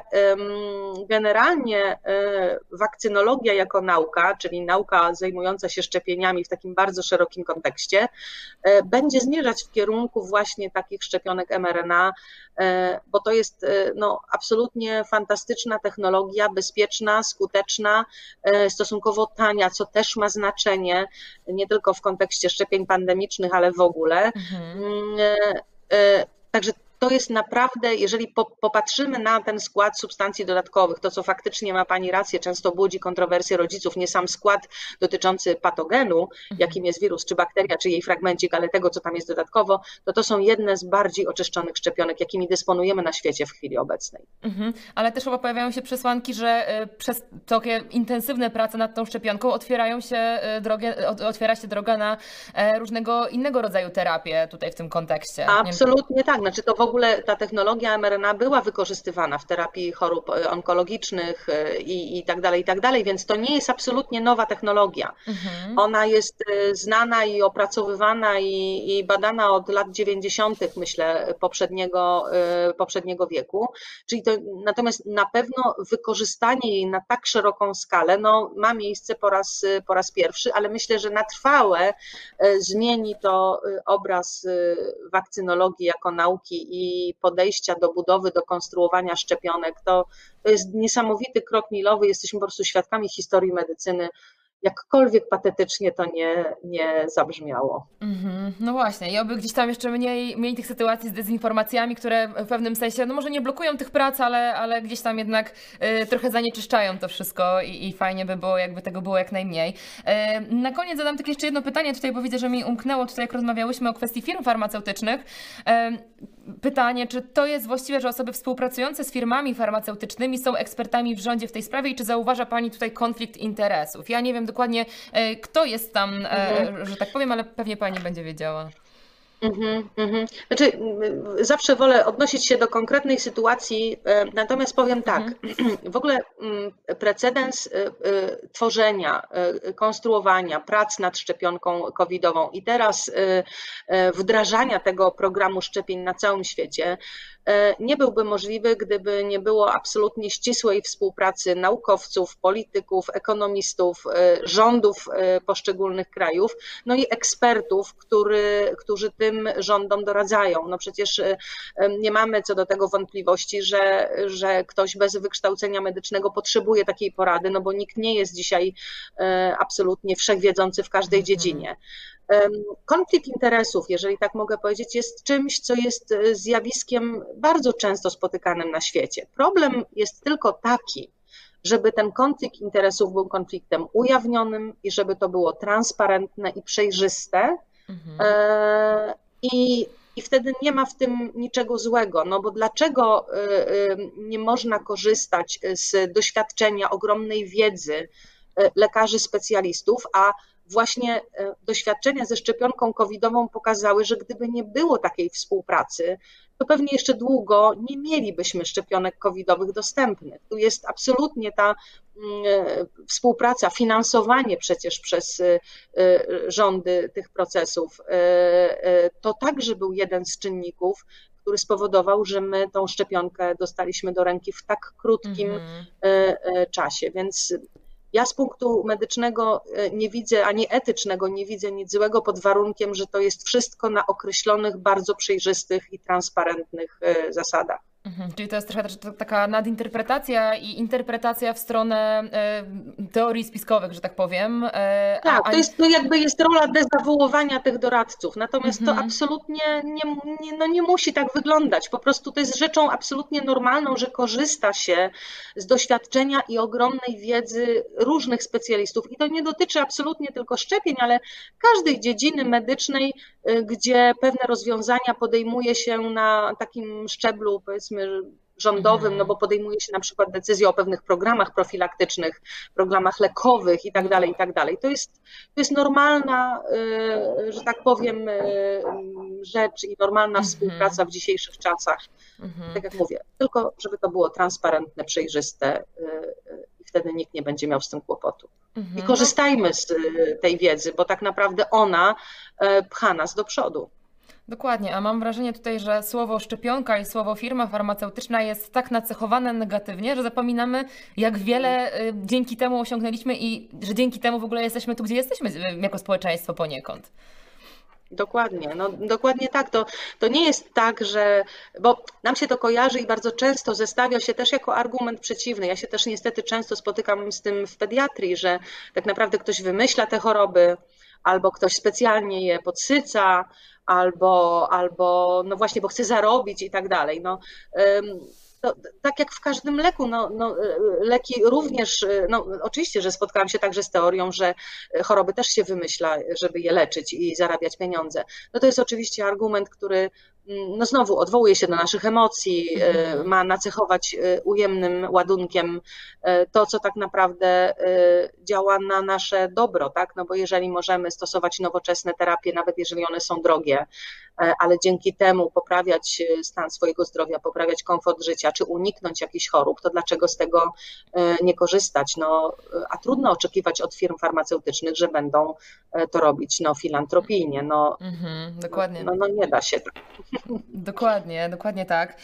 Speaker 2: generalnie wakcynologia jako nauka, czyli nauka zajmująca się szczepieniami w takim bardzo szerokim kontekście, będzie zmierzać w kierunku właśnie takich szczepionek mRNA, bo to jest no, absolutnie fantastyczna technologia, bezpieczna, skuteczna, stosunkowo tania, co też ma znaczenie nie tylko w kontekście szczepień pandemicznych, ale w ogóle. Mhm. Także to jest naprawdę, jeżeli popatrzymy na ten skład substancji dodatkowych, to co faktycznie ma Pani rację, często budzi kontrowersje rodziców, nie sam skład dotyczący patogenu, jakim jest wirus, czy bakteria, czy jej fragmencik, ale tego, co tam jest dodatkowo, to to są jedne z bardziej oczyszczonych szczepionek, jakimi dysponujemy na świecie w chwili obecnej.
Speaker 1: Mhm. Ale też chyba pojawiają się przesłanki, że przez takie intensywne prace nad tą szczepionką otwierają się drogę, otwiera się droga na różnego innego rodzaju terapię tutaj w tym kontekście.
Speaker 2: Absolutnie tak, znaczy to w W ogóle ta technologia mRNA była wykorzystywana w terapii chorób onkologicznych i, i tak dalej, i tak dalej, więc to nie jest absolutnie nowa technologia. Mhm. Ona jest znana i opracowywana i, i badana od lat dziewięćdziesiątych, myślę, poprzedniego, poprzedniego wieku. Czyli to, natomiast na pewno wykorzystanie jej na tak szeroką skalę no, ma miejsce po raz, po raz pierwszy, ale myślę, że na trwałe zmieni to obraz wakcynologii jako nauki i podejścia do budowy, do konstruowania szczepionek, to, to jest niesamowity krok milowy. Jesteśmy po prostu świadkami historii medycyny, jakkolwiek patetycznie to nie, nie zabrzmiało.
Speaker 1: Mm-hmm. No właśnie, i oby gdzieś tam jeszcze mniej, mniej tych sytuacji z dezinformacjami, które w pewnym sensie, no może nie blokują tych prac, ale, ale gdzieś tam jednak y, trochę zanieczyszczają to wszystko i, i fajnie by było, jakby tego było jak najmniej. Y, na koniec zadam takie jeszcze jedno pytanie tutaj, bo widzę, że mi umknęło tutaj, jak rozmawiałyśmy o kwestii firm farmaceutycznych. Y, Pytanie, czy to jest właściwe, że osoby współpracujące z firmami farmaceutycznymi są ekspertami w rządzie w tej sprawie i czy zauważa Pani tutaj konflikt interesów? Ja nie wiem dokładnie, kto jest tam, mhm. że tak powiem, ale pewnie Pani będzie wiedziała.
Speaker 2: Mm-hmm, mm-hmm. Znaczy, zawsze wolę odnosić się do konkretnej sytuacji, natomiast powiem tak, mm-hmm. w ogóle precedens tworzenia, konstruowania, prac nad szczepionką covidową i teraz wdrażania tego programu szczepień na całym świecie nie byłby możliwy, gdyby nie było absolutnie ścisłej współpracy naukowców, polityków, ekonomistów, rządów poszczególnych krajów, no i ekspertów, który, którzy tym rządom doradzają. No przecież nie mamy co do tego wątpliwości, że, że ktoś bez wykształcenia medycznego potrzebuje takiej porady, no bo nikt nie jest dzisiaj absolutnie wszechwiedzący w każdej dziedzinie. Konflikt interesów, jeżeli tak mogę powiedzieć, jest czymś, co jest zjawiskiem bardzo często spotykanym na świecie. Problem jest tylko taki, żeby ten konflikt interesów był konfliktem ujawnionym i żeby to było transparentne i przejrzyste. Mhm. I i wtedy nie ma w tym niczego złego, no bo dlaczego nie można korzystać z doświadczenia, ogromnej wiedzy lekarzy specjalistów, a właśnie doświadczenia ze szczepionką covidową pokazały, że gdyby nie było takiej współpracy, to pewnie jeszcze długo nie mielibyśmy szczepionek covidowych dostępnych. Tu jest absolutnie ta współpraca, finansowanie przecież przez rządy tych procesów. To także był jeden z czynników, który spowodował, że my tą szczepionkę dostaliśmy do ręki w tak krótkim mm-hmm. czasie. Więc ja z punktu medycznego nie widzę, ani etycznego nie widzę nic złego, pod warunkiem, że to jest wszystko na określonych, bardzo przejrzystych i transparentnych zasadach.
Speaker 1: Mhm, czyli to jest trochę taka nadinterpretacja i interpretacja w stronę e, teorii spiskowych, że tak powiem. E,
Speaker 2: tak,
Speaker 1: a...
Speaker 2: to, jest, to jakby jest rola dezawuowania tych doradców, natomiast
Speaker 1: mhm.
Speaker 2: to absolutnie nie, nie, no nie musi tak wyglądać. Po prostu to jest rzeczą absolutnie normalną, że korzysta się z doświadczenia i ogromnej wiedzy różnych specjalistów. I to nie dotyczy absolutnie tylko szczepień, ale każdej dziedziny medycznej, gdzie pewne rozwiązania podejmuje się na takim szczeblu, powiedzmy, rządowym, no bo podejmuje się na przykład decyzje o pewnych programach profilaktycznych, programach lekowych i tak dalej, i tak dalej. To jest, to jest normalna, że tak powiem, rzecz i normalna współpraca w dzisiejszych czasach. Tak jak mówię, tylko żeby to było transparentne, przejrzyste i wtedy nikt nie będzie miał z tym kłopotu. I korzystajmy z tej wiedzy, bo tak naprawdę ona pcha nas do przodu.
Speaker 1: Dokładnie, a mam wrażenie tutaj, że słowo szczepionka i słowo firma farmaceutyczna jest tak nacechowane negatywnie, że zapominamy, jak wiele dzięki temu osiągnęliśmy i że dzięki temu w ogóle jesteśmy tu, gdzie jesteśmy jako społeczeństwo poniekąd.
Speaker 2: Dokładnie, no dokładnie tak. To, to nie jest tak, że, bo nam się to kojarzy i bardzo często zestawia się też jako argument przeciwny. Ja się też niestety często spotykam z tym w pediatrii, że tak naprawdę ktoś wymyśla te choroby, albo ktoś specjalnie je podsyca, albo, albo no właśnie, bo chce zarobić i tak dalej. No, to, tak jak w każdym leku, no, no, leki również, no oczywiście, że spotkałam się także z teorią, że choroby też się wymyśla, żeby je leczyć i zarabiać pieniądze. No to jest oczywiście argument, który no znowu odwołuje się do naszych emocji, ma nacechować ujemnym ładunkiem to, co tak naprawdę działa na nasze dobro, tak? No bo jeżeli możemy stosować nowoczesne terapie, nawet jeżeli one są drogie, ale dzięki temu poprawiać stan swojego zdrowia, poprawiać komfort życia, czy uniknąć jakichś chorób, to dlaczego z tego nie korzystać? No, a trudno oczekiwać od firm farmaceutycznych, że będą to robić no, filantropijnie. No,
Speaker 1: mhm, dokładnie.
Speaker 2: No, no nie da się tak.
Speaker 1: Dokładnie, dokładnie tak.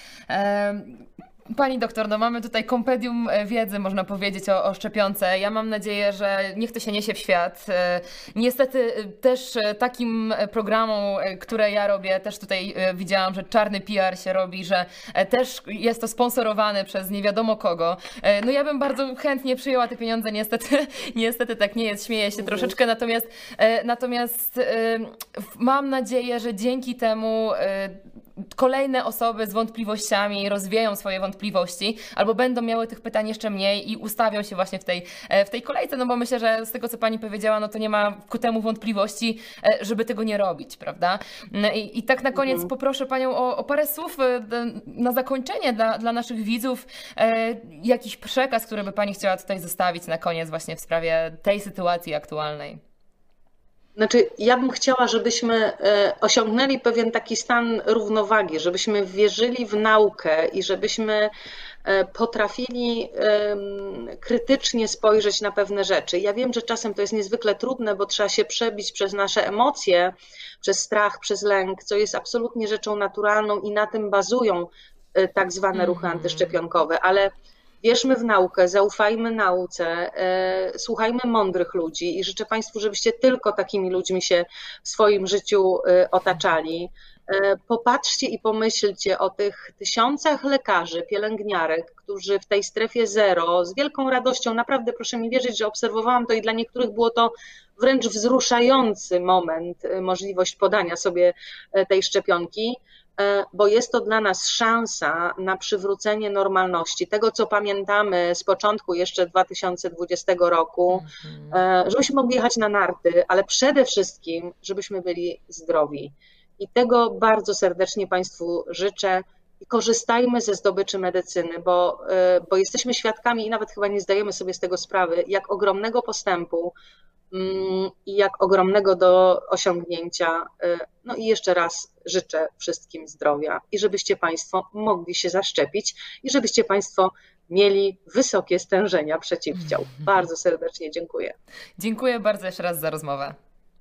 Speaker 1: Pani doktor, no mamy tutaj kompendium wiedzy, można powiedzieć, o, o szczepionce. Ja mam nadzieję, że niech to się niesie w świat. Niestety też takim programom, które ja robię, też tutaj widziałam, że czarny P R się robi, że też jest to sponsorowane przez nie wiadomo kogo. No ja bym bardzo chętnie przyjęła te pieniądze, niestety, niestety tak nie jest, śmieję się troszeczkę, natomiast, natomiast mam nadzieję, że dzięki temu kolejne osoby z wątpliwościami rozwieją swoje wątpliwości albo będą miały tych pytań jeszcze mniej i ustawią się właśnie w tej, w tej kolejce, no bo myślę, że z tego, co pani powiedziała, no to nie ma ku temu wątpliwości, żeby tego nie robić, prawda? I, i tak na koniec mhm. poproszę panią o, o parę słów na zakończenie dla, dla naszych widzów, jakiś przekaz, który by pani chciała tutaj zostawić na koniec właśnie w sprawie tej sytuacji aktualnej.
Speaker 2: Znaczy, ja bym chciała, żebyśmy osiągnęli pewien taki stan równowagi, żebyśmy wierzyli w naukę i żebyśmy potrafili krytycznie spojrzeć na pewne rzeczy. Ja wiem, że czasem to jest niezwykle trudne, bo trzeba się przebić przez nasze emocje, przez strach, przez lęk, co jest absolutnie rzeczą naturalną i na tym bazują tak zwane ruchy antyszczepionkowe, ale wierzmy w naukę, zaufajmy nauce, słuchajmy mądrych ludzi i życzę Państwu, żebyście tylko takimi ludźmi się w swoim życiu otaczali. Popatrzcie i pomyślcie o tych tysiącach lekarzy, pielęgniarek, którzy w tej strefie zero z wielką radością, naprawdę proszę mi wierzyć, że obserwowałam to i dla niektórych było to wręcz wzruszający moment, możliwość podania sobie tej szczepionki, bo jest to dla nas szansa na przywrócenie normalności, tego co pamiętamy z początku jeszcze dwa tysiące dwudziestego roku, żebyśmy mogli jechać na narty, ale przede wszystkim, żebyśmy byli zdrowi. I tego bardzo serdecznie Państwu życzę. I korzystajmy ze zdobyczy medycyny, bo, bo jesteśmy świadkami i nawet chyba nie zdajemy sobie z tego sprawy, jak ogromnego postępu i jak ogromnego do osiągnięcia. No i jeszcze raz życzę wszystkim zdrowia i żebyście Państwo mogli się zaszczepić i żebyście Państwo mieli wysokie stężenia przeciwciał. Bardzo serdecznie dziękuję.
Speaker 1: Dziękuję bardzo jeszcze raz za rozmowę.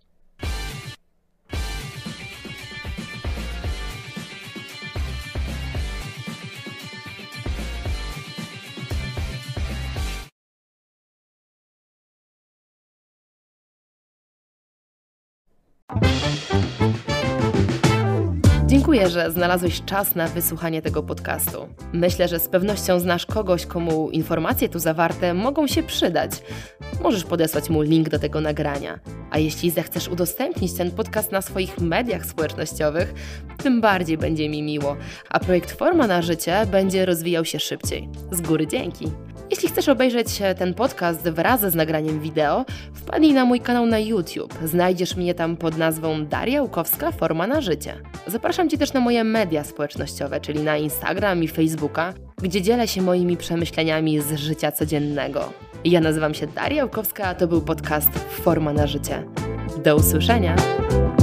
Speaker 1: Dziękuję, że znalazłeś czas na wysłuchanie tego podcastu. Myślę, że z pewnością znasz kogoś, komu informacje tu zawarte mogą się przydać. Możesz podesłać mu link do tego nagrania. A jeśli zechcesz udostępnić ten podcast na swoich mediach społecznościowych, tym bardziej będzie mi miło, a projekt Forma na Życie będzie rozwijał się szybciej. Z góry dzięki! Jeśli chcesz obejrzeć ten podcast wraz z nagraniem wideo, wpadnij na mój kanał na YouTube. Znajdziesz mnie tam pod nazwą Daria Łukowska Forma na Życie. Zapraszam Cię też na moje media społecznościowe, czyli na Instagram i Facebooka, gdzie dzielę się moimi przemyśleniami z życia codziennego. Ja nazywam się Daria Łukowska, a to był podcast Forma na Życie. Do usłyszenia!